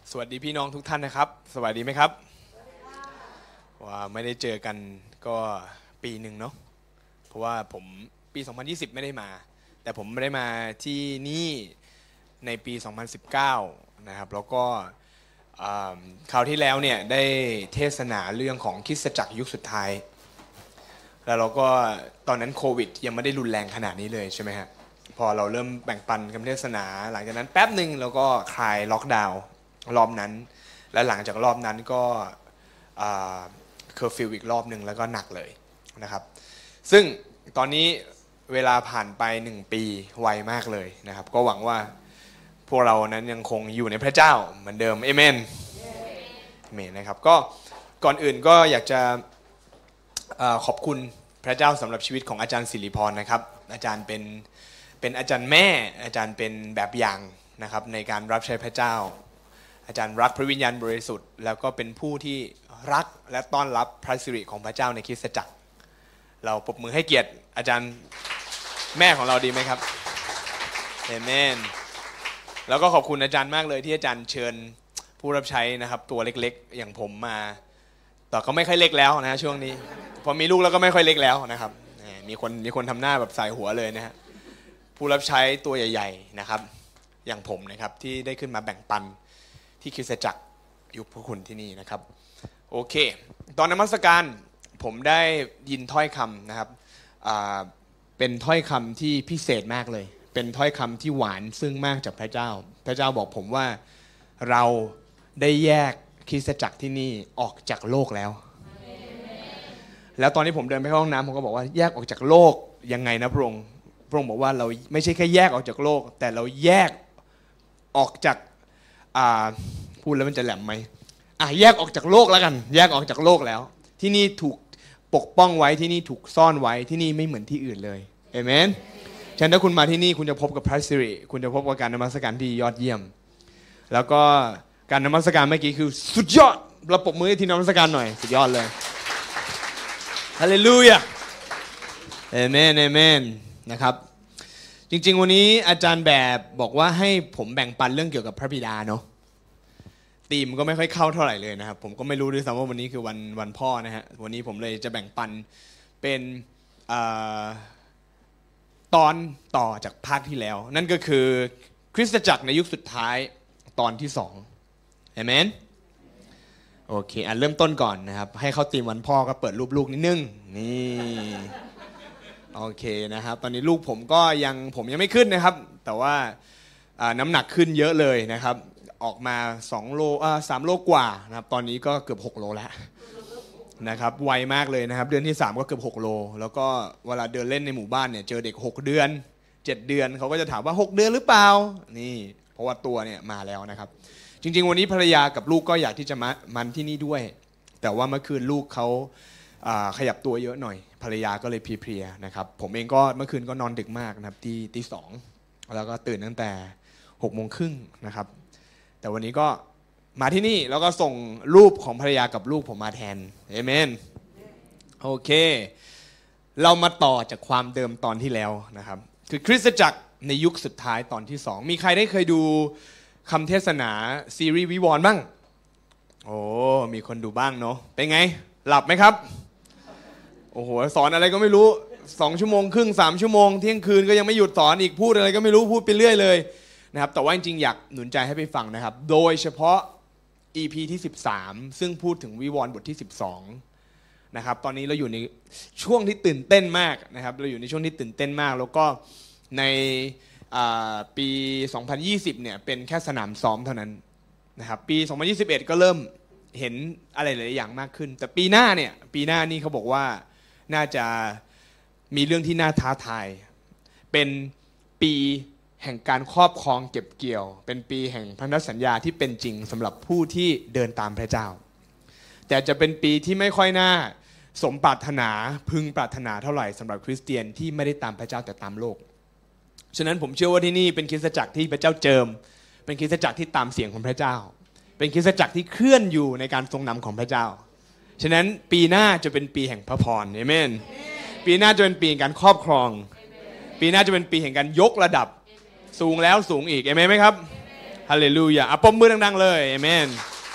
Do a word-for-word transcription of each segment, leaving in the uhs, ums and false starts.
สวัสดีพี่น้องทุกท่านนะครับสวัสดีไหมครับว่าไม่ได้เจอกันก็ปีหนึ่งเนาะเพราะว่าผมปีสองพันยี่สิบไม่ได้มาแต่ผมไม่ได้มาที่นี่ในปีสองพันสิบเก้านะครับแล้วก็คราวที่แล้วเนี่ยได้เทศนาเรื่องของคริสตจักรยุคสุดท้ายแล้วเราก็ตอนนั้นโควิดยังไม่ได้รุนแรงขนาดนี้เลยใช่ไหมฮะพอเราเริ่มแบ่งปันคำเทศนาหลังจากนั้นแป๊บหนึ่งเราก็คลายล็อกดาวน์รอบนั้นและหลังจากรอบนั้นก็เคอร์ฟิวอีกรอบหนึ่งแล้วก็หนักเลยนะครับซึ่งตอนนี้เวลาผ่านไปหนึ่งปีไวมากเลยนะครับก็หวังว่าพวกเรานั้นยังคงอยู่ในพระเจ้าเหมือนเดิมเอเมนเอเมนนะครับก็ก่อนอื่นก็อยากจะขอบคุณพระเจ้าสำหรับชีวิตของอาจารย์ศิริพรนะครับอาจารย์เป็นเป็นอาจารย์แม่อาจารย์เป็นแบบอย่างนะครับในการรับใช้พระเจ้าอาจารย์รักพระวิญญาณบริสุทธิ์แล้วก็เป็นผู้ที่รักและต้อนรับพระสิริของพระเจ้าในคริสตจักรเราปรบมือให้เกียรติอาจารย์แม่ของเราดีไหมครับเอเมนแล้วก็ขอบคุณอาจารย์มากเลยที่อาจารย์เชิญผู้รับใช้นะครับตัวเล็กๆอย่างผมมาแต่ก็ไม่ค่อยเล็กแล้วนะช่วงนี้พอมีลูกแล้วก็ไม่ค่อยเล็กแล้วนะครับมีคนมีคนทำหน้าแบบใส่หัวเลยนะฮะผู้รับใช้ตัวใหญ่ๆนะครับอย่างผมนะครับที่ได้ขึ้นมาแบ่งปันที่คริสตจักรยุคพระคุณที่นี่นะครับโอเคตอนนมัสการผมได้ยินถ้อยคำนะครับเป็นถ้อยคำที่พิเศษมากเลยเป็นถ้อยคำที่หวานซึ้งมากจากพระเจ้าพระเจ้าบอกผมว่าเราได้แยกคริสตจักรที่นี่ออกจากโลกแล้วแล้วตอนนี้ผมเดินไปเข้าห้องน้ำผมก็บอกว่าแยกออกจากโลกยังไงนะพระองค์พระองค์บอกว่าเราไม่ใช่แค่แยกออกจากโลกแต่เราแยกออกจากพูดแล้วมันจะแหลมไหมอ่ะแยกออกจากโลกแล้วกันแยกออกจากโลกแล้วที่นี่ถูกปกป้องไว้ที่นี่ถูกซ่อนไว้ที่นี่ไม่เหมือนที่อื่นเลยเอเมนฉะนั้นถ้าคุณมาที่นี่คุณจะพบกับพระสิริคุณจะพบกับการนมัสการที่ยอดเยี่ยมแล้วก็การนมัสการเมื่อกี้คือสุดยอดเราปรบมือที่นมัสการหน่อยสุดยอดเลยฮาเลลูยาเอเมนเอเมนนะครับจริงๆวันนี้อาจารย์แบบบอกว่าให้ผมแบ่งปันเรื่องเกี่ยวกับพระบิดาเนาะธีมก็ไม่ค่อยเข้าเท่าไหร่เลยนะครับผมก็ไม่รู้ด้วยซ้ำว่าวันนี้คือวันวันพ่อนะฮะวันนี้ผมเลยจะแบ่งปันเป็นตอนต่อจากภาคที่แล้วนั่นก็คือคริสตจักรในยุคสุดท้ายตอนที่สองเอเมนโอเคอ่ะเริ่มต้นก่อนนะครับให้เข้าธีมวันพ่อก็เปิดรูปลูกนิดนึงนี่โอเคนะครับตอนนี้ลูกผมก็ยังผมยังไม่ขึ้นนะครับแต่ว่าน้ำหนักขึ้นเยอะเลยนะครับออกมาสองโลอ่าสามโลกว่านะครับตอนนี้ก็เกือบหกโลแล้วนะครับไวมากเลยนะครับเดือนที่สามก็เกือบหกโลแล้วก็เวลาเดินเล่นในหมู่บ้านเนี่ยเจอเด็กหกเดือนเจ็ดเดือนเขาก็จะถามว่าหกเดือนหรือเปล่านี่เพราะว่าตัวเนี่ยมาแล้วนะครับจริงๆวันนี้ภรรยากับลูกก็อยากที่จะมามันที่นี่ด้วยแต่ว่าเมื่อคืนลูกเขาขยับตัวเยอะหน่อยภรรยาก็เลยเพลียๆนะครับผมเองก็เมื่อคืนก็นอนดึกมากนะครับตีตีสองแล้วก็ตื่นตั้งแต่หกโมงครึ่งนะครับแต่วันนี้ก็มาที่นี่แล้วก็ส่งรูปของภรรยากับลูกผมมาแทนเอเมนโอเคเรามาต่อจากความเดิมตอนที่แล้วนะครับคือคริสตจักรในยุคสุดท้ายตอนที่สองมีใครได้เคยดูคำเทศนาซีรีส์วิวรณ์บ้างโอ้มีคนดูบ้างเนาะเป็นไงหลับไหมครับโอ้โหสอนอะไรก็ไม่รู้สองชั่วโมงครึ่งสามชั่วโมงเที่ยงคืนก็ยังไม่หยุดสอนอีกพูดอะไรก็ไม่รู้พูดไปเรื่อยเลยนะครับแต่ว่าจริงๆอยากหนุนใจให้ไปฟังนะครับโดยเฉพาะ อี พี ที่สิบสามซึ่งพูดถึงวิวรณ์บทที่สิบสองนะครับตอนนี้เราอยู่ในช่วงที่ตื่นเต้นมากนะครับเราอยู่ในช่วงที่ตื่นเต้นมากแล้วก็ในปีสองพันยี่สิบเนี่ยเป็นแค่สนามซ้อมเท่านั้นนะครับปีสองพันยี่สิบเอ็ดก็เริ่มเห็นอะไรหลายอย่างมากขึ้นแต่ปีหน้าเนี่ยปีหน้านี่เขาบอกว่าน่าจะมีเรื่องที่น่าท้าทายเป็นปีแห่งการครอบครองเก็บเกี่ยวเป็นปีแห่งพันธสัญญาที่เป็นจริงสำหรับผู้ที่เดินตามพระเจ้าแต่จะเป็นปีที่ไม่ค่อยน่าสมปรารถนาพึงปรารถนาเท่าไหร่สำหรับคริสเตียนที่ไม่ได้ตามพระเจ้าแต่ตามโลกฉะนั้นผมเชื่อว่าที่นี่เป็นคริสตจักรที่พระเจ้าเจิมเป็นคริสตจักรที่ตามเสียงของพระเจ้าเป็นคริสตจักรที่เคลื่อนอยู่ในการทรงนำของพระเจ้าฉะนั้นปีหน้าจะเป็นปีแห่งพระพรเอเมนปีหน้าจะเป็นปีแห่งการครอบครองปีหน้าจะเป็นปีแห่งการยกระดับสูงแล้วสูงอีกเอเมนไหมครับฮาเลลูยาอ่ะปรบมือดังๆเลยเอเมน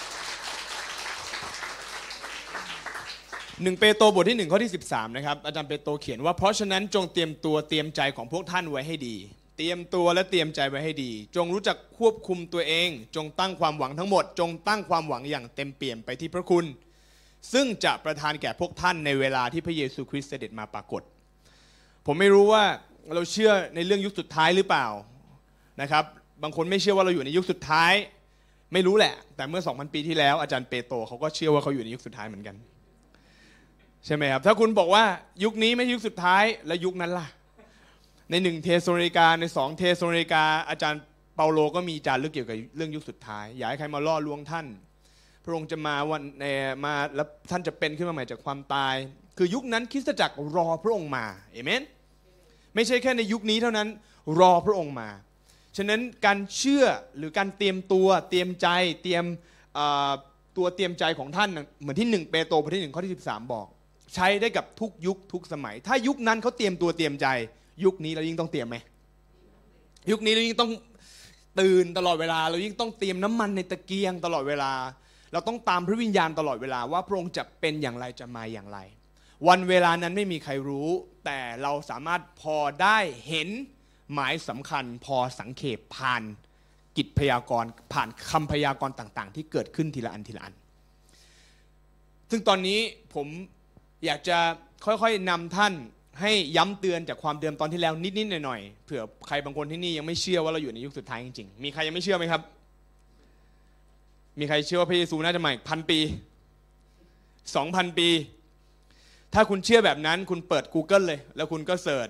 หนึ่งเปโตรบทที่หนึ่งข้อที่สิบสามนะครับอาจารย์เปโตรเขียนว่าเพราะฉะนั้นจงเตรียมตัวเตรียมใจของพวกท่านไว้ให้ดีเตรียมตัวและเตรียมใจไว้ให้ดีจงรู้จักควบคุมตัวเองจงตั้งความหวังทั้งหมดจงตั้งความหวังอย่างเต็มเปี่ยมไปที่พระคุณซึ่งจะประทานแก่พวกท่านในเวลาที่พระเยซูคริสต์เสด็จมาปรากฏผมไม่รู้ว่าเราเชื่อในเรื่องยุคสุดท้ายหรือเปล่านะครับบางคนไม่เชื่อว่าเราอยู่ในยุคสุดท้ายไม่รู้แหละแต่เมื่อ สองพัน ปีที่แล้วอาจารย์เปโตรเขาก็เชื่อว่าเขาอยู่ในยุคสุดท้ายเหมือนกันใช่ไหมครับถ้าคุณบอกว่ายุคนี้ไม่ใช่ยุคสุดท้ายแล้วยุคนั้นล่ะในหนึ่งเทสโลนิกาในสองเทสโลนิกาอาจารย์เปาโลก็มีจารึกเกี่ยวกับเรื่องยุคสุดท้ายอยากให้ใครมาล่อลวงท่านพระองค์จะมาวันมาแล้วท่านจะเป็นขึ้นมาใหม่จากความตายคือยุคนั้นคริสตจักรรอพระองค์มาเอเมนไม่ใช่แค่ในยุคนี้เท่านั้นรอพระองค์มาฉะนั้นการเชื่อหรือการเตรียมตัวเตรียมใจเตรียมตัวเตรียมใจของท่านเหมือนที่หนึ่งเปโตรบทที่หนึ่งข้อที่สิบสามบอกใช้ได้กับทุกยุคทุกสมัยถ้ายุคนั้นเขาเตรียมตัวเตรียมใจยุคนี้เรายิ่งต้องเตรียมไหมยุคนี้เรายิ่งต้องตื่นตลอดเวลาเรายิ่งต้องเตรียมน้ำมันในตะเกียงตลอดเวลาเราต้องตามพระวิญญาณตลอดเวลาว่าพระองค์จะเป็นอย่างไรจะมาอย่างไรวันเวลานั้นไม่มีใครรู้แต่เราสามารถพอได้เห็นหมายสำคัญพอสังเขปผ่านกิจพยากรณ์ผ่านคำพยากรณ์ต่างๆที่เกิดขึ้นทีละอันทีละอันซึ่งตอนนี้ผมอยากจะค่อยๆนำท่านให้ย้ำเตือนจากความเดิมตอนที่แล้วนิดๆหน่อยๆเผื่อใครบางคนที่นี่ยังไม่เชื่อว่าเราอยู่ในยุคสุดท้ายจริงๆมีใครยังไม่เชื่อไหมครับมีใครเชื่อว่าพระเยซูน่าจะมาอีกพันปีสองพันปีถ้าคุณเชื่อแบบนั้นคุณเปิด Google เลยแล้วคุณก็เสิร์ช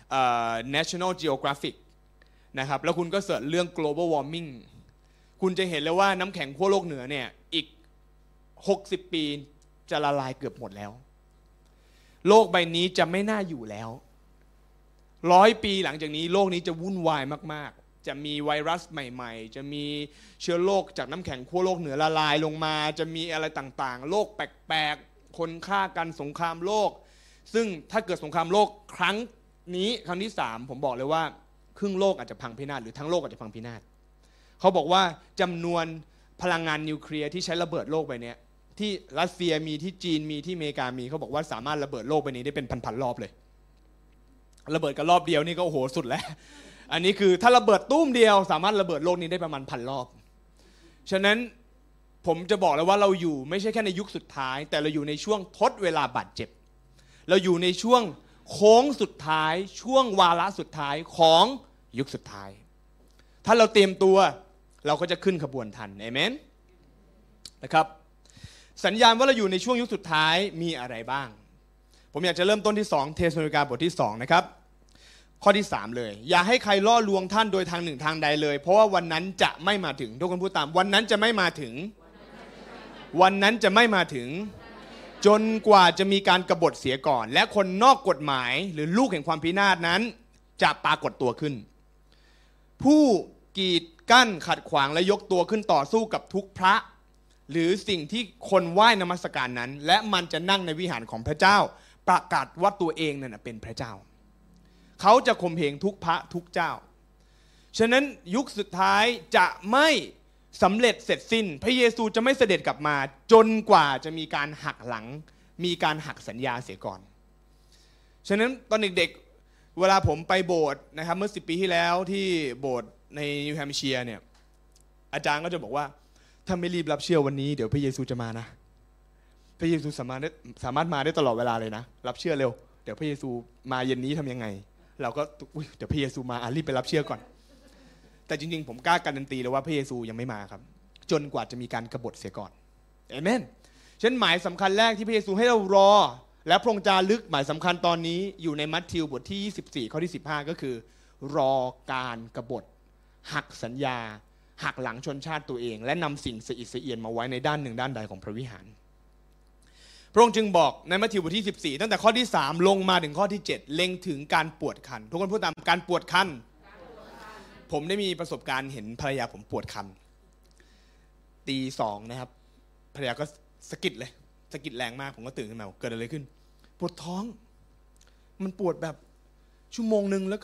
National Geographic นะครับแล้วคุณก็เสิร์ชเรื่อง global warming คุณจะเห็นเลยว่าน้ำแข็งขั้วโลกเหนือเนี่ยอีกหกสิบปีจะละลายเกือบหมดแล้วโลกใบนี้จะไม่น่าอยู่แล้วร้อยปีหลังจากนี้โลกนี้จะวุ่นวายมากๆจะมีไวรัสใหม่ๆจะมีเชื้อโรคจากน้ำแข็งขั้วโลกเหนือละลายลงมาจะมีอะไรต่างๆโรคแปลกๆคนฆ่ากันสงครามโลกซึ่งถ้าเกิดสงครามโลกครั้งนี้ครั้งที่สามผมบอกเลยว่าครึ่งโลกอาจจะพังพินาศหรือทั้งโลกอาจจะพังพินาศเขาบอกว่าจำนวนพลังงานนิวเคลียร์ที่ใช้ระเบิดโลกไปเนี้ยที่รัสเซียมีที่จีนมีที่อเมริกามีเขาบอกว่าสามารถระเบิดโลกใบนี้ได้เป็นพันๆรอบเลยระเบิดกันรอบเดียวนี่ก็โอ้โหสุดแล้วอันนี้คือถ้าระเบิดตุ้มเดียวสามารถระเบิดโลกนี้ได้ประมาณพันรอบฉะนั้นผมจะบอกเลยว่าเราอยู่ไม่ใช่แค่ในยุคสุดท้ายแต่เราอยู่ในช่วงทดเวลาบาดเจ็บเราอยู่ในช่วงโค้งสุดท้ายช่วงวาระสุดท้ายของยุคสุดท้ายถ้าเราเตรียมตัวเราก็จะขึ้นขบวนทันอาเมนนะครับสัญญาณว่าเราอยู่ในช่วงยุคสุดท้ายมีอะไรบ้างผมอยากจะเริ่มต้นที่สองเทสโลนิกาบทที่สองนะครับข้อที่สามเลยอย่าให้ใครล่อลวงท่านโดยทางหนึ่งทางใดเลยเพราะว่าวันนั้นจะไม่มาถึงทุกคนพูดตามวันนั้นจะไม่มาถึงวันนั้นจะไม่มาถึงจนกว่าจะมีการกบฏเสียก่อนและคนนอกกฎหมายหรือลูกแห่งความพินาศนั้นจะปรากฏตัวขึ้นผู้กีดกั้นขัดขวางและยกตัวขึ้นต่อสู้กับทุกพระหรือสิ่งที่คนไหว้นมัสการนั้นและมันจะนั่งในวิหารของพระเจ้าประกาศว่าตัวเองนั่นเป็นพระเจ้าเขาจะข่มเหงทุกพระทุกเจ้าฉะนั้นยุคสุดท้ายจะไม่สำเร็จเสร็จสิ้นพระเยซูจะไม่เสด็จกลับมาจนกว่าจะมีการหักหลังมีการหักสัญญาเสียก่อนฉะนั้นตอนเด็กๆเวลาผมไปโบสถ์นะครับเมื่อสิบปีที่แล้วที่โบสถ์ในนิวแฮมป์เชียร์เนี่ยอาจารย์ก็จะบอกว่าถ้าไม่รีบรับเชื่อวันนี้เดี๋ยวพระเยซูจะมานะพระเยซูสามารถสามารถมาได้ตลอดเวลาเลยนะรับเชื่อเร็วเดี๋ยวพระเยซูมาเย็นนี้ทำยังไงเราก็เดี๋ยวพระเยซูมารีบไปรับเชื่อก่อนแต่จริงๆผมกล้าการันตีเลยว่าพระเยซูยังไม่มาครับจนกว่าจะมีการกบฏเสียก่อนเอเมนฉะนั้นหมายสำคัญแรกที่พระเยซูให้เรารอและพระองค์จารึกหมายสำคัญตอนนี้อยู่ในมัทธิวบทที่ยี่สิบสี่ข้อที่สิบห้าก็คือรอการกบฏหักสัญญาหักหลังชนชาติตัวเองและนำสิ่งสะอิดสะเอียนมาไว้ในด้านหนึ่งด้านใดของพระวิหารพระองค์จึงบอกในมัทธิวบทที่สิบสี่ตั้งแต่ข้อที่สามลงมาถึงข้อที่เจ็ดเล็งถึงการปวดคันทุกคนพูดตามการปวดคันผมได้มีประสบการณ์เห็นภรรยาผมปวดคันตีสองนะครับภรรยาก็สะกิดเลยสะกิดแรงมากผมก็ตื่นขึ้นมาเกิดอะไรขึ้นปวดท้องมันปวดแบบชั่วโมงนึงแล้วก็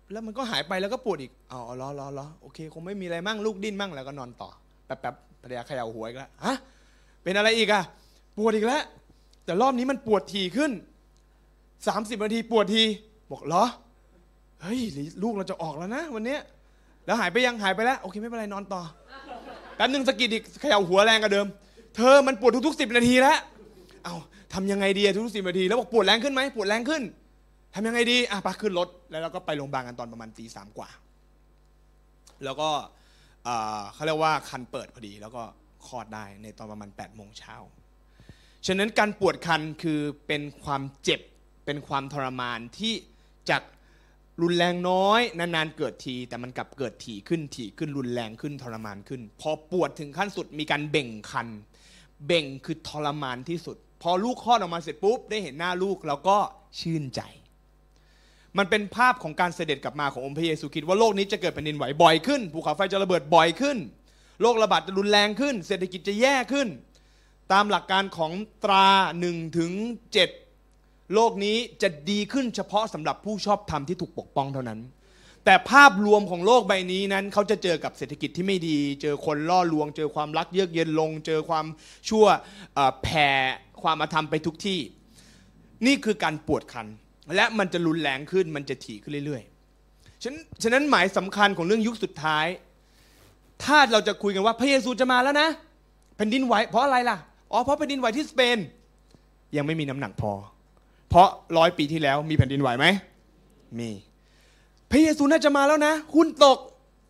แล้วมันก็หายไปแล้วก็ปวดอีกอ๋อรอรอรอโอเคคงไม่มีอะไรมั่งลูกดิ้นมั่งแล้วก็นอนต่อแป๊บๆภรรยาเขย่าหัวอีกแล้วฮะเป็นอะไรอีกอะปวดอีกแล้วแต่รอบนี้มันปวดถี่ขึ้นสามสิบนาทีปวดทีบอกเหรอเฮ้ยลูกเราจะออกแล้วนะวันนี้แล้วหายไปยังหายไปแล้วโอเคไม่เป็นไรนอนต่อแป๊บนึงสะกิดอีกเขย่าหัวแรงกว่าเดิมเธอมันปวดทุกๆสิบนาทีแล้วเอ้าทำยังไงดีทุกๆสิบนาทีแล้วบอกปวดแรงขึ้นไหมปวดแรงขึ้นทำยังไงดีอ่ะไปขึ้นรถแล้วเราก็ไปโรงพยาบาลกันตอนประมาณตีสามกว่าแล้วก็เขาเรียกว่าคันเปิดพอดีแล้วก็คลอดได้ในตอนประมาณแปดโมงเช้าฉะนั้นการปวดคันคือเป็นความเจ็บเป็นความทรมานที่จากรุนแรงน้อยนานๆเกิดทีแต่มันกลับเกิดถี่ขึ้นถี่ขึ้นรุนแรงขึ้นทรมานขึ้นพอปวดถึงขั้นสุดมีการเบ่งคันเบ่งคือทรมานที่สุดพอลูกคลอดออกมาเสร็จปุ๊บได้เห็นหน้าลูกเราก็ชื่นใจมันเป็นภาพของการเสด็จกลับมาขององค์พระเยซูคริสต์ว่าโลกนี้จะเกิดแผ่นดินไหวบ่อยขึ้นภูเขาไฟจะระเบิดบ่อยขึ้นโรคระบาดจะรุนแรงขึ้นเศรษฐกิจจะแย่ขึ้นตามหลักการของตราหนึ่งถึงเจ็ดโลกนี้จะดีขึ้นเฉพาะสำหรับผู้ชอบธรรมที่ถูกปกป้องเท่านั้นแต่ภาพรวมของโลกใบนี้นั้นเขาจะเจอกับเศรษฐกิจที่ไม่ดีเจอคนล่อลวงเจอความรักเยือกเย็นลงเจอความชั่วแผ่ความอธรรมไปทุกที่นี่คือการปวดคันและมันจะรุนแรงขึ้นมันจะถี่ขึ้นเรื่อยๆฉะนั้นฉะนั้นหมายสำคัญของเรื่องยุคสุดท้ายถ้าเราจะคุยกันว่าพระเยซูจะมาแล้วนะแผ่นดินไหวเพราะอะไรล่ะอ๋อเพราะแผ่นดินไหวที่สเปนยังไม่มีน้ำหนักพอเพราะร้อยปีที่แล้วมีแผ่นดินไหวไหมมีพระเยซูน่าจะมาแล้วนะหุ้นตก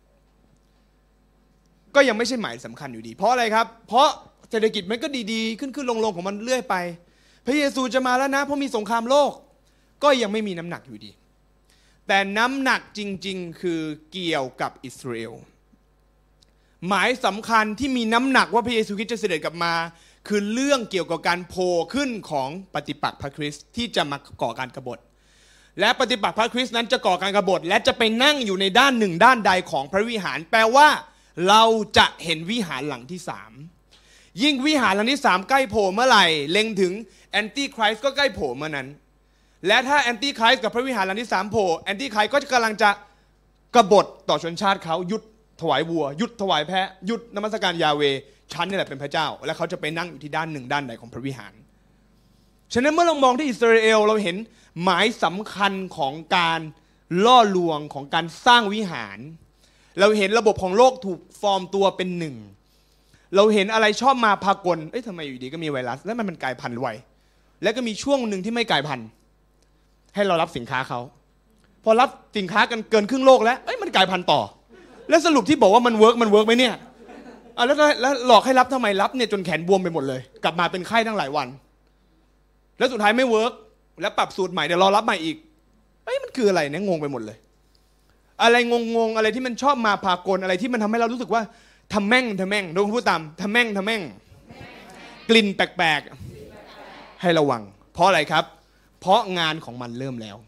ก็ยังไม่ใช่หมายสำคัญอยู่ดีเพราะอะไรครับเพราะเศรษฐกิจมันก็ดีๆขึ้นๆลงๆของมันเรื่อยไปพระเยซูจะมาแล้วนะเพราะมีสงครามโลกก็ยังไม่มีน้ำหนักอยู่ดีแต่น้ำหนักจริงๆคือเกี่ยวกับอิสราเอลหมายสำคัญที่มีน้ำหนักว่าพระเยซูคริสต์จะเสด็จกลับมาคือเรื่องเกี่ยวกับการโผล่ขึ้นของปฏิปักษ์พระคริสต์ที่จะมาก่อการกบฏและปฏิปักษ์พระคริสต์นั้นจะก่อการกบฏและจะไปนั่งอยู่ในด้านหนึ่งด้านใดของพระวิหารแปลว่าเราจะเห็นวิหารหลังที่สามยิ่งวิหารหลังที่สามใกล้โผล่เมื่อไหร่เล็งถึงแอนตี้คริสต์ก็ใกล้โผล่เมื่อนั้นและถ้าแอนตี้คริสต์กับพระวิหารหลังที่สามโผล่แอนตี้คริสต์ก็กำลังจะกบฏต่อชนชาติเขาหยุดถวายวัวหยุดถวายแพะหยุดนมัสการยาเวห์ฉันนี่แหละเป็นพระเจ้าและเขาจะไปนั่งอยู่ที่ด้านหนึ่งด้านใดของพระวิหารฉะนั้นเมื่อเรามองที่อิสราเอลเราเห็นหมายสำคัญของการล่อลวงของการสร้างวิหารเราเห็นระบบของโลกถูกฟอร์มตัวเป็นหนึ่งเราเห็นอะไรชอบมาพากลเอ๊ะทำไมอยู่ดีก็มีไวรัสแล้วมันมันกลายพันธุ์ไวแล้วก็มีช่วงหนึ่งที่ไม่กลายพันธุ์ให้เรารับสินค้าเขาพอรับสินค้ากันเกินครึ่งโลกแล้วเอ้ยมันกลายพันธุ์ต่อแล้วสรุปที่บอกว่ามันเวิร์กมันเวิร์กไหมเนี่ยอ่ะแล้วแล้วหลอกให้รับทำไมรับเนี่ยจนแขนบวมไปหมดเลยกลับมาเป็นไข้ตั้งหลายวันแล้วสุดท้ายไม่เวิร์กแล้วปรับสูตรใหม่เดี๋ยวรอรับใหม่อีกเอ้ยมันคืออะไรเนี่ยงงไปหมดเลยอะไรงงๆอะไรที่มันชอบมาพากลอะไรที่มันทำให้เรารู้สึกว่าทำแม่งทำแม่งโดนพูดตามทำแม่งทำแม่งกลิ่นแปลกๆให้ระวังเพราะอะไรครับเพราะงานของมันเริ่มแล้ว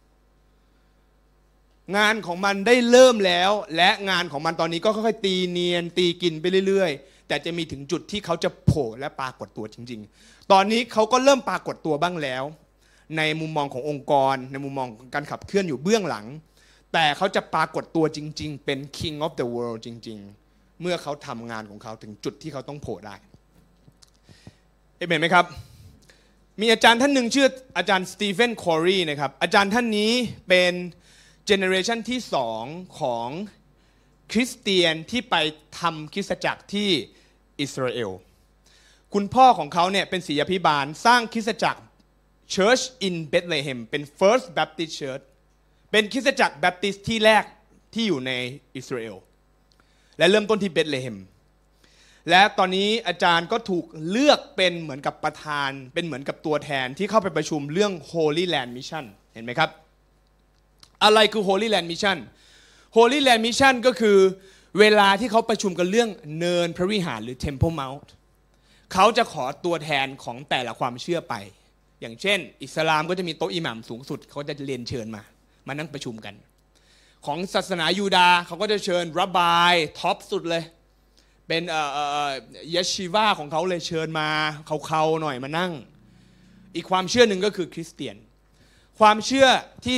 งานของมันได้เริ่มแล้วและงานของมันตอนนี้ก็ค่อยๆตีเนียนตีกินไปเรื่อยๆแต่จะมีถึงจุดที่เขาจะโผล่และปรากฏตัวจริงๆตอนนี้เขาก็เริ่มปรากฏตัวบ้างแล้วในมุมมองขององค์กรในมุมมองการขับเคลื่อนอยู่เบื้องหลังแต่เขาจะปรากฏตัวจริงๆเป็น King of the World จริงๆเมื่อเขาทำงานของเขาถึงจุดที่เขาต้องโผล่ได้เห็นไหมครับมีอาจารย์ท่านหนึ่งชื่ออาจารย์สตีเฟนคอรีนะครับอาจารย์ท่านนี้เป็นเจเนอเรชันที่สองของคริสเตียนที่ไปทำคริสตจักรที่อิสราเอลคุณพ่อของเขาเนี่ยเป็นศิษยาภิบาลสร้างคริสตจักร Church in Bethlehem เป็น First Baptist Church เป็นคริสตจักรแบปติสต์ที่แรกที่อยู่ในอิสราเอลและเริ่มต้นที่เบธเลเฮมและตอนนี้อาจารย์ก็ถูกเลือกเป็นเหมือนกับประธานเป็นเหมือนกับตัวแทนที่เข้าไปประชุมเรื่อง Holy Land Mission เห็นไหมครับอะไรคือ Holy Land Mission Holy Land Mission ก็คือเวลาที่เขาประชุมกันเรื่องเนินพระวิหารหรือ Temple Mount เขาจะขอตัวแทนของแต่ละความเชื่อไปอย่างเช่นอิสลามก็จะมีโต๊ะอิหมัมสูงสุดเขาจะเรียนเชิญมามานั่งประชุมกันของศาสนายูดาห์เขาก็จะเชิญรับบายท็อปสุดเลยเป็นเอ่อเอ่อยะชีวาของเขาเลยเชิญมาเขาๆหน่อยมานั่งอีกความเชื่อหนึ่งก็คือคริสเตียนความเชื่อที่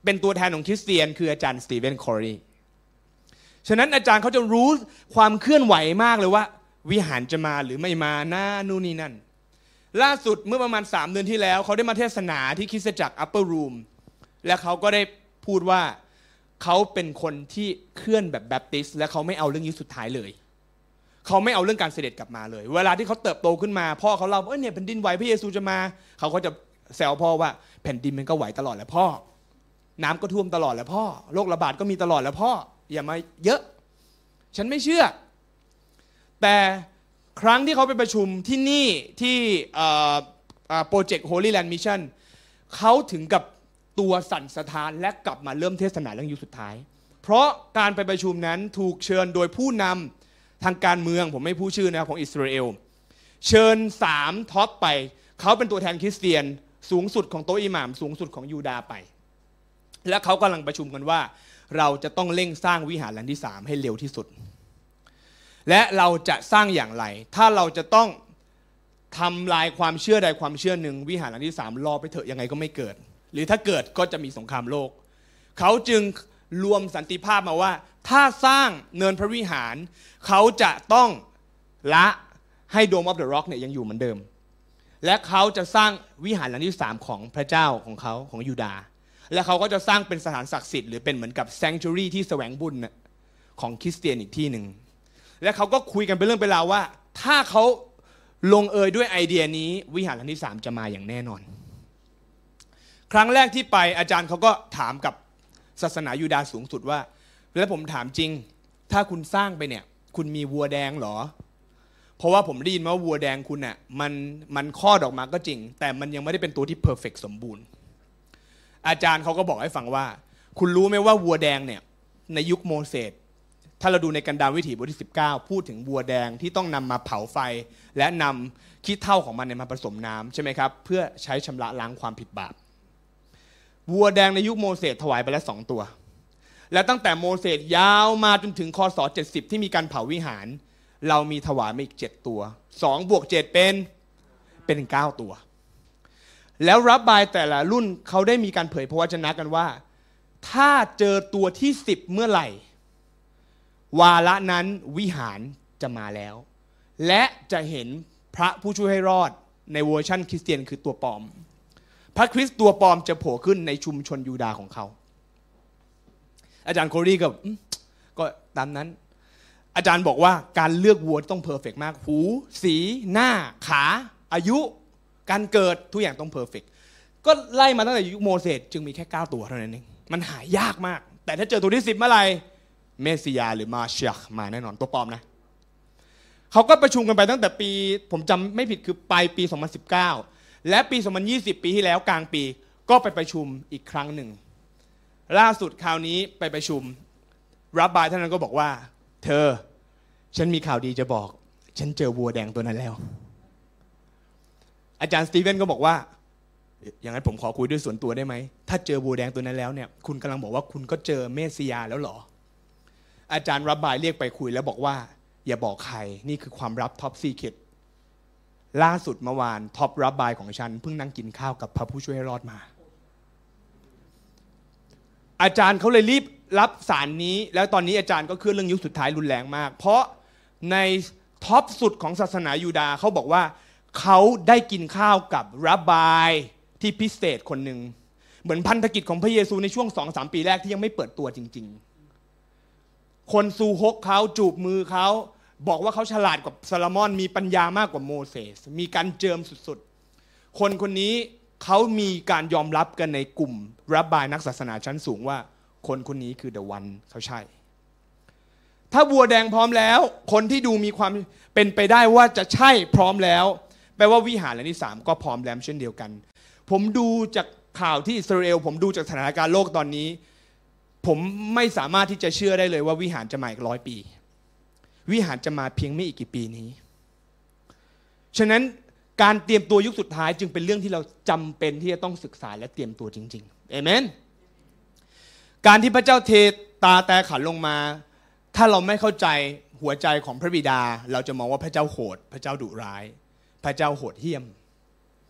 เป็นตัวแทนของคริสเตียนคืออาจารย์สตีเวนคอรีฉะนั้นอาจารย์เขาจะรู้ความเคลื่อนไหวมากเลยว่าวิหารจะมาหรือไม่มาหน้านู่นนี่นั่นล่าสุดเมื่อประมาณสามเดือนที่แล้วเขาได้มาเทศนาที่คริสตจักร Upper Room และเขาก็ได้พูดว่าเขาเป็นคนที่เคลื่อนแบบแบปติสต์และเขาไม่เอาเรื่องยุคสุดท้ายเลยเขาไม่เอาเรื่องการเสด็จกลับมาเลยเวลาที่เขาเติบโตขึ้นมาพ่อเขาเล่าว่าเนี่ยแผ่นดินไหวพระเยซูจะมาเขาก็จะแซวพ่อว่าแผ่นดินมันก็ไหวตลอดแหละพ่อน้ำก็ท่วมตลอดแหละพ่อโรคระบาดก็มีตลอดแหละพ่ออย่ามาเยอะฉันไม่เชื่อแต่ครั้งที่เขาไปประชุมที่นี่ที่โปรเจกต์ Holy Land Mission เขาถึงกับตัวสั่นสะท้านและกลับมาเริ่มเทศนาเรื่องยุคสุดท้ายเพราะการไปประชุมนั้นถูกเชิญโดยผู้นำทางการเมืองผมไม่พูดชื่อนะครับของอิสราเอลเชิญสามท็อปไปเขาเป็นตัวแทนคริสเตียนสูงสุดของโต๊ะอิหม่ามสูงสุดของยูดาห์ไปและเขากำลังประชุมกันว่าเราจะต้องเร่งสร้างวิหารหลังที่สามให้เร็วที่สุดและเราจะสร้างอย่างไรถ้าเราจะต้องทำลายความเชื่อใดความเชื่อหนึ่งวิหารหลังที่สามรอไปเถอะยังไงก็ไม่เกิดหรือถ้าเกิดก็จะมีสงครามโลกเขาจึงรวมสันติภาพมาว่าถ้าสร้างเนินพระวิหารเขาจะต้องละให้โดมออฟเดอะร็อกเนี่ยยังอยู่เหมือนเดิมและเขาจะสร้างวิหารหลังที่สามของพระเจ้าของเขาของยูดาห์และเขาก็จะสร้างเป็นสถานศักดิ์สิทธิ์หรือเป็นเหมือนกับ sanctuary ที่แสวงบุญของคริสเตียนอีกที่หนึ่งและเขาก็คุยกันเป็นเรื่องเป็นราวว่าถ้าเขาลงเอยด้วยไอเดียนี้วิหารหลังที่สามจะมาอย่างแน่นอนครั้งแรกที่ไปอาจารย์เขาก็ถามกับศาสนายูดาห์สูงสุดว่าแล้วผมถามจริงถ้าคุณสร้างไปเนี่ยคุณมีวัวแดงเหรอเพราะว่าผมได้ยินว่าวัวแดงคุณน่ะมันมันคลอดออกมาก็จริงแต่มันยังไม่ได้เป็นตัวที่เพอร์เฟกต์สมบูรณ์อาจารย์เขาก็บอกให้ฟังว่าคุณรู้ไหมว่าวัวแดงเนี่ยในยุคโมเสสถ้าเราดูในกันดารวิถีบทที่สิบเก้าพูดถึงวัวแดงที่ต้องนำมาเผาไฟและนำขี้เถ้าของมันมาผสมน้ำใช่ไหมครับเพื่อใช้ชำระล้างความผิดบาปวัวแดงในยุคโมเสสถวายไปแล้วสองตัวและตั้งแต่โมเสสยาวมาจนถึงคศเจ็ดสิบที่มีการเผาวิหารเรามีถวายมาอีกเจ็ดตัวสองบวกเจ็ดเป็นเป็นเก้าตัวแล้วรับบายแต่ละรุ่นเขาได้มีการเผยพระวจนะกันว่าถ้าเจอตัวที่สิบเมื่อไหร่วาระนั้นวิหารจะมาแล้วและจะเห็นพระผู้ช่วยให้รอดในเวอร์ชันคริสเตียนคือตัวปลอมพระคริสต์ตัวปลอมจะโผล่ขึ้นในชุมชนยูดาห์ของเขาอาจารย์โครีก็ก็ตามนั้นอาจารย์บอกว่าการเลือกวัวต้องเพอร์เฟกต์มากหูสีหน้าขาอายุการเกิดทุกอย่างต้องเพอร์เฟกต์ก็ไล่มาตั้งแต่ยุคโมเสสจึงมีแค่เก้าตัวเท่านั้นเองมันหายากมากแต่ถ้าเจอตัวที่สิบเมื่อไหร่เมสสิยาหรือมาเชียมาแน่นอนตัวปลอมนะเขาก็ประชุมกันไปตั้งแต่ปีผมจำไม่ผิดคือปลายปีสองพันสิบเก้าและปีสองพันยี่สิบปีที่แล้วกลางปีก็ไปประชุมอีกครั้งหนึ่งล่าสุดคราวนี้ไปประชุมรับบายท่านนั้นก็บอกว่าเธอฉันมีข่าวดีจะบอกฉันเจอวัวแดงตัวนั้นแล้วอาจารย์สตีเวนก็บอกว่าอย่างนั้นผมขอคุยด้วยส่วนตัวได้ไหมถ้าเจอวัวแดงตัวนั้นแล้วเนี่ยคุณกำลังบอกว่าคุณก็เจอเมสสิยาแล้วเหรออาจารย์รับบายเรียกไปคุยแล้วบอกว่าอย่าบอกใครนี่คือความลับท็อปซีเคร็ตล่าสุดเมื่อวานท็อปรับบายของฉันเพิ่งนั่งกินข้าวกับพระผู้ช่วยให้รอดมาอาจารย์เขาเลยรีบรับสารนี้แล้วตอนนี้อาจารย์ก็เคลื่อนเรื่องยุคสุดท้ายรุนแรงมากเพราะในท็อปสุดของศาสนายูดาห์เขาบอกว่าเขาได้กินข้าวกับรับบายที่พิเศษคนหนึ่งเหมือนพันธกิจของพระเยซูในช่วง สองถึงสาม ปีแรกที่ยังไม่เปิดตัวจริงๆคนซูฮกเขาจูบมือเขาบอกว่าเขาฉลาดกว่าซาโลมอนมีปัญญามากกว่าโมเสสมีการเจิมสุดๆคนคนนี้เขามีการยอมรับกันในกลุ่มรับบายนักศาสนาชั้นสูงว่าคนคนนี้คือ the one เขาใช่ถ้าวัวแดงพร้อมแล้วคนที่ดูมีความเป็นไปได้ว่าจะใช่พร้อมแล้วแปลว่าวิหารหลังที่สามก็พร้อมแล้วเช่นเดียวกันผมดูจากข่าวที่อิสราเอลผมดูจากสถานการณ์โลกตอนนี้ผมไม่สามารถที่จะเชื่อได้เลยว่าวิหารจะมาอีกร้อยปีวิหารจะมาเพียงไม่อีกกี่ปีนี้ฉะนั้นการเตรียมตัวยุคสุดท้ายจึงเป็นเรื่องที่เราจำเป็นที่จะต้องศึกษาและเตรียมตัวจริงๆเอเมนการที่พระเจ้าเทตาแต่ขันลงมาถ้าเราไม่เข้าใจหัวใจของพระบิดาเราจะมองว่าพระเจ้าโหดพระเจ้าดุร้ายพระเจ้าโหดเหี้ยม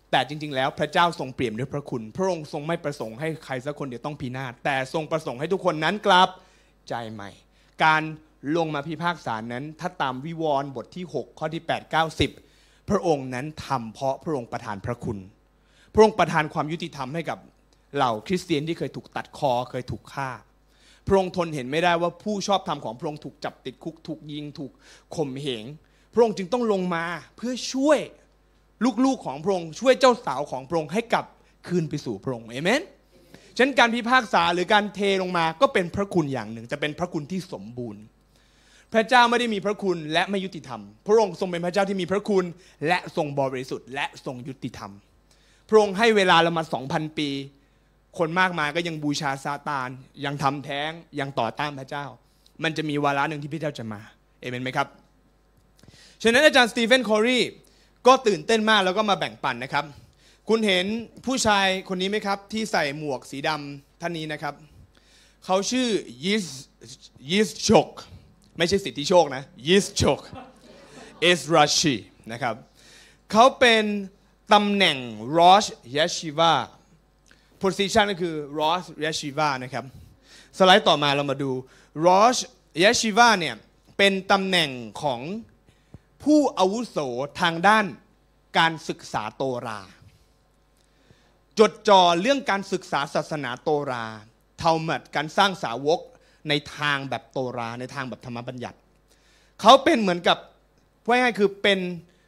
แต่จริงๆแล้วพระเจ้าทรงเปี่ยมด้วยพระคุณพระองค์ทรงไม่ประสงค์ให้ใครสักคนเดียวต้องพินาศแต่ทรงประสงค์ให้ทุกคนนั้นกลับใจใหม่การลงมาพิพากษานั้นถ้าตามวิวรณ์บทที่หกข้อที่แปด เก้า สิบพระองค์นั้นทำเพราะพระองค์ประทานพระคุณพระองค์ประทานความยุติธรรมให้กับเหล่าคริสเตียนที่เคยถูกตัดคอเคยถูกฆ่าพระองค์ทนเห็นไม่ได้ว่าผู้ชอบธรรมของพระองค์ถูกจับติดคุกถูกยิงถูกข่มเหงพระองค์จึงต้องลงมาเพื่อช่วยลูกๆของพระองค์ช่วยเจ้าสาวของพระองค์ให้กลับคืนไปสู่พระองค์เอเมนฉะนั้นการพิพากษาหรือการเทลงมาก็เป็นพระคุณอย่างหนึ่งจะเป็นพระคุณที่สมบูรณ์พระเจ้าไม่ได้มีพระคุณและไม่ยุติธรรมพระองค์ทรงเป็นพระเจ้าที่มีพระคุณและทรงบริสุทธิ์และทรงยุติธรรมพระองค์ให้เวลาเรามา สองพัน ปีคนมากมายก็ยังบูชาซาตานยังทำแท้งยังต่อต้านพระเจ้ามันจะมีวาระหนึ่งที่พระเจ้าจะมาเอเมนไหมครับฉะนั้นอาจารย์สตีเฟนคอรีก็ตื่นเต้นมากแล้วก็มาแบ่งปันนะครับคุณเห็นผู้ชายคนนี้ไหมครับที่ใส่หมวกสีดำท่านนี้นะครับเขาชื่อยิสยิสโชกไม่ใช่สิทธิโชคนะยิสโชกเอสราชีนะครับเขาเป็นตำแหน่งรอชยาชิวาposition ก็คือ Rosh Yeshiva นะครับสไลด์ต่อมาเรามาดู Rosh Yeshiva เนี่ยเป็นตำแหน่งของผู้อาวุโสทางด้านการศึกษาโตราจดจ่อเรื่องการศึกษาศาสนาโตราเทามัดการสร้างสาวกในทางแบบโตราในทางแบบธรรมบัญญัติเขาเป็นเหมือนกับว่าง่ายคือเป็น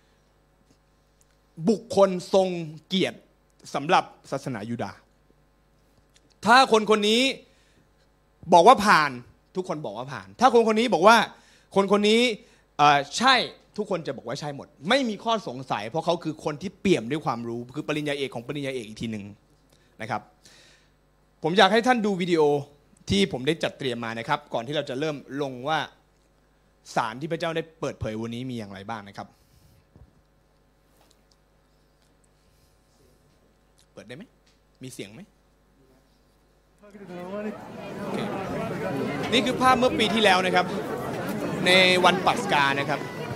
บุคคลทรงเกียรติสำหรับศาสนายูดาห์ถ้าคนคนนี้บอกว่าผ่านทุกคนบอกว่าผ่านถ้าคนคนนี้บอกว่าคนคนนี้ใช่ทุกคนจะบอกว่าใช่หมดไม่มีข้อสงสัยเพราะเขาคือคนที่เปี่ยมด้วยความรู้คือปริญญาเอกของปริญญาเอกอีกทีหนึ่งนะครับผมอยากให้ท่านดูวิดีโอที่ผมได้จัดเตรียมมานะครับก่อนที่เราจะเริ่มลงว่าสารที่พระเจ้าได้เปิดเผยวันนี้มีอย่างไรบ้างนะครับเปิดได้ไหมมีเสียงไหมOkay. นี่คือภาพเมื่อปีที่แล้วนะครับในวันปัสกานะครับ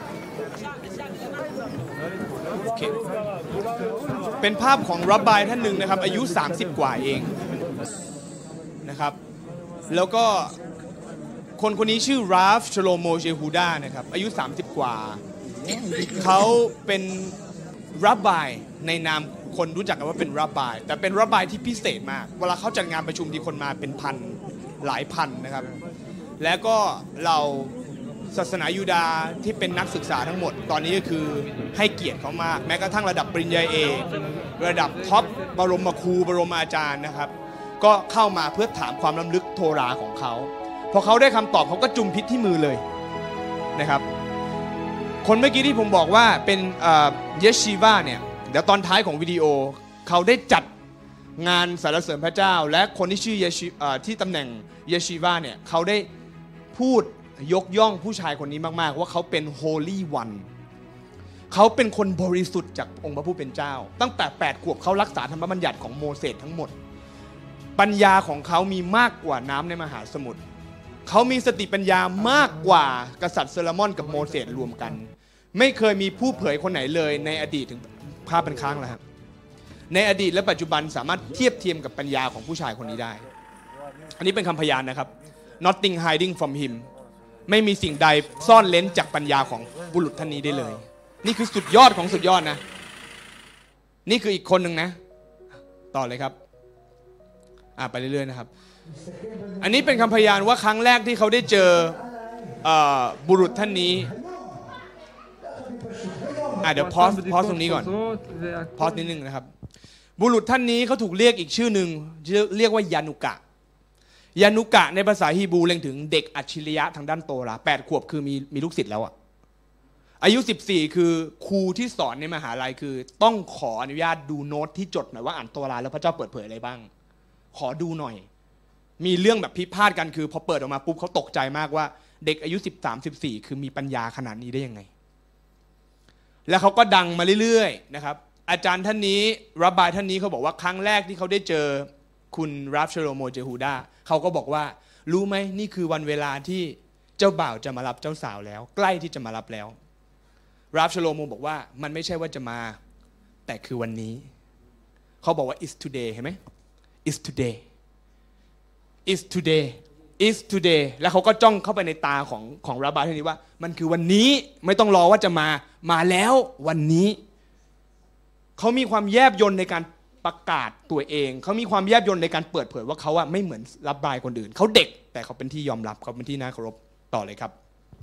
Okay. เป็นภาพของรับบายท่านหนึ่งนะครับอายุสามสิบกว่าเองนะครับแล้วก็คนคนนี้ชื่อราฟชโลโมเชฮูดานะครับอายุสามสิบกว่าเขาเป็นรับบายในนามคนรู้จักกันว่าเป็นรับบายแต่เป็นรับบายที่พิเศษมากเวลาเขาจัดงานประชุมที่คนมาเป็นพันหลายพันนะครับและก็เราศาสนายูดาห์ที่เป็นนักศึกษาทั้งหมดตอนนี้ก็คือให้เกียรติเขามากแม้กระทั่งระดับปริญญาเอกระดับท็อปบรมครูบรมอาจารย์นะครับก็เข้ามาเพื่อถามความล้ำลึกโทราของเขาพอเขาได้คำตอบเขาก็จุ่มพิษที่มือเลยนะครับคนเมื่อกี้ที่ผมบอกว่าเป็นเยชีวาเนี่ยเดี๋ยวตอนท้ายของวิดีโอเขาได้จัดงานสรรเสริญพระเจ้าและคนที่ชื่อเยชิที่ตำแหน่งเยชีวาเนี่ยเขาได้พูดยกย่องผู้ชายคนนี้มากๆว่าเขาเป็น Holy One เขาเป็นคนบริสุทธิ์จากองค์พระผู้เป็นเจ้าตั้งแต่แปดขวบเขารักษาธรรมบัญญัติของโมเสสทั้งหมดปัญญาของเขามีมากกว่าน้ำในมหาสมุทรเขามีสติปัญญามากกว่ากษัตริย์โซโลมอนกับโมเสสรวมกันไม่เคยมีผู้เผยคนไหนเลยในอดีตถึงภาพเป็นครั้งแล้วครับในอดีตและปัจจุบันสามารถเทียบเทียมกับปัญญาของผู้ชายคนนี้ได้อันนี้เป็นคำพยานนะครับ nothing hiding from him ไม่มีสิ่งใดซ่อนเล้นจากปัญญาของบุรุษท่านนี้ได้เลยนี่คือสุดยอดของสุดยอดนะนี่คืออีกคนหนึ่งนะต่อเลยครับอ่าไปเรื่อยๆนะครับอันนี้เป็นคำพยานว่าครั้งแรกที่เขาได้เจอบุรุษท่านนี้อ่ะเดี๋ยวพอสพอสตรงนี้ก่อนพอสนิดนึงนะครับบุรุษท่านนี้เขาถูกเรียกอีกชื่อหนึ่งเรียกว่ายานุกะยานุกะในภาษาฮีบรูเรียกถึงเด็กอัจฉริยะทางด้านโตราแปดขวบคือมีมีลูกศิษย์แล้วอ่ะอายุสิบสี่คือครูที่สอนในมหาลัยคือต้องขออนุญาตดูโน้ตที่จดหน่อยว่าอ่านโตราแล้วพระเจ้าเปิดเผยอะไรบ้างขอดูหน่อยมีเรื่องแบบพิพาทกันคือพอเปิดออกมาปุ๊บเขาตกใจมากว่าเด็กอายุสิบสาม สิบสี่คือมีปัญญาขนาดนี้ได้ยังไงแล้วเขาก็ดังมาเรื่อยๆนะครับอาจารย์ท่านนี้รับบายท่านนี้เขาบอกว่าครั้งแรกที่เขาได้เจอคุณราฟชโลโมเจฮูดาเขาก็บอกว่ารู้ไหมนี่คือวันเวลาที่เจ้าบ่าวจะมารับเจ้าสาวแล้วใกล้ที่จะมารับแล้วราฟชโลโมบอกว่ามันไม่ใช่ว่าจะมาแต่คือวันนี้เขาบอกว่า is today เห็นไหม is today is today is today แล้วเขาก็จ้องเข้าไปในตาของของราบายท่านนี้ว่ามันคือวันนี้ไม่ต้องรอว่าจะมามาแล้ววันนี้เขามีความแยบยลในการประกาศตัวเองเขามีความแยบยลในการเปิดเผยว่าเขาอะไม่เหมือนราบายคนอื่นเขาเด็กแต่เขาเป็นที่ยอมรับเขาเป็นที่น่าเคารพต่อเลยครับ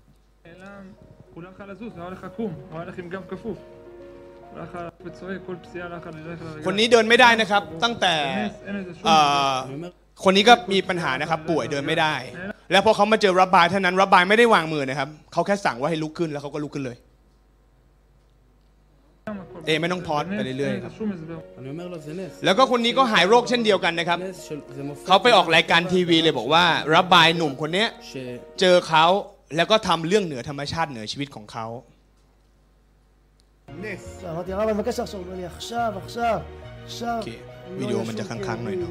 คนนี้เดินไม่ได้นะครับตั้งแต่คนนี้ก็มีปัญหานะครับป่วยเดินไม่ได้แล้วพอเขามาเจอรับบายเท่านั้นรับบายไม่ได้วางมือนะครับเขาแค่สั่งว่าให้ลุกขึ้นแล้วเขาก็ลุกขึ้นเลยเอไม่ต้องพอดไปเรื่อยๆครับแล้วก็คนนี้ก็หายโรคเช่นเดียวกันนะครับเขาไปออกรายการทีวีเลยบอกว่ารับบายหนุ่มคนนี้เจอเขาแล้วก็ทำเรื่องเหนือธรรมชาติเหนือชีวิตของเขาวิดีโอมันจะค้างๆหน่อยเนาะ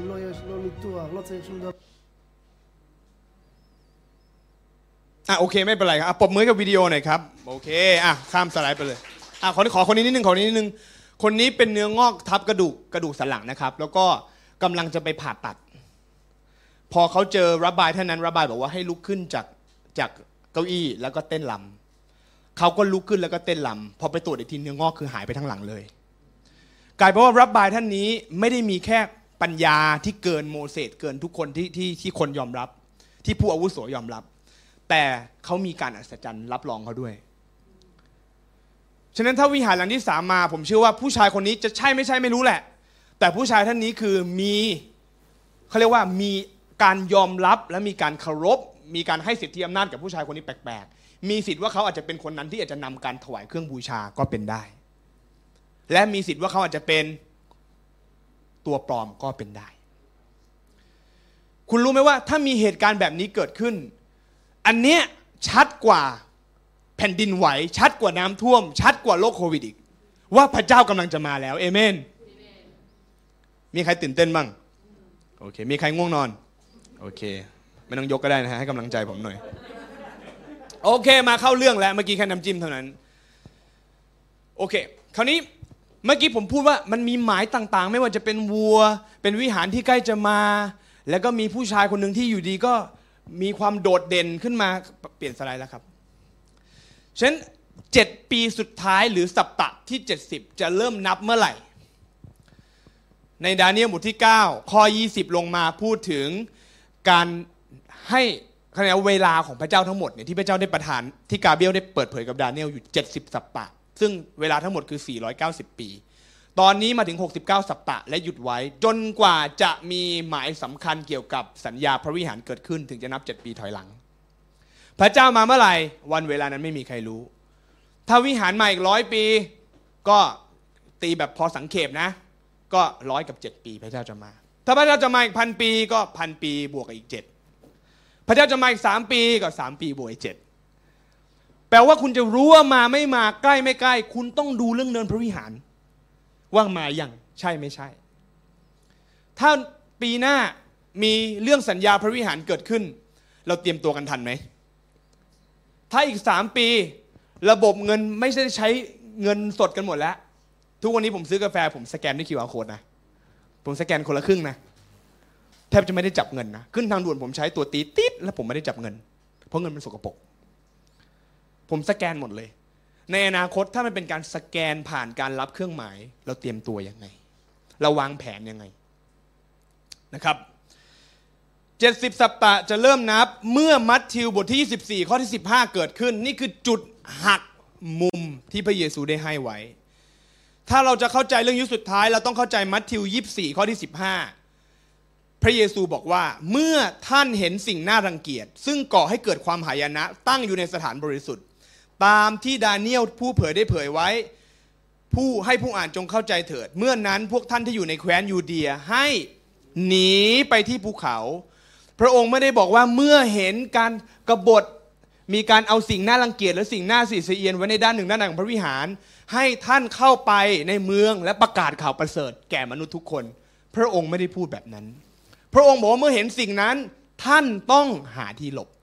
อ่ะโอเคไม่เป็นไรครับปรบมือกับวิดีโอหน่อยครับโอเคอ่ะข้ามสไลด์ไปเลยอ่ะขอขอคนนี้นิดนึงขอนิดนึงคนนี้เป็นเนื้องอกทับกระดูกกระดูกสันหลังนะครับแล้วก็กำลังจะไปผ่าตัดพอเขาเจอรับบายเท่านั้นรับบายบอกว่าให้ลุกขึ้นจากจากเก้าอี้แล้วก็เต้นรำเขาก็ลุกขึ้นแล้วก็เต้นรำพอไปตรวจอีกทีเนื้องอกคือหายไปทั้งหลังเลยกลายเป็นว่ารับบายท่านนี้ไม่ได้มีแค่ปัญญาที่เกินโมเสสเกินทุกคนที่ที่ที่คนยอมรับที่ผู้อาวุโสยอมรับแต่เขามีการอัศจรรย์รับรองเขาด้วยฉะนั้นถ้าวิหารหลังที่สามมาผมเชื่อว่าผู้ชายคนนี้จะใช่ไม่ใช่ไม่รู้แหละแต่ผู้ชายท่านนี้คือมีเขาเรียกว่ามีการยอมรับและมีการเคารพมีการให้สิทธิอำนาจกับผู้ชายคนนี้แปลกๆมีสิทธิ์ว่าเขาอาจจะเป็นคนนั้นที่อาจจะนำการถวายเครื่องบูชาก็เป็นได้และมีสิทธิ์ว่าเขาอาจจะเป็นตัวปลอมก็เป็นได้คุณรู้ไหมว่าถ้ามีเหตุการณ์แบบนี้เกิดขึ้นอันเนี้ยชัดกว่าแผ่นดินไหวชัดกว่าน้ำท่วมชัดกว่าโรคโควิดอีกว่าพระเจ้ากำลังจะมาแล้วเอเมนมีใครตื่นเต้นบ้างโอเคมีใครง่วงนอนโอเคไม่ต้องยกก็ได้นะฮะให้กำลังใจผมหน่อยโอเคมาเข้าเรื่องแล้วเมื่อกี้แค่น้ำจิ้มเท่านั้นโอเคคราวนี้เมื่อกี้ผมพูดว่ามันมีหมายต่างๆไม่ว่าจะเป็นวัวเป็นวิหารที่ใกล้จะมาแล้วก็มีผู้ชายคนหนึ่งที่อยู่ดีก็มีความโดดเด่นขึ้นมาเปลี่ยนสไลด์แล้วครับฉะนั้นเจ็ดปีสุดท้ายหรือสัปดาห์ที่เจ็ดสิบจะเริ่มนับเมื่อไหร่ในดาเนียลบทที่เก้าข้อยี่สิบลงมาพูดถึงการให้คะแนนเวลาของพระเจ้าทั้งหมดเนี่ยที่พระเจ้าได้ประทานที่กาเบรียลได้เปิดเผยกับดาเนียลอยู่เจ็ดสิบสัปดาห์ซึ่งเวลาทั้งหมดคือสี่ร้อยเก้าสิบปีตอนนี้มาถึงหกสิบเก้าสัปดาห์และหยุดไว้จนกว่าจะมีหมายสำคัญเกี่ยวกับสัญญาพระวิหารเกิดขึ้นถึงจะนับเจ็ดปีถอยหลังพระเจ้ามาเมื่อไหร่วันเวลานั้นไม่มีใครรู้ถ้าวิหารมาอีกร้อยปีก็ตีแบบพอสังเขปนะก็ร้อยกับเจ็ดปีพระเจ้าจะมาถ้าพระเจ้าจะมาอีกพันปีก็พันปีบวกอีกเจ็ดพระเจ้าจะมาอีกสามปีก็สามปีบวกอีกเจ็ดแปลว่าคุณจะรู้ว่ามาไม่มาใกล้ไม่ใกล้คุณต้องดูเรื่องเนินพระวิหารว่ามาอย่างใช่ไม่ใช่ถ้าปีหน้ามีเรื่องสัญญาพระวิหารเกิดขึ้นเราเตรียมตัวกันทันไหมถ้าอีกสามปีระบบเงินไม่ใช่ใช้เงินสดกันหมดแล้วทุกวันนี้ผมซื้อกาแฟผมสแกนด้วย คิว อาร์ Code นะผมสแกนคนละครึ่งนะแทบจะไม่ได้จับเงินนะขึ้นทางด่วนผมใช้ตัวตีติ๊ดแล้วผมไม่ได้จับเงินเพราะเงินมันสกปรกผมสแกนหมดเลยในอนาคตถ้ามันเป็นการสแกนผ่านการรับเครื่องหมายเราเตรียมตัวยังไงเราวางแผนยังไงนะครับเจ็ดสิบสัปดาห์จะเริ่มนับเมื่อมัทธิวบทที่ยี่สิบสี่ข้อที่สิบห้าเกิดขึ้นนี่คือจุดหักมุมที่พระเยซูได้ให้ไว้ถ้าเราจะเข้าใจเรื่องยุคสุดท้ายเราต้องเข้าใจมัทธิวยี่สิบสี่ข้อที่สิบห้าพระเยซูบอกว่าเมื่อท่านเห็นสิ่งน่ารังเกียจซึ่งก่อให้เกิดความหายนะตั้งอยู่ในสถานบริสุทธิ์ตามที่ดาเนียลผู้เผยได้เผยไว้ผู้ให้ผู้อ่านจงเข้าใจเถิดเมื่อนั้นพวกท่านที่อยู่ในแคว้นยูเดียให้หนีไปที่ภูเขาพระองค์ไม่ได้บอกว่าเมื่อเห็นการกบฏมีการเอาสิ่งน่ารังเกียจหรือสิ่งน่าสีเสียนไว้ในด้านหนึ่งด้านใดของพระวิหารให้ท่านเข้าไปในเมืองและประกาศข่าวประเสริฐแก่มนุษย์ทุกคนพระองค์ไม่ได้พูดแบบนั้นพระองค์บอกว่าเมื่อเห็นสิ่งนั้นท่านต้องหาที่หลบ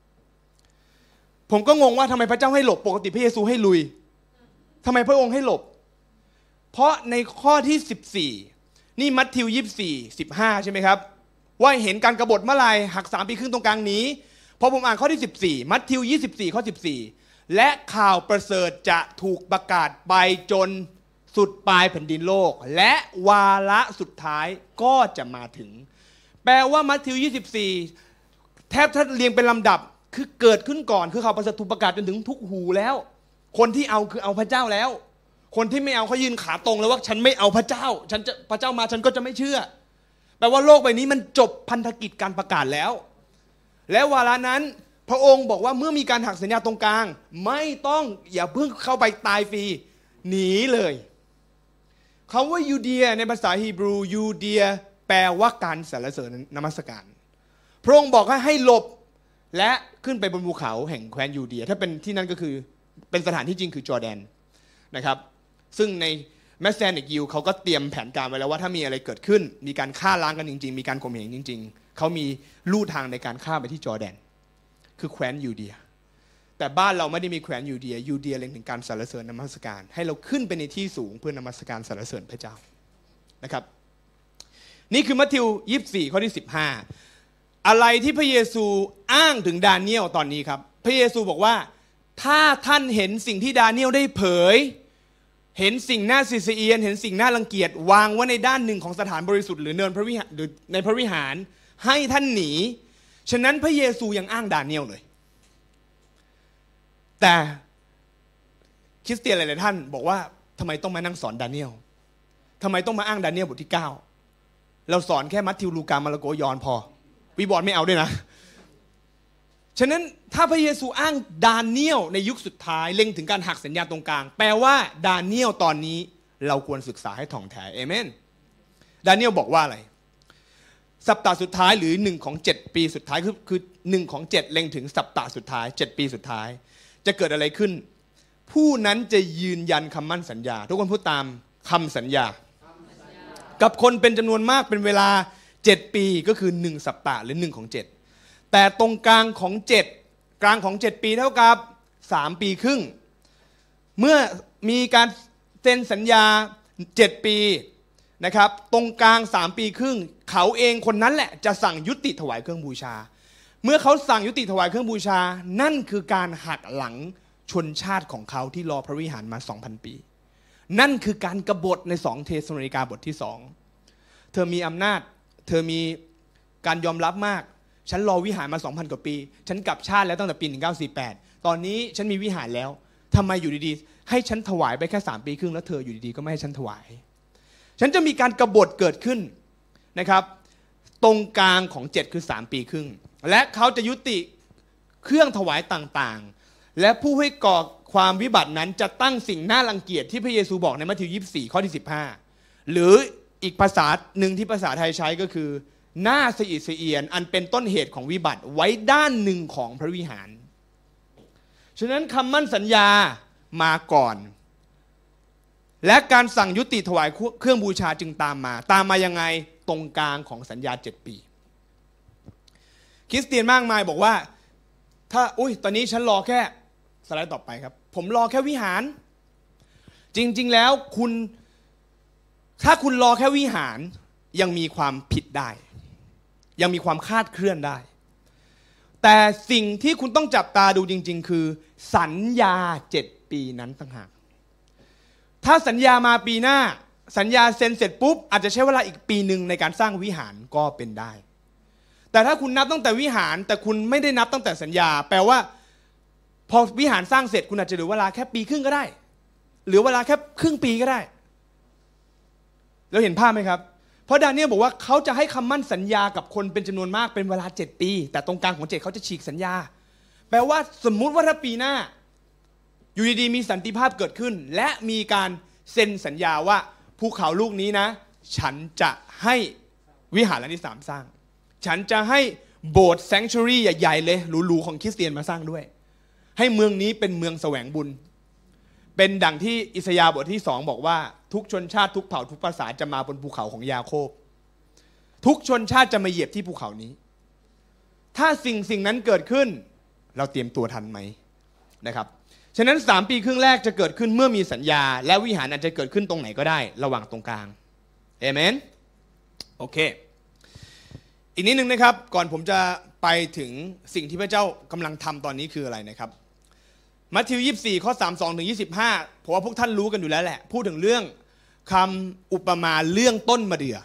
ผมก็งงว่าทำไมพระเจ้าให้หลบปกติพระเยซูให้ลุยทำไมพระองค์ให้หลบเพราะในข้อที่สิบสี่นี่มัทธิวยี่สิบสี่ สิบห้าใช่ไหมครับว่าเห็นการกบฏเมื่อไหร่หักสามปีครึ่งตรงกลางหนีพอผมอ่านข้อที่สิบสี่มัทธิวยี่สิบสี่ข้อสิบสี่และข่าวประเสริฐจะถูกประกาศไปจนสุดปลายแผ่นดินโลกและวาระสุดท้ายก็จะมาถึงแปลว่ามัทธิวยี่สิบสี่แทบถ้าเรียงเป็นลำดับคือเกิดขึ้นก่อนคือข่าวประเสริฐถูกประกาศจนถึงทุกหูแล้วคนที่เอาคือเอาพระเจ้าแล้วคนที่ไม่เอาเขายืนขาตรงแล้วว่าฉันไม่เอาพระเจ้าฉันจะพระเจ้ามาฉันก็จะไม่เชื่อแปลว่าโลกใบนี้มันจบพันธกิจการประกาศแล้วและวาระนั้นพระองค์บอกว่าเมื่อมีการหักสัญญาตรงกลางไม่ต้องอย่าเพิ่งเข้าไปตายฟรีหนีเลยคำว่ายูเดียในภาษาฮีบรูยูเดียแปลว่าการสรรเสริญนมัสการพระองค์บอกให้ให้หลบและขึ้นไปบนภูเขาแห่งแคว้นยูเดียถ้าเป็นที่นั่นก็คือเป็นสถานที่จริงคือจอร์แดนนะครับซึ่งในแมสแซนิกยิวเขาก็เตรียมแผนการไว้แล้วว่าถ้ามีอะไรเกิดขึ้นมีการฆ่าล้างกันจริงๆมีการข่มเหงจริงๆเขามีลู่ทางในการฆ่าไปที่จอร์แดนคือแคว้นยูเดียแต่บ้านเราไม่ได้มีแคว้นยูเดียยูเดียเล็งถึงการสรรเสริญนมัสการให้เราขึ้นไปในที่สูงเพื่อนมัสการสรรเสริญพระเจ้านะครับนี่คือมัทธิวยี่สิบสี่ข้อที่สิบห้าอะไรที่พระเยซูอ้างถึงดาเนียลตอนนี้ครับพระเยซูบอกว่าถ้าท่านเห็นสิ่งที่ดาเนียลได้เผยเห็นสิ่งน่าสิสเอียนเห็นสิ่งน่ารังเกียจวางไว้ในด้านหนึ่งของสถานบริสุทธิ์หรือเนินพระวิหารหรือในพระวิหารให้ท่านหนีฉะนั้นพระเยซูยังอ้างดาเนียลเลยแต่คริสเตียนหลายๆท่านบอกว่าทำไมต้องมานั่งสอนดาเนียลทำไมต้องมาอ้างดาเนียลบทที่เก้าเราสอนแค่มัทธิวลูกามาระโกยอห์นพอวีบอร์ดไม่เอาด้วยนะฉะนั้นถ้าพระเยซูอ้างดาเนียลในยุคสุดท้ายเล็งถึงการหักสัญญาตรงกลางแปลว่าดาเนียลตอนนี้เราควรศึกษาให้ถ่องแท้เอเมนดาเนียลบอกว่าอะไรสัปดาห์สุดท้ายหรือหนึ่งของเจ็ดปีสุดท้ายคือคือหนึ่งของเจ็ดเล็งถึงสัปดาห์สุดท้ายเจ็ดปีสุดท้ายจะเกิดอะไรขึ้นผู้นั้นจะยืนยันคำมั่นสัญญาทุกคนพูดตามคำสัญญากับคนเป็นจำนวนมากเป็นเวลาเจ็ดปีก็คือหนึ่งสัปดาห์หรือหนึ่งของเจ็ดแต่ตรงกลางของเจ็ดกลางของเจ็ดปีเท่ากับสามปีครึ่งเมื่อมีการเซ็นสัญญาเจ็ดปีนะครับตรงกลางสามปีครึ่งเขาเองคนนั้นแหละจะสั่งยุติถวายเครื่องบูชาเมื่อเขาสั่งยุติถวายเครื่องบูชานั่นคือการหักหลังชนชาติของเขาที่รอพระวิหารมา สองพัน ปีนั่นคือการกบฏในสองเทสาโลนิกาบทที่สองเธอมีอำนาจเธอมีการยอมรับมากฉันรอวิหารมา สองพัน กว่าปีฉันกลับชาติแล้วตั้งแต่ปีหนึ่งพันเก้าร้อยสี่สิบแปดตอนนี้ฉันมีวิหารแล้วทำไมอยู่ดีๆให้ฉันถวายไปแค่สามปีครึ่งแล้วเธออยู่ดีๆก็ไม่ให้ฉันถวายฉันจะมีการกบฏเกิดขึ้นนะครับตรงกลางของเจ็ดคือสามปีครึ่งและเขาจะยุติเครื่องถวายต่างๆและผู้ให้ก่อความวิบัตินั้นจะตั้งสิ่งน่ารังเกียจที่พระเยซูบอกในมัทธิวยี่สิบสี่ข้อที่สิบห้าหรืออีกภาษาหนึ่งที่ภาษาไทยใช้ก็คือหน้าสะอิดสะเอียนอันเป็นต้นเหตุของวิบัติไว้ด้านหนึ่งของพระวิหารฉะนั้นคำมั่นสัญญามาก่อนและการสั่งยุติถวายเครื่องบูชาจึงตามมาตามมายังไงตรงกลางของสัญญาเจ็ดปีคริสเตียนมากมายบอกว่าถ้าอุ้ยตอนนี้ฉันรอแค่สไลด์ต่อไปครับผมรอแค่วิหารจริงๆแล้วคุณถ้าคุณรอแค่วิหารยังมีความผิดได้ยังมีความคาดเคลื่อนได้แต่สิ่งที่คุณต้องจับตาดูจริงๆคือสัญญาเจ็ดปีนั้นต่างหากถ้าสัญญามาปีหน้าสัญญาเซ็นเสร็จปุ๊บอาจจะใช้เวลาอีกปีหนึ่งในการสร้างวิหารก็เป็นได้แต่ถ้าคุณนับตั้งแต่วิหารแต่คุณไม่ได้นับตั้งแต่สัญญาแปลว่าพอวิหารสร้างเสร็จคุณอาจจะเหลือเวลาแค่ปีครึ่งก็ได้หรือเวลาแค่ครึ่งปีก็ได้เราเห็นภาพไหมครับเพราะดาเนียลบอกว่าเขาจะให้คำมั่นสัญญากับคนเป็นจำนวนมากเป็นเวลาเจ็ดปีแต่ตรงกลางของเจ็ดเขาจะฉีกสัญญาแปลว่าสมมุติว่าถ้าปีหน้าอยู่ดีๆมีสันติภาพเกิดขึ้นและมีการเซ็นสัญญาว่าภูเขาลูกนี้นะฉันจะให้วิหารหลังที่สามสร้างฉันจะให้โบสถ์แซงชูรี่ใหญ่ๆเลยหรูๆของคริสเตียนมาสร้างด้วยให้เมืองนี้เป็นเมืองแสวงบุญเป็นดังที่อิสยาห์บทที่สองบอกว่าทุกชนชาติทุกเผ่าทุกภาษาจะมาบนภูเขาของยาโคบทุกชนชาติจะมาเหยียบที่ภูเขานี้ถ้าสิ่งสิ่งนั้นเกิดขึ้นเราเตรียมตัวทันไหมนะครับฉะนั้นสามปีครึ่งแรกจะเกิดขึ้นเมื่อมีสัญญาและวิหารอาจจะเกิดขึ้นตรงไหนก็ได้ระหว่างตรงกลางเอเมนโอเคอีกนิดนึงนะครับก่อนผมจะไปถึงสิ่งที่พระเจ้ากำลังทำตอนนี้คืออะไรนะครับมัทธิวยี่สิบสี่ข้อสามสิบสองถึงยี่สิบห้าผมว่าพวกท่านรู้กันอยู่แล้วแหละพูดถึงเรื่องคำอุปมาเรื่องต้นมะเดื่อ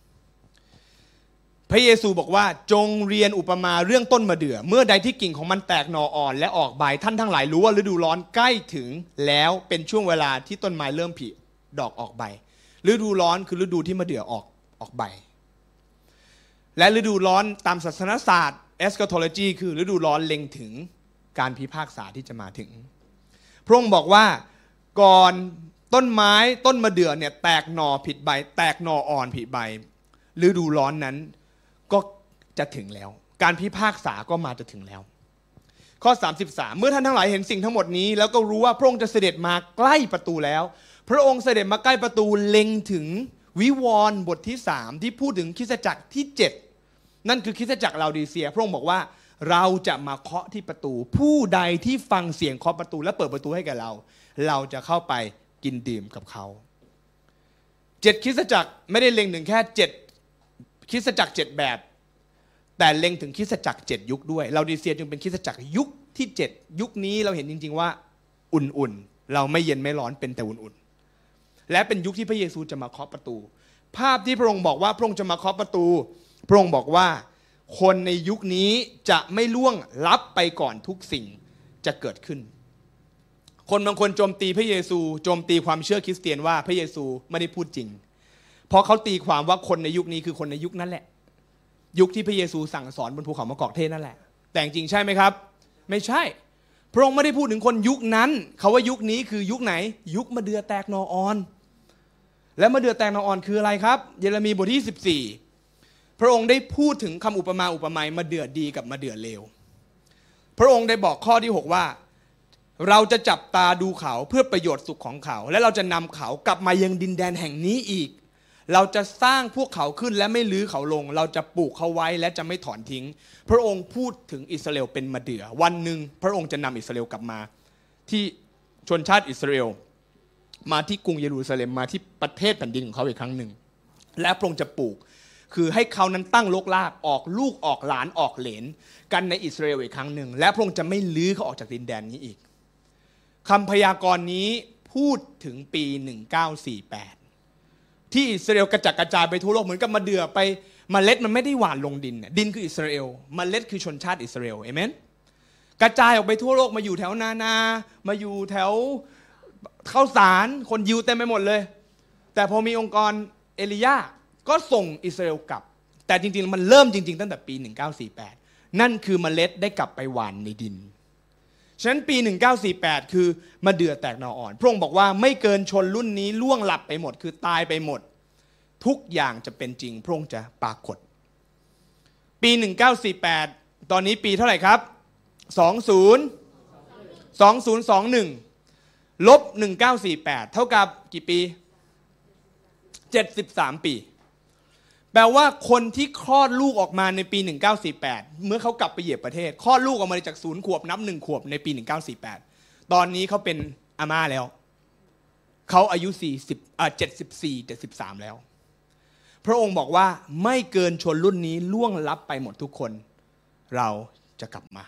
พระเยซูบอกว่าจงเรียนอุปมาเรื่องต้นมะเดื่อเมื่อใดที่กิ่งของมันแตกหน่ออ่อนและออกใบท่านทั้งหลายรู้ว่าฤดูร้อนใกล้ถึงแล้วเป็นช่วงเวลาที่ต้นไม้เริ่มผลิดอกออกใบฤดูร้อนคือฤดูที่มะเดื่อออกออกใบและฤดูร้อนตามศาสนศาสตร์ eschatology คือฤดูร้อนเล็งถึงการพิพากษาที่จะมาถึงพระองค์บอกว่าก่อนต้นไม้ต้นมะเดื่อเนี่ยแตกหน่อผลิใบแตกหน่ออ่อนผลิใบฤดูร้อนนั้นก็จะถึงแล้วการพิพากษาก็มาจะถึงแล้วข้อสามสิบสามเมื่อท่านทั้งหลายเห็นสิ่งทั้งหมดนี้แล้วก็รู้ว่าพระองค์จะเสด็จมาใกล้ประตูแล้วพระองค์เสด็จมาใกล้ประตูเล็งถึงวิวรณ์บทที่สามที่พูดถึงคริสตจักรที่เจ็ดนั่นคือคริสตจักรลาโอดีเซียพระองค์บอกว่าเราจะมาเคาะที่ประตูผู้ใดที่ฟังเสียงเคาะประตูและเปิดประตูให้แก่เราเราจะเข้าไปกินดื่มกับเขาเจ็ดคริสตจักรไม่ได้เล็งถึงแค่เจ็ดคริสตจักรเจ็ดแบบแต่เล็งถึงคริสตจักรเจ็ดยุคด้วยลาโอดีเซียจึงเป็นคริสตจักรยุคที่เจ็ดยุคนี้เราเห็นจริงๆว่าอุ่นๆเราไม่เย็นไม่ร้อนเป็นแต่อุ่นๆและเป็นยุคที่พระเยซูจะมาเคาะประตูภาพที่พระองค์บอกว่าพระองค์จะมาเคาะประตูพระองค์บอกว่าคนในยุคนี้จะไม่ล่วงลับไปก่อนทุกสิ่งจะเกิดขึ้นคนบางคนโจมตีพระเยซูโจมตีความเชื่อคริสเตียนว่าพระเยซูไม่ได้พูดจริงเพราะเขาตีความว่าคนในยุคนี้คือคนในยุคนั้นแหละยุคที่พระเยซูสั่งสอนบนภูเขามะกอกเทศนั่นแหละแต่จริงใช่ไหมครับไม่ใช่พระองค์ไม่ได้พูดถึงคนยุคนั้นเขาว่ายุคนี้คือยุคไหนยุคมะเดื่อแตกหน่ออ่อนและมะเดื่อแตกหน่ออ่อนคืออะไรครับเยเรมีบทที่สิบสี่พระองค์ได้พูดถึงคำอุปมาอุปไมยมะเดื่อดีกับมะเดื่อเลวพระองค์ได้บอกข้อที่หกว่าเราจะจับตาดูเขาเพื่อประโยชน์สุขของเขาและเราจะนำเขากลับมายังดินแดนแห่งนี้อีกเราจะสร้างพวกเขาขึ้นและไม่ลื้อเขาลงเราจะปลูกเขาไว้และจะไม่ถอนทิ้งพระองค์พูดถึงอิสราเอลเป็นมะเดื่อวันหนึ่งพระองค์จะนำอิสราเอลกลับมาที่ชนชาติอิสราเอลมาที่กรุงเยรูซาเล็มมาที่ประเทศแผ่นดินของเขาอีกครั้งหนึ่งและพระองค์จะปลูกคือให้เขานั้นตั้งรกรากออกลูกออกหลานออกเหลนกันในอิสราเอลอีกครั้งหนึ่งและพระองค์จะไม่ลื้อเขาออกจากดินแดนนี้อีกคำพยากรณ์นี้พูดถึงปีหนึ่งเก้าสี่แปดที่อิสราเอลกระจัดกระจายไปทั่วโลกเหมือนกับมะเดื่อไปเมล็ดมันไม่ได้หว่านลงดินดินคืออิสราเอลเมล็ดคือชนชาติอิสราเอลเอเมนกระจายออกไปทั่วโลกมาอยู่แถวนานามาอยู่แถวข้าวสารคนยิวเต็มไปหมดเลยแต่พอมีองค์กรเอลียาก็ส่งอิสราเอลกลับแต่จริงๆมันเริ่มจริงๆตั้งแต่ปีหนึ่งเก้าสี่แปดนั่นคือเมล็ดได้กลับไปหว่านในดินฉะนั้นปีหนึ่งเก้าสี่แปดคือมะเดื่อแตกหน่ออ่อนพระองค์บอกว่าไม่เกินชนรุ่นนี้ล่วงหลับไปหมดคือตายไปหมดทุกอย่างจะเป็นจริงพระองค์จะปรากฏปีหนึ่งเก้าสี่แปดตอนนี้ปีเท่าไหร่ครับสองศูนย์ สองศูนย์สองหนึ่งลบหนึ่งเก้าสี่แปดเท่ากับกี่ปีเจ็ดสิบสามปีแปลว่าคนที่คลอดลูกออกมาในปีหนึ่งเก้าสี่แปดเมื่อเขากลับไปเหยียบประเทศคลอดลูกออกมาจากศูนย์ขวบนับหนึ่งขวบในปีหนึ่งเก้าสี่แปดตอนนี้เขาเป็นอาม่าแล้วเขาอายุสี่สิบอ่าเจ็ดสิบสี่ เจ็ดสิบสามแล้วพระองค์บอกว่าไม่เกินชนรุ่นนี้ล่วงลับไปหมดทุกคนเราจะกลับมา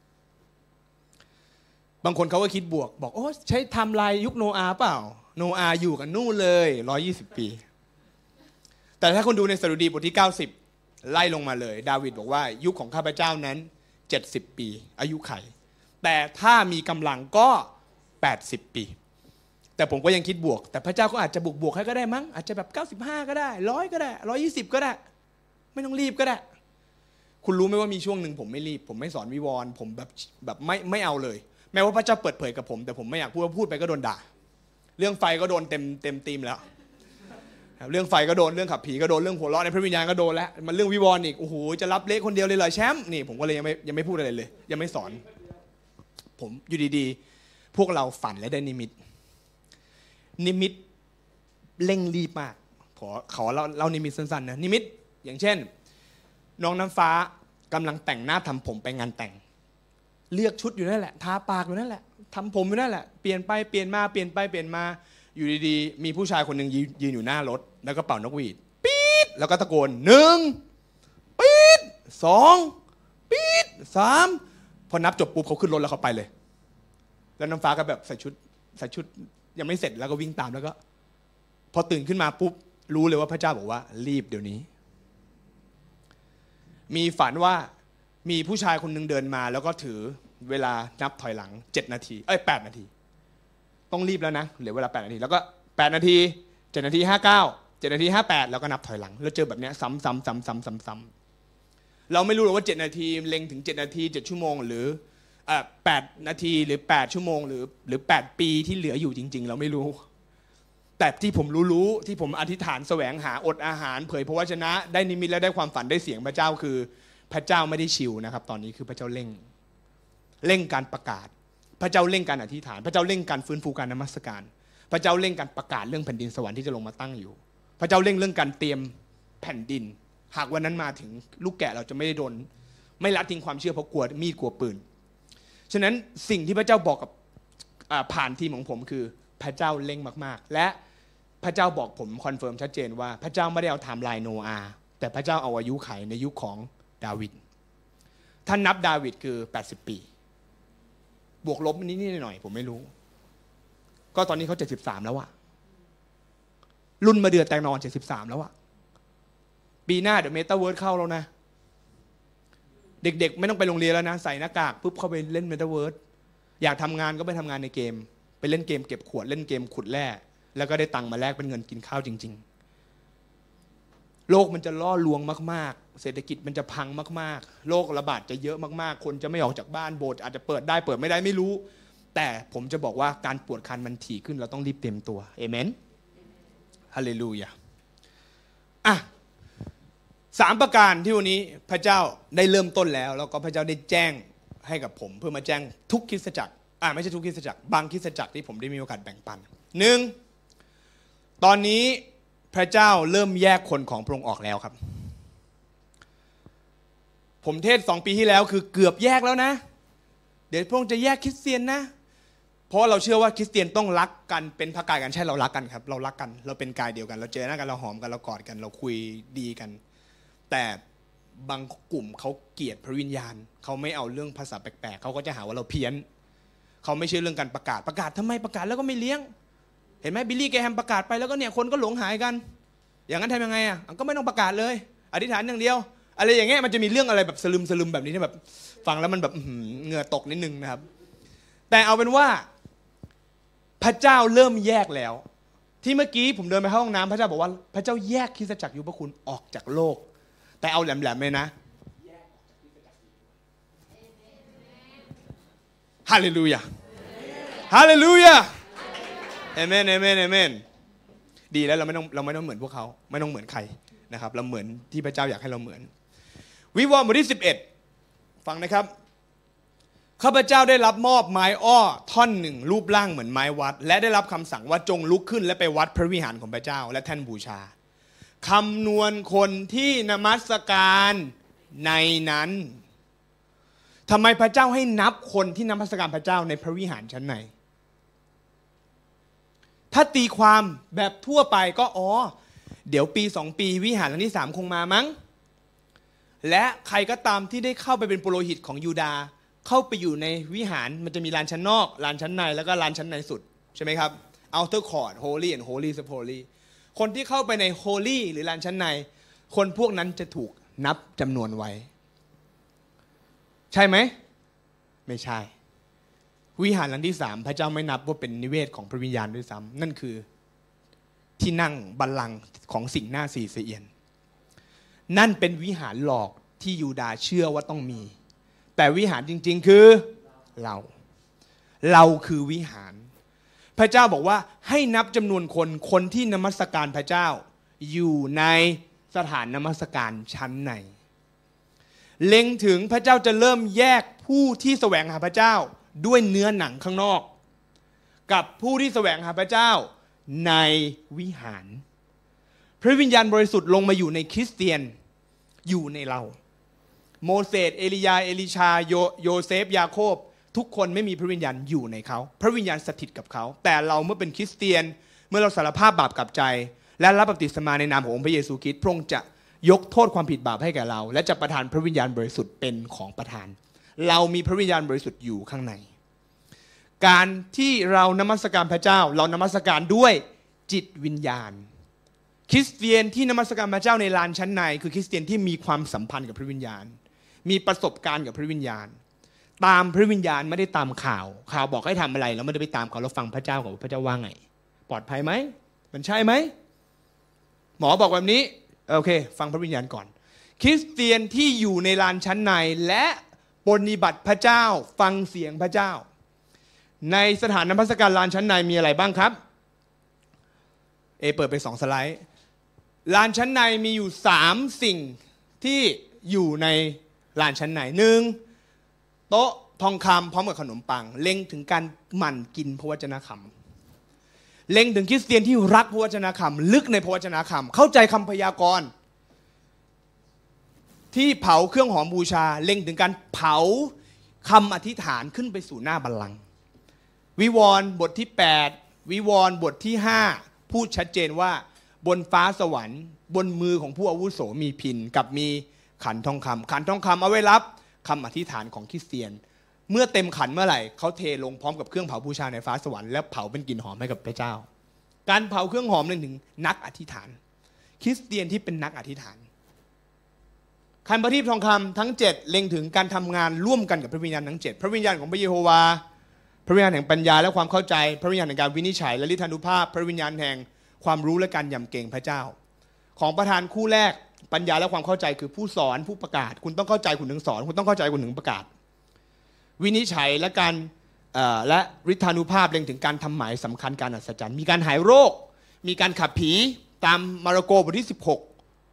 บางคนเขาก็คิดบวกบอกโอ้ใช้ไทม์ไลน์ยุคโนอาห์เปล่าโนอาห์อยู่กันนู่นเลยหนึ่งร้อยยี่สิบปีแต่ถ้าคุณดูในสดุดีบทที่เก้าสิบไล่ลงมาเลยดาวิดบอกว่ายุคของข้าพเจ้านั้นเจ็ดสิบปีอายุไขแต่ถ้ามีกำลังก็แปดสิบปีแต่ผมก็ยังคิดบวกแต่พระเจ้าก็อาจจะบวกบวกให้ก็ได้มั้งอาจจะแบบเก้าสิบห้าก็ได้หนึ่งร้อยก็ได้หนึ่งร้อยยี่สิบก็ได้ไม่ต้องรีบก็ได้คุณรู้ไหมว่ามีช่วงหนึ่งผมไม่รีบผมไม่สอนวิวรณ์ผมแบบแบบไม่ไม่เอาเลยแม้ว่าพระเจ้าเปิดเผยกับผมแต่ผมไม่อยากพูดพูดไปก็โดนด่าเรื่องไฟก็โดนเต็มเต็มตีมแล้วเรื่องไฟก็โดนเรื่องขับผีก็โดนเรื่องหัวเราะในพระวิญญาณก็โดนแล้วมันเรื่องวิวรณ์อีกโอ้โหจะรับเละคนเดียวเลยเหรอแชมป์นี่ผมก็เลยยังไม่ยังไม่พูดอะไรเลยยังไม่สอนผมอยู่ดีๆพวกเราฝันและได้นิมิตนิมิตเร่งรีบมากขอขอเล่าเล่านิมิตสั้นๆนะนิมิตอย่างเช่นน้องน้ำฟ้ากำลังแต่งหน้าทำผมไปงานแต่งเลือกชุดอยู่นั่นแหละทาปากอยู่นั่นแหละทำผมอยู่นั่นแหละเปลี่ยนไปเปลี่ยนมาเปลี่ยนไปเปลี่ยนมาอยู่ดีๆมีผู้ชายคนหนึ่งยืนอยู่หน้ารถแล้วก็เป่านกหวีดปี๊ดแล้วก็ตะโกนหนึ่งปี๊ดสองปี๊ดสามพอนับจบปุ๊บเขาขึ้นรถแล้วเขาไปเลยแล้วน้ำฟ้าก็แบบใส่ชุดใส่ชุดยังไม่เสร็จแล้วก็วิ่งตามแล้วก็พอตื่นขึ้นมาปุ๊บรู้เลยว่าพระเจ้าบอกว่ารีบเดี๋ยวนี้มีฝันว่ามีผู้ชายคนนึงเดินมาแล้วก็ถือเวลานับถอยหลังเจ็ดนาทีเอ้ยแปดนาทีต้องรีบแล้วนะเหลือเวลาแปดนาทีแล้วก็แปดนาทีเจ็ดนาทีห้าเก้าเจ็ดนาทีห้าแปดแล้วก็นับถอยหลังแล้วเจอแบบนี้ซ้ำซ้ำซ้ำซ้ำซ้ำซ้ำเราไม่รู้หรอกว่าเจ็ดนาทีเล็งถึงเจ็ดนาทีเจ็ดชั่วโมงหรือเอ่อแปดนาทีหรือแปดชั่วโมงหรือหรือแปดปีที่เหลืออยู่จริงๆเราไม่รู้แต่ที่ผมรู้ๆที่ผมอธิษฐานแสวงหาอดอาหารเผยพระวจนะได้นิมิตและได้ความฝันได้เสียงพระเจ้าคือพระเจ้าไม่ได้ชิวนะครับตอนนี้คือพระเจ้าเร่งเร่งการประกาศพระเจ้าเร่งการอธิษฐานพระเจ้าเร่งการฟื้นฟูการนมัสการพระเจ้าเร่งการประกาศเรื่องแผ่นดินสวรรค์ที่จะลงมาตั้งอยู่พระเจ้าเร่งเรื่องการเตรียมแผ่นดินหากวันนั้นมาถึงลูกแกะเราจะไม่ได้โดนไม่ละทิ้งความเชื่อเพราะกลัวมีดกลัวปืนฉะนั้นสิ่งที่พระเจ้าบอกกับผ่านทีมของผมคือพระเจ้าเร่งมากๆและพระเจ้าบอกผมคอนเฟิร์มชัดเจนว่าพระเจ้าไม่ได้เอาไทม์ไลน์โนอาห์แต่พระเจ้าเอาอายุไขในยุคของดาวิดท่านนับดาวิดคือแปดสิบปีบวกลบนิดๆหน่อยๆผมไม่รู้ก็ตอนนี้เขาเจ็ดสิบสามแล้วอะรุ่นมาเดือดแตงนอนเจ็ดสิบสามแล้วอะปีหน้าเดี๋ยวเมตาเวิร์สเข้าแล้วนะเด็กๆไม่ต้องไปโรงเรียนแล้วนะใส่หน้ากากปุ๊บเข้าไปเล่นเมตาเวิร์สอยากทำงานก็ไปทำงานในเกมไปเล่นเกมเก็บขวดเล่นเกมขุดแร่แล้วก็ได้ตังค์มาแลกเป็นเงินกินข้าวจริงๆโลกมันจะล่อลวงมากๆเศรษฐกิจมันจะพังมากๆโรคระบาดจะเยอะมากๆคนจะไม่ออกจากบ้านโบสถ์อาจจะเปิดได้เปิดไม่ได้ไม่รู้แต่ผมจะบอกว่าการปวดคันมันถี่ขึ้นเราต้องรีบเตรียมตัวเอเมนฮาเลลูยาอ่ะสามประการที่วันนี้พระเจ้าได้เริ่มต้นแล้วแล้วก็พระเจ้าได้แจ้งให้กับผมเพื่อมาแจ้งทุกคริสตจักรอ่ะไม่ใช่ทุกคริสตจักรบางคริสตจักรที่ผมได้มีโอกาสแบ่งปันหนึ่งตอนนี้พระเจ้าเริ่มแยกคนของพระองค์ออกแล้วครับผมเทศสองปีที่แล้วคือเกือบแยกแล้วนะเดี๋ยวพระองค์จะแยกคริสเตียนนะเพราะเราเชื่อว่าคริสเตียนต้องรักกันเป็นพระกายกันใช่เรารักกันครับเรารักกันเราเป็นกายเดียวกันเราเจอหน้ากันเราหอมกันเรากอดกันเราคุยดีกันแต่บางกลุ่มเขาเกลียดพระวิญญาณเขาไม่เอาเรื่องภาษาแปลกๆเขาก็จะหาว่าเราเพี้ยนเขาไม่เชื่อเรื่องการประกาศประกาศทำไมประกาศแล้วก็ไม่เลี้ยงเห็นไหมบิลลี่แกแฮมประกาศไปแล้วก็เนี่ยคนก็หลงหายกันอย่างนั้นทำยังไงอ่ะก็ไม่ต้องประกาศเลยอธิษฐานอย่างเดียวอะไรอย่างเงี้ยมันจะมีเรื่องอะไรแบบสลึมสลึมแบบนี้ที่แบบฟังแล้วมันแบบเหงื่อตกนิดนึงนะครับแต่เอาเป็นว่าพระเจ้าเริ่มแยกแล้วที่เมื่อกี้ผมเดินไปเข้าห้องน้ำพระเจ้าบอกว่าพระเจ้าแยกคริสตจักรยุพคุณออกจากโลกแต่เอาแหลมๆเลยนะฮาเลลูยาฮาเลลูยาเอเมนเอเมนเอเมนดีแล้วเราไม่ต้องเราไม่ต้องเหมือนพวกเขาไม่ต้องเหมือนใครนะครับเราเหมือนที่พระเจ้าอยากให้เราเหมือนวิวรณ์บทที่สิบเอ็ดฟังนะครับข้าพเจ้าได้รับมอบไม้อ้อท่อนหนึ่งรูปร่างเหมือนไม้วัดและได้รับคำสั่งว่าจงลุกขึ้นและไปวัดพระวิหารของพระเจ้าและแท่นบูชาคำนวณคนที่นมัสการในนั้นทำไมพระเจ้าให้นับคนที่นมัสการพระเจ้าในพระวิหารชั้นในถ้าตีความแบบทั่วไปก็อ๋อเดี๋ยวปีสองปีวิหารหลังที่สามคงมามั้งและใครก็ตามที่ได้เข้าไปเป็นปุโรหิตของยูดาห์เข้าไปอยู่ในวิหารมันจะมีลานชั้นนอกลานชั้นในแล้วก็ลานชั้นในสุดใช่ไหมครับ outer court holy and holy of holy คนที่เข้าไปใน holy หรือลานชั้นในคนพวกนั้นจะถูกนับจำนวนไว้ใช่ไหมไม่ใช่วิหารหลังที่สามพระเจ้าไม่นับว่าเป็นนิเวศของพระวิญญาณด้วยซ้ำนั่นคือที่นั่งบัลลังก์ของสิ่งหน้าสีเสียนนั่นเป็นวิหารหลอกที่ยูดาห์เชื่อว่าต้องมีแต่วิหารจริงๆคือเราเราคือวิหารพระเจ้าบอกว่าให้นับจำนวนคนคนที่นมัสการพระเจ้าอยู่ในสถานนมัสการชั้นในเล็งถึงพระเจ้าจะเริ่มแยกผู้ที่แสวงหาพระเจ้าด้วยเนื้อหนังข้างนอกกับผู้ที่แสวงหาพระเจ้าในวิหารพระวิญญาณบริสุทธิ์ลงมาอยู่ในคริสเตียนอยู่ในเราโมเสสเอลียาเอลิชาโยโยเซฟยาโคบทุกคนไม่มีพระวิญญาณอยู่ในเขาพระวิญญาณสถิตกับเขาแต่เราเมื่อเป็นคริสเตียนเมื่อเราสารภาพบาปกับใจและรับบัพติศมาในนามขององค์พระเยซูคริสต์พระองค์จะยกโทษความผิดบาปให้แก่เราและจะประทานพระวิญญาณบริสุทธิ์เป็นของประทานเรามีพระวิญญาณบริสุทธิ์อยู่ข้างในการที่เรานมัสการพระเจ้าเรานมัสการด้วยจิตวิญญาณคริสเตียนที่นมัสการพระเจ้าในลานชั้นในคือคริสเตียนที่มีความสัมพันธ์กับพระวิญญาณมีประสบการณ์กับพระวิญญาณตามพระวิญญาณไม่ได้ตามข่าวข่าวบอกให้ทำอะไรเราไม่ได้ไปตามเขาเราฟังพระเจ้ากับพระเจ้าว่าไงปลอดภัยไหมมันใช่ไหมหมอบอกแบบนี้โอเคฟังพระวิญญาณก่อนคริสเตียนที่อยู่ในลานชั้นในและปฏิบัติพระเจ้าฟังเสียงพระเจ้าในสถานนมัสการลานชั้นในมีอะไรบ้างครับเอเปิดไปสองสไลด์ลานชั้นในมีอยู่สามสิ่งที่อยู่ในลานชั้นในหนึ่งโต๊ะทองคำพร้อมกับขนมปังเล็งถึงการหมั่นกินพระวจนะคำเล็งถึงคริสเตียนที่รักพระวจนะคำลึกในพระวจนะคำเข้าใจคำพยากรณ์ที่เผาเครื่องหอมบูชาเล็งถึงการเผาคำอธิษฐานขึ้นไปสู่หน้าบัลลังก์วิวรณ์บทที่แปดวิวรณ์บทที่ห้าพูดชัดเจนว่าบนฟ้าสวรรค์บนมือของผู้อาวุโสมีพินกับมีขันทองคำขันทองคำเอาไว้รับคำอธิษฐานของคริสเตียนเมื่อเต็มขันเมื่อไหร่เขาเทลงพร้อมกับเครื่องเผาบูชาในฟ้าสวรรค์และเผาเป็นกลิ่นหอมให้กับพระเจ้าการเผาเครื่องหอมนึงถึงนักอธิษฐานคริสเตียนที่เป็นนักอธิษฐานคันประทีปทองคำทั้งเจ็ดเล็งถึงการทำงานร่วมกันกับพระวิญญาณทั้งเจ็ดพระวิญญาณของพระเยโฮวาพระวิญญาณแห่งปัญญาและความเข้าใจพระวิญญาณแห่งการวินิจฉัยและฤทธานุภาพพระวิญญาณแห่งความรู้และการยำเกรงพระเจ้าของประธานคู่แรกปัญญาและความเข้าใจคือผู้สอนผู้ประกาศคุณต้องเข้าใจคุณถึงสอนคุณต้องเข้าใจคุณถึงประกาศวินิจฉัยและการและฤทธานุภาพเล็งถึงการทำหมายสำคัญการอัศจรรย์มีการหายโรคมีการขับผีตามมาระโกบทที่สิบหก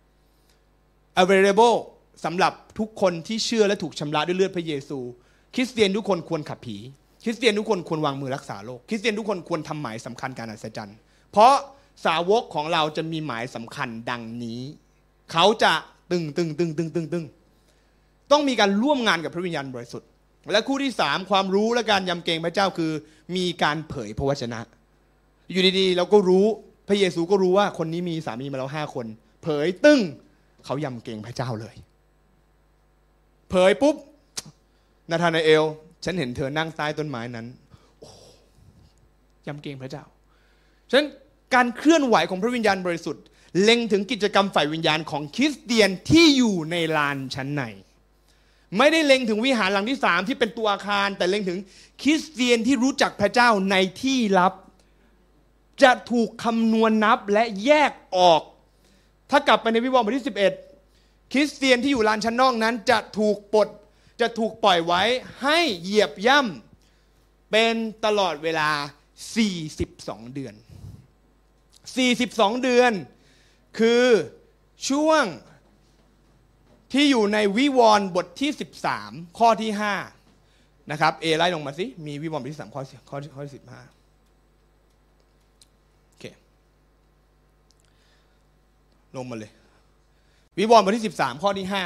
available สำหรับทุกคนที่เชื่อและถูกชำระด้วยเลือดพระเยซูคริสเตียนทุกคนควรขับผีคริสเตียนทุกคนควรวางมือรักษาโรคคริสเตียนทุกคนควรทำหมายสำคัญการอัศจรรย์เพราะสาวกของเราจะมีหมายสำคัญดังนี้เขาจะตึงตึงตึงตึงตึงตึงต้องมีการร่วมงานกับพระวิญญาณบริสุทธิ์และคู่ที่สามความรู้และการยำเกรงพระเจ้าคือมีการเผยพระวจนะอยู่ดีๆเราก็รู้พระเยซูก็รู้ว่าคนนี้มีสามีมาแล้วห้าคนเผยตึ้งเขายำเกรงพระเจ้าเลยเผยปุ๊บนาธานาเอลฉันเห็นเธอนั่งใต้ต้นไม้นั้นยำเกรงพระเจ้าฉะนั้นการเคลื่อนไหวของพระวิญญาณบริสุทธิ์เล็งถึงกิจกรรมฝ่ายวิญญาณของคริสเตียนที่อยู่ในลานชั้นในไม่ได้เล็งถึงวิหารหลังที่สามที่เป็นตัวอาคารแต่เล็งถึงคริสเตียนที่รู้จักพระเจ้าในที่ลับจะถูกคำนวณนับและแยกออกถ้ากลับไปในวิวรณ์บทที่สิบเอ็ดคริสเตียนที่อยู่ลานชั้นนอกนั้นจะถูกปลดจะถูกปล่อยไว้ให้เหยียบย่ำเป็นตลอดเวลาสี่สิบสองเดือนสี่สิบสองเดือนคือช่วงที่อยู่ในวิวรณ์บทที่สิบสามข้อที่ห้านะครับเอไล่ลงมาสิมีวิวรณ์บทที่สามข้อข้อข้อที่สิบห้าโอเคลงมาเลยวิวรณ์บทที่สิบสามข้อที่ห้า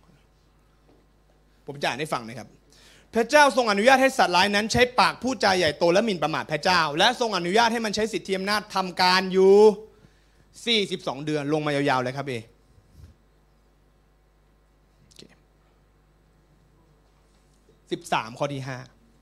ผมจะอ่านให้ฟังนะครับพระเจ้าทรงอนุญาตให้สัตว์ร้ายนั้นใช้ปากพูดจาใหญ่โตและหมิ่นประมาทพระเจ้าและทรงอนุญาตให้มันใช้สิทธิอำนาจทำการอยู่สี่สิบสองเดือนลงมายาวๆเลยครับเอสิบสามข้อที่ห้า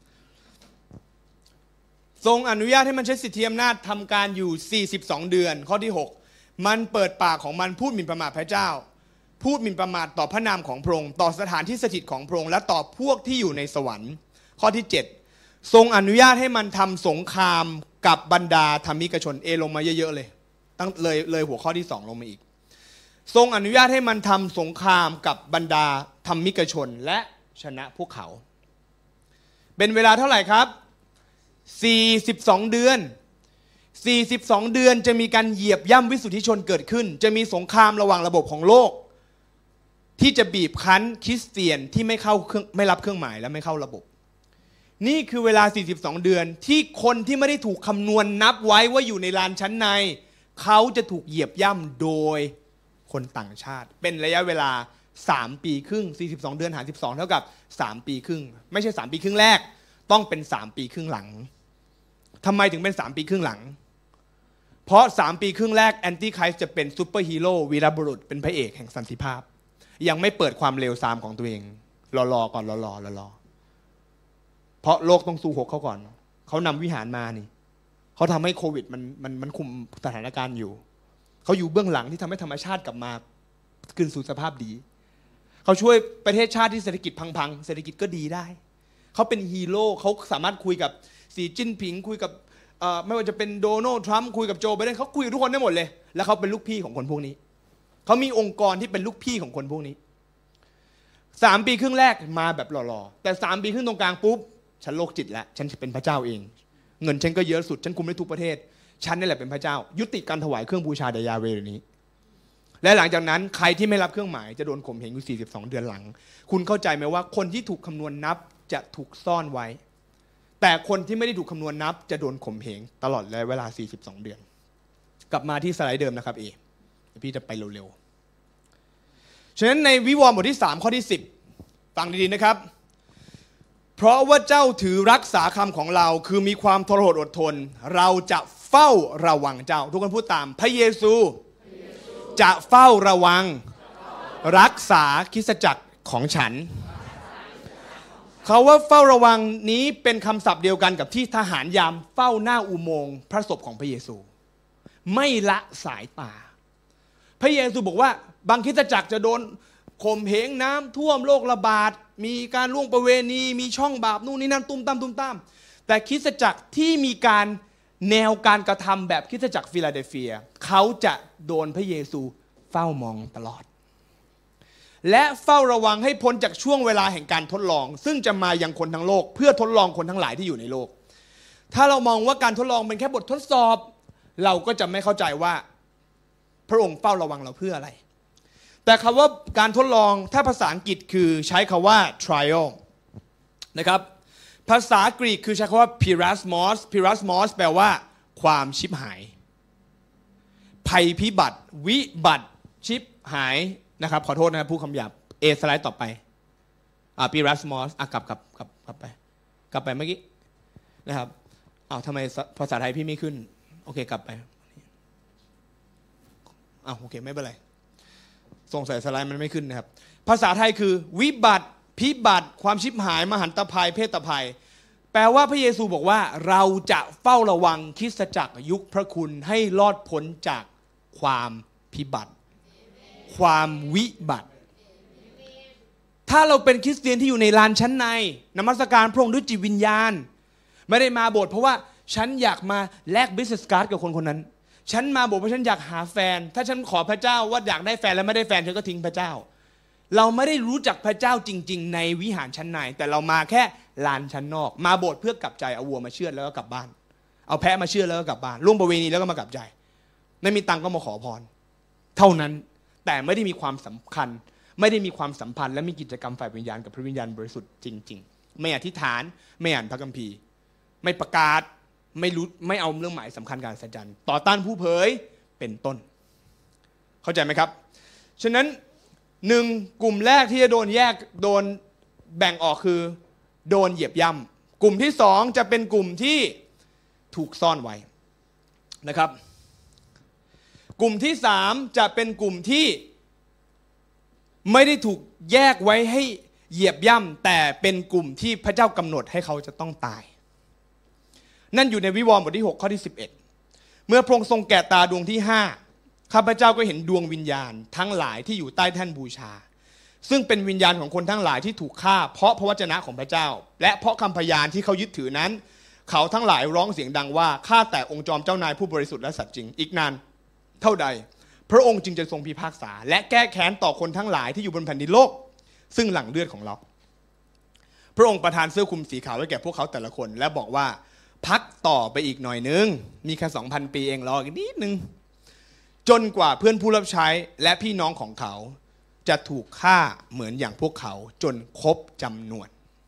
ทรงอนุญาตให้มันใช้สิทธิอำนาจทำการอยู่สี่สิบสองเดือนข้อที่หกมันเปิดปากของมันพูดหมิ่นประมาทพระเจ้าพูดหมิ่นประมาทต่อพระนามของพระองค์ต่อสถานที่สถิตของพระองค์และต่อพวกที่อยู่ในสวรรค์ข้อที่เจ็ดทรงอนุญาตให้มันทำสงครามกับบรรดาธรรมิกชนเอลงมาเยอะๆเลยตั้งเลยเลยหัวข้อที่สองลงมาอีกทรงอนุญาตให้มันทำสงครามกับบรรดาธรรมิกชนและชนะพวกเขาเป็นเวลาเท่าไหร่ครับสี่สิบสองเดือนสี่สิบสองเดือนจะมีการเหยียบย่ำวิสุทธิชนเกิดขึ้นจะมีสงครามระหว่างระบบของโลกที่จะบีบคั้นคริสเตียนที่ไม่เข้าไม่รับเครื่องหมายและไม่เข้าระบบนี่คือเวลาสี่สิบสองเดือนที่คนที่ไม่ได้ถูกคำนวณนับไว้ว่าอยู่ในลานชั้นในเขาจะถูกเหยียบย่ำโดยคนต่างชาติเป็นระยะเวลาสามปีครึ่งสี่สิบสองเดือนหารสิบสองเท่ากับสามปีครึ่งไม่ใช่สามปีครึ่งแรกต้องเป็นสามปีครึ่งหลังทำไมถึงเป็นสามปีครึ่งหลังเพเพราะสามปีครึ่งแรกแอนตี้ไครส์จะเป็นซูเปอร์ฮีโร่วีรบุรุษเป็นพระเอกแห่งสันติภาพยังไม่เปิดความเลวทรามของตัวเองรอรอก่อนรอรอรอรอเพราะโลกต้องสู้หกเขาก่อนเขานำวิหารมานี่เขาทำให้โควิดมันมันมันคุมสถานการณ์อยู่เขาอยู่เบื้องหลังที่ทำให้ธรรมชาติกลับมาคืนสู่สภาพดีเขาช่วยประเทศชาติที่เศรษฐกิจพังๆเศรษฐกิจก็ดีได้เขาเป็นฮีโร่เขาสามารถคุยกับสีจิ้นผิงคุยกับไม่ว่าจะเป็นโดนัลด์ทรัมป์คุยกับโจไบเดนเขาคุยกับทุกคนได้หมดเลยแล้วเขาเป็นลูกพี่ของคนพวกนี้เขามีองค์กรที่เป็นลูกพี่ของคนพวกนี้สามปีครึ่งแรกมาแบบหล่อๆแต่สามปีครึ่งตรงกลางปุ๊บฉันโรคจิตแล้วฉันเป็นพระเจ้าเองเงินฉันก็เยอะสุดฉันคุมได้ทุกประเทศฉันนี่แหละเป็นพระเจ้ายุติการถวายเครื่องบูชาแด่ยาเวห์นี้และหลังจากนั้นใครที่ไม่รับเครื่องหมายจะโดนข่มเหงอยู่สี่สิบสองเดือนหลังคุณเข้าใจไหมว่าคนที่ถูกคำนวณนับจะถูกซ่อนไว้แต่คนที่ไม่ได้ถูกคำนวณนับจะโดนข่มเหงตลอดระยะเวลาสี่สิบสองเดือนกลับมาที่สไลด์เดิมนะครับเอพี่จะไปเร็วๆฉะนั้นในวิวรณ์บทที่สามข้อที่สิบฟังดีๆนะครับเพราะว่าเจ้าถือรักษาคำของเราคือมีความทรหดอดทนเราจะเฝ้าระวังเจ้าทุกคนพูดตามพระเยซูจะเฝ้าระวังรักษาคริสตจักรของฉันเขาว่าเฝ้าระวังนี้เป็นคำศัพท์เดียวกันกับที่ทหารยามเฝ้าหน้าอุโมงค์พระศพของพระเยซูไม่ละสายตาพระเยซูบอกว่าบางคริสตจักรจะโดนข่มเหงน้ำท่วมโรคระบาดมีการล่วงประเวณีมีช่องบาปนู่นนี่นั่นตุ้มตามตุ้มตามแต่คริสตจักรที่มีการแนวการกระทำแบบคริสตจักรฟิลาเดลเฟียเขาจะโดนพระเยซูเฝ้ามองตลอดและเฝ้าระวังให้พ้นจากช่วงเวลาแห่งการทดลองซึ่งจะมายังคนทั้งโลกเพื่อทดลองคนทั้งหลายที่อยู่ในโลกถ้าเรามองว่าการทดลองเป็นแค่บททดสอบเราก็จะไม่เข้าใจว่าพระองค์เฝ้าระวังเราเพื่ออะไรแต่คำว่าการทดลองถ้าภาษาอังกฤษคือใช้คำว่า trial นะครับภาษากรีกคือใช้คำว่า peirasmos peirasmos แปลว่าความชิบหายภัยพิบัติวิบัติชิบหายนะครับขอโทษนะครับพูดคำหยาบเอสไลด์ต่อไปอ่า peirasmos อ่ะกลับกลับกลับกลับไปกลับไปเมื่อกี้นะครับอ้าวทำไมภาษาไทยพี่ไม่ขึ้นโอเคกลับไปอ้าวโอเคไม่เป็นไรสงสัยสไลด์มันไม่ขึ้นนะครับภาษาไทยคือวิบัติพิบัติความชิบหายมหันตภัยเพศภัยแปลว่าพระเยซูบอกว่าเราจะเฝ้าระวังคริสตจักรยุคพระคุณให้รอดพ้นจากความพิบัติความวิบัติถ้าเราเป็นคริสเตียนที่อยู่ในลานชั้นในนมัสการพระองค์ด้วยจิตวิญญาณไม่ได้มาโบสถ์เพราะว่าฉันอยากมาแลก business card กับคนคนนั้นฉันมาบอกว่าฉันอยากหาแฟนถ้าฉันขอพระเจ้าว่าอยากได้แฟนแล้วไม่ได้แฟนฉันก็ทิ้งพระเจ้าเราไม่ได้รู้จักพระเจ้าจริงๆในวิหารชั้นในแต่เรามาแค่ลานชั้นนอกมาโบสถ์เพื่อกลับใจเอาวัวมาเชือดแล้วก็กลับบ้านเอาแพะมาเชือดแล้วก็กลับบ้านล่วงประเวณีแล้วก็มากลับใจไม่มีตังค์ก็มาขอพรเท่านั้นแต่ไม่ได้มีความสำคัญไม่ได้มีความสัมพันธ์และมีกิจกรรมฝ่ายวิญญาณกับพระวิญญาณบริสุทธิ์จริงๆไม่อธิษฐานไม่อ่านพระคัมภีร์ไม่ประกาศไม่รู้ไม่เอาเรื่องหมายสำคัญการสัจจันต่อต้านผู้เผยเป็นต้นเข้าใจไหมครับฉะนั้นหนึ่งกลุ่มแรกที่จะโดนแยกโดนแบ่งออกคือโดนเหยียบย่ำกลุ่มที่สองจะเป็นกลุ่มที่ถูกซ่อนไว้นะครับกลุ่มที่สามจะเป็นกลุ่มที่ไม่ได้ถูกแยกไว้ให้เหยียบย่ำแต่เป็นกลุ่มที่พระเจ้ากำหนดให้เขาจะต้องตายนั่นอยู่ในวิวรณ์บทที่หกข้อที่สิบเอ็ดเมื่อพระองค์ทรงแกะตาดวงที่ห้าข้าพเจ้าก็เห็นดวงวิญญาณทั้งหลายที่อยู่ใต้แท่นบูชาซึ่งเป็นวิญญาณของคนทั้งหลายที่ถูกฆ่าเพราะพระวจนะของพระเจ้าและเพราะคำพยานที่เขายึดถือนั้นเขาทั้งหลายร้องเสียงดังว่าข้าแต่องค์จอมเจ้านายผู้บริสุทธิ์และสัตย์จริงอีกนานเท่าใดพระองค์จึงจะทรงพิพากษาและแก้แค้นต่อคนทั้งหลายที่อยู่บนแผ่นดินโลกซึ่งหลั่งเลือดของเราพระองค์ประทานเสื้อคลุมสีขาวไว้แก่พวกเขาแต่ละคนและบอกว่าพักต่อไปอีกหน่อยนึงมีแค่ สองพัน ปีเองรออีกนิดนึงจนกว่าเพื่อนผู้รับใช้และพี่น้องของเขาจะถูกฆ่าเหมือนอย่างพวกเขาจนครบจำนวน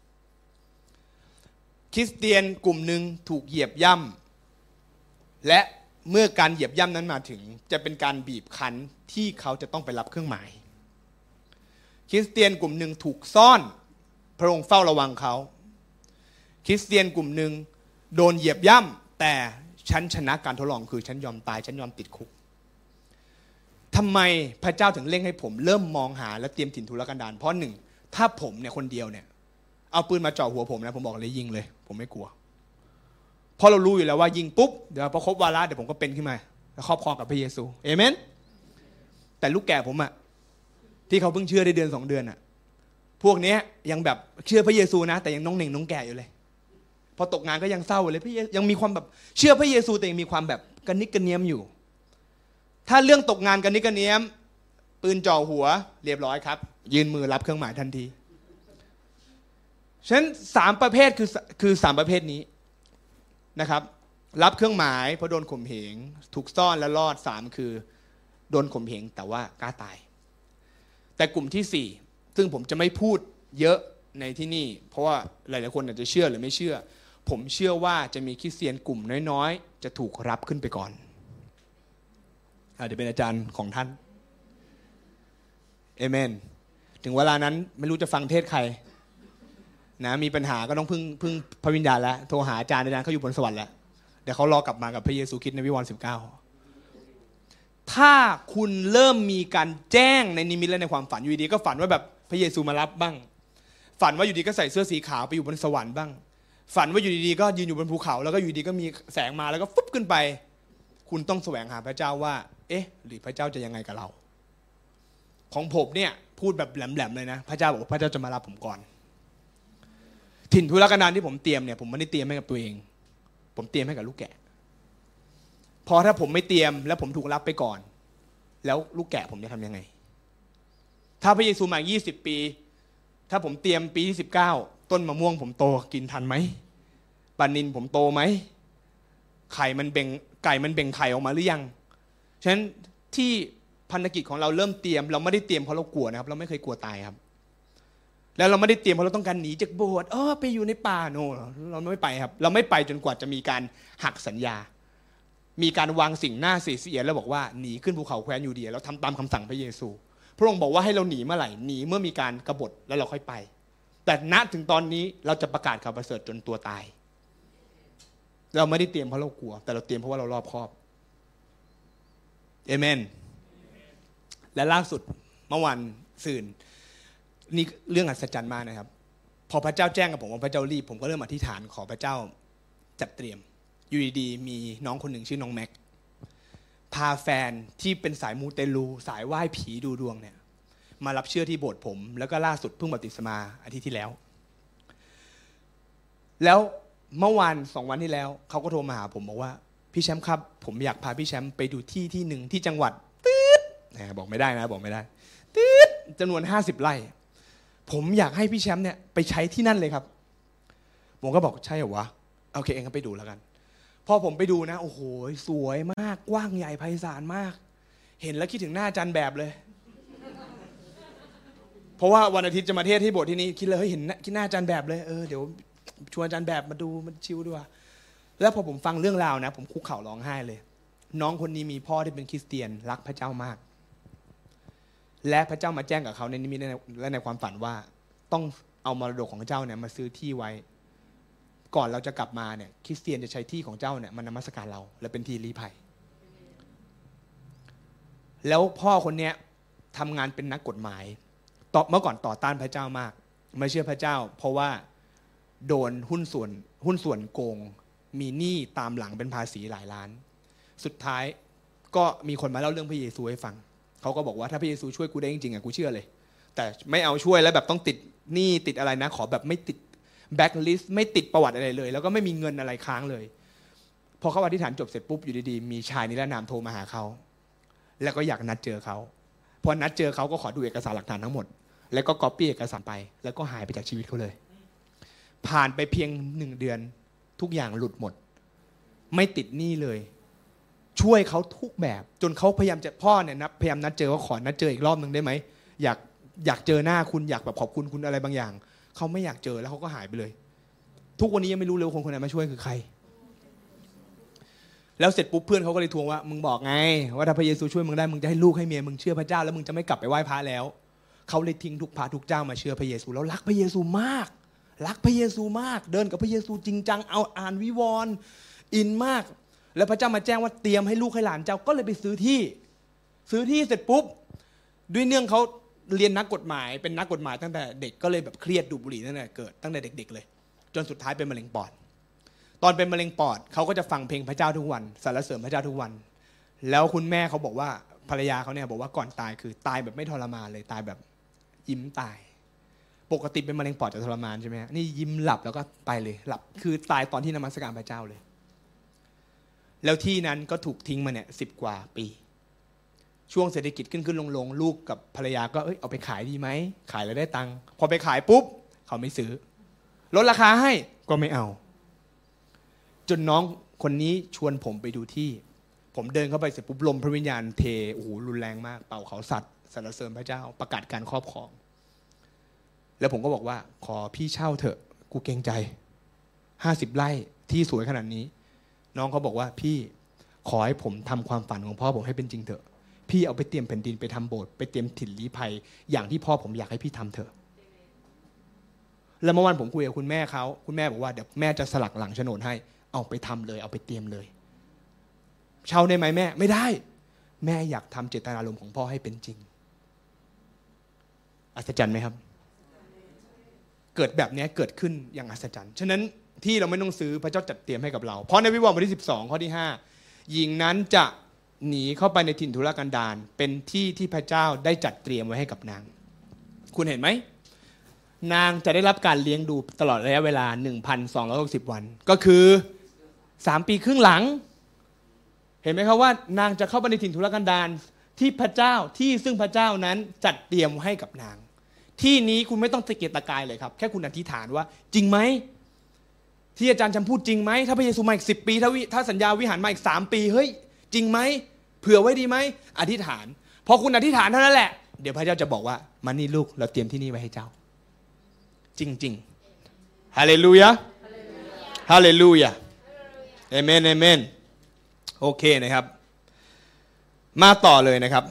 คริสเตียนกลุ่มหนึ่งถูกเหยียบย่ำและเมื่อการเหยียบย่ำนั้นมาถึงจะเป็นการบีบคั้นที่เขาจะต้องไปรับเครื่องหมายคริสเตียนกลุ่มหนึ่งถูกซ่อนพระองค์เฝ้าระวังเขาคริสเตียนกลุ่มหนึ่งโดนเหยียบย่ำแต่ฉันชนะการทดลองคือฉันยอมตายฉันยอมติดคุกทำไมพระเจ้าถึงเร่งให้ผมเริ่มมองหาและเตรียมถิ่นทุรกันดารเพราะหนึ่งถ้าผมเนี่ยคนเดียวเนี่ยเอาปืนมาจ่อหัวผมนะผมบอกเลยยิงเลยผมไม่กลัวเพราะเรารู้อยู่แล้วว่ายิงปุ๊บเดี๋ยวพอครบวาระเดี๋ยวผมก็เป็นขึ้นมาแล้วครอบครองกับพระเยซูเอเมนแต่ลูกแก่ผมอะที่เขาเพิ่งเชื่อได้เดือนสองเดือนอะพวกนี้ยังแบบเชื่อพระเยซูนะแต่ยังน้องเหน่งน้องแก่อยู่เลยพอตกงานก็ยังเศร้าเลยพระเยซูยังมีความแบบเชื่อพระเยซูแต่ยังมีความแบบกระนิกกระเนียมอยู่ถ้าเรื่องตกงานกระนิกกระเนียมปืนจ่อหัวเรียบร้อยครับยืนมือรับเครื่องหมายทันทีฉะนั้นสามประเภทคือคือสามประเภทนี้นะครับรับเครื่องหมายเพราะโดนข่มเหงถูกซ่อนและรอดสามคือโดนข่มเหงแต่ว่ากล้าตายแต่กลุ่มที่สี่ซึ่งผมจะไม่พูดเยอะในที่นี่เพราะว่าหลายๆคนอาจจะเชื่อหรือไม่เชื่อผมเชื่อว่าจะมีคริสเตียนกลุ่มน้อยๆจะถูกรับขึ้นไปก่อนอาจจะเป็นอาจารย์ของท่านเอเมนถึงเวลานั้นไม่รู้จะฟังเทศใครนะมีปัญหาก็ต้องพึ่งพึ่งพระวิญญาณแล้วโทรหาอาจารย์อาจารย์เขาอยู่บนสวรรค์แล้วเดี๋ยวเขารอกลับมากับพระเยซูคริสต์ในวิวรณ์สิบเก้าถ้าคุณเริ่มมีการแจ้งในนิมิตและในความฝันอยู่ดีก็ฝันว่าแบบพระเยซูมารับบ้างฝันว่าอยู่ดีก็ใส่เสื้อสีขาวไปอยู่บนสวรรค์บ้างฝันว่าอยู่ดีๆก็ยืนอยู่บนภูเขาแล้วก็อยู่ดีก็มีแสงมาแล้วก็ฟุบขึ้นไปคุณต้องแสวงหาพระเจ้าว่าเอ๊ะหรือพระเจ้าจะยังไงกับเราของผมเนี่ยพูดแบบแหลมๆเลยนะพระเจ้าบอกว่าพระเจ้าจะมารับผมก่อนถิ่นทุรกันดารที่ผมเตรียมเนี่ยผมไม่ได้เตรียมให้กับตัวเองผมเตรียมให้กับลูกแกะพอถ้าผมไม่เตรียมแล้วผมถูกรับไปก่อนแล้วลูกแกะผมจะทำยังไงถ้าพระเยซูมายี่สิบปีถ้าผมเตรียมปีที่สิบเก้าต้นมะม่วงผมโตกินทันไหมปลานิลผมโตไหมไข่มันเบ่งไก่มันเบ่งไข่ออกมาหรือยังฉะนั้นที่พันธกิจของเราเริ่มเตรียมเราไม่ได้เตรียมเพราะเรากลัวนะครับเราไม่เคยกลัวตายครับแล้วเราไม่ได้เตรียมเพราะเราต้องการหนีจากโบสถ์เออไปอยู่ในป่าโน่เราไม่ไปครับเราไม่ไปจนกว่าจะมีการหักสัญญามีการวางสิ่งหน้าเสียแล้วบอกว่าหนีขึ้นภูเขาแคว้นยูเดียเราทำตามคำสั่งพระเยซูพระองค์บอกว่าให้เราหนีเมื่อไหร่หนีเมื่อมีการกบฏแล้วเราค่อยไปแต่ณถึงตอนนี้เราจะประกาศข่าวประเสริฐจนตัวตายเราไม่ได้เตรียมเพราะเรากลัวแต่เราเตรียมเพราะว่าเรารอบคอบเอเมนและล่าสุดเมื่อวันซืนนี่เรื่องอัศจรรย์มากนะครับพอพระเจ้าแจ้งกับผมว่าพระเจ้ารีบผมก็เริ่มอธิษฐานขอพระเจ้าจัดเตรียมอยู่ดีๆมีน้องคนหนึ่งชื่อน้องแม็กพาแฟนที่เป็นสายมูเตลูสายไหว้ผีดูดวงเนี่ยมารับเชื่อที่โบสถ์ผมแล้วก็ล่าสุดเพิ่งบัพติศมาอาทิตย์ที่แล้วแล้วเมื่อวานสองวันที่แล้วเขาก็โทรมาหาผมบอกว่าพี่แชมป์ครับผมอยากพาพี่แชมป์ไปดูที่ที่หนึ่งที่จังหวัดตื๊ดบอกไม่ได้นะบอกไม่ได้ตื๊ดจำนวนห้าสิบไร่ผมอยากให้พี่แชมป์เนี่ยไปใช้ที่นั่นเลยครับผมก็บอกใช่เหรอวะโอเคเองก็ไปดูแล้วกันพอผมไปดูนะโอ้โหสวยมากกว้างใหญ่ไพศาลมากเห็นแล้วคิดถึงหน้าอาจารย์แบบเลยเพราะว่าวันอาทิตย์จะมาเทศที่โบสถ์ที่นี่คิดเลยเฮ้ยเห็นคิดหน้าอาจารย์แบบเลยเออเดี๋ยวชวนอาจารย์แบบมาดูมันชิลด้วยแล้วพอผมฟังเรื่องราวนะผมคุกเข่าร้องไห้เลยน้องคนนี้มีพ่อที่เป็นคริสเตียนรักพระเจ้ามากและพระเจ้ามาแจ้งกับเขาในนิมิตและในความฝันว่าต้องเอามรดกของเจ้าเนี่ยมาซื้อที่ไว้ก่อนเราจะกลับมาเนี่ยคริสเตียนจะใช้ที่ของเจ้าเนี่ยมานมัสการเราและเป็นที่ลี้ภัยแล้วพ่อคนเนี้ยทำงานเป็นนักกฎหมายต่อเมื่อก่อนต่อต้านพระเจ้ามากไม่เชื่อพระเจ้าเพราะว่าโดนหุ้นส่วนหุ้นส่วนโกงมีหนี้ตามหลังเป็นภาษีหลายล้านสุดท้ายก็มีคนมาเล่าเรื่องพระเยซูให้ฟังเขาก็บอกว่าถ้าพระเยซูช่วยกูได้จริงๆอ่ะกูเชื่อเลยแต่ไม่เอาช่วยแล้วแบบต้องติดหนี้ติดอะไรนะขอแบบไม่ติดแบ็คลิสต์ไม่ติดประวัติอะไรเลยแล้วก็ไม่มีเงินอะไรค้างเลยพอเขาอธิษฐานจบเสร็จปุ๊บอยู่ดีๆมีชายนิรนามโทรมาหาเขาแล้วก็อยากนัดเจอเขาพอนัดเจอเขาก็ขอดูเอกสารหลักฐานทั้งหมดแล้วก็ก๊อปปี้เอกสารไปแล้วก็หายไปจากชีวิตเขาเลยผ่านไปเพียงหนึ่งเดือนทุกอย่างหลุดหมดไม่ติดหนี้เลยช่วยเขาทุกแบบจนเขาพยายามจะพ่อเนี่ยนะพยายามนัดเจอว่าขอนัดเจออีกรอบนึงได้ไหมอยากอยากเจอหน้าคุณอยากแบบขอบคุณคุณอะไรบางอย่างเขาไม่อยากเจอแล้วเขาก็หายไปเลยทุกวันนี้ยังไม่รู้เลยว่าคนคนนั้นมาช่วยคือใครแล้วเสร็จปุ๊บเพื่อนเขาก็เลยทวงว่ามึงบอกไงว่าถ้าพระเยซูช่วยมึงได้มึงจะให้ลูกให้เมียมึงเชื่อพระเจ้าแล้วมึงจะไม่กลับไปไหว้พระแล้วเขาเลยทิ้งทุกพระทุกเจ้ามาเชื่อพระเยซูแล้วรักพระเยซูมากรักพระเยซูมากเดินกับพระเยซูจริงจังเอาอ่านวิวรณ์อินมากแล้วพระเจ้ามาแจ้งว่าเตรียมให้ลูกให้หลานเจ้าก็เลยไปซื้อที่ซื้อที่เสร็จปุ๊บด้วยเนื่องเขาเรียนนักกฎหมายเป็นนักกฎหมายตั้งแต่เด็กก็เลยแบบเครียดดูดบุหรี่ตั้งแต่เกิดตั้งแต่เด็กๆเลยจนสุดท้ายเป็นมะเร็งปอดตอนเป็นมะเร็งปอดเขาก็จะฟังเพลงพระเจ้าทุกวันสรรเสริญพระเจ้าทุกวันแล้วคุณแม่เขาบอกว่าภรรยาเขาเนี่ยบอกว่าก่อนตายคือตายแบบไม่ทรมานเลยตายแบบยิ้มตายปกติเป็นมะเร็งปอดจะทรมานใช่ไหมนี่ยิ้มหลับแล้วก็ไปเลยหลับคือตายตอนที่นมัสการพระเจ้าเลยแล้วที่นั้นก็ถูกทิ้งมาเนี่ยสิบกว่าปีช่วงเศรษฐกิจขึ้นขึ้นลงลงลูกกับภรรยาก็เอ้ยเอาไปขายดีไหมขายแล้วได้ตังค์พอไปขายปุ๊บเขาไม่ซื้อลดราคาให้ก็ไม่เอาจนน้องคนนี้ชวนผมไปดูที่ผมเดินเข้าไปเสร็จปุ๊บลมพระวิญญาณเทโอ้โหรุนแรงมากเป่าเขาสัตว์สรรเสริญพระเจ้าประกาศการครอบครองแล้วผมก็บอกว่าขอพี่เช่าเถอะกูเกรงใจห้าสิบไร่ที่สวยขนาดนี้น้องเขาบอกว่าพี่ขอให้ผมทำความฝันของพ่อผมให้เป็นจริงเถอะพี่เอาไปเตรียมแผ่นดินไปทำโบสถ์ไปเตรียมถิ่นลี้ภัยอย่างที่พ่อผมอยากให้พี่ทำเถอะแล้วเมื่อวานผมคุยกับคุณแม่เขาคุณแม่บอกว่าเดี๋ยวแม่จะสลักหลังโฉนดให้เอาไปทำเลยเอาไปเตรียมเลยเช่าได้ไหมแม่ไม่ได้แม่อยากทำเจตนารมณ์ของพ่อให้เป็นจริงอัศจรรย์ไหมครับเกิดแบบนี้เกิดขึ้นอย่างอัศจรรย์ฉะนั้นที่เราไม่ต้องซื้อพระเจ้าจัดเตรียมให้กับเราเพราะในวิวรณ์บทที่สิบสองข้อที่ห้าหญิงนั้นจะหนีเข้าไปในถิ่นทุรกันดารเป็นที่ที่พระเจ้าได้จัดเตรียมไว้ให้กับนางคุณเห็นไหมนางจะได้รับการเลี้ยงดูตลอดระยะเวลา หนึ่งพันสองร้อยหกสิบ วันก็คือสามปีครึ่งหลังเห็นไหมครับว่านางจะเข้าไปในถิ่นทุรกันดารที่พระเจ้าที่ซึ่งพระเจ้านั้นจัดเตรียมให้กับนางที่นี้คุณไม่ต้องตะเกียกตะกายเลยครับแค่คุณอธิษฐานว่าจริงไหมที่อาจารย์จำพูดจริงไหมถ้าพระเยซูมาอีกสิบปีถ้าถ้าสัญญาวิหารมาอีกสามปีเฮ้ยจริงไหมเผื่อไว้ดีไหมอธิษฐานพอคุณอธิษฐานเท่านั้นแหละเดี๋ยวพระเจ้าจะบอกว่ามานี่ลูกเราเตรียมที่นี่ไว้ให้เจ้าจริงๆฮาเลลูยาฮาเลลูยาเอเมนเอเมนโอเคนะครับมาต่อเลยนะครับ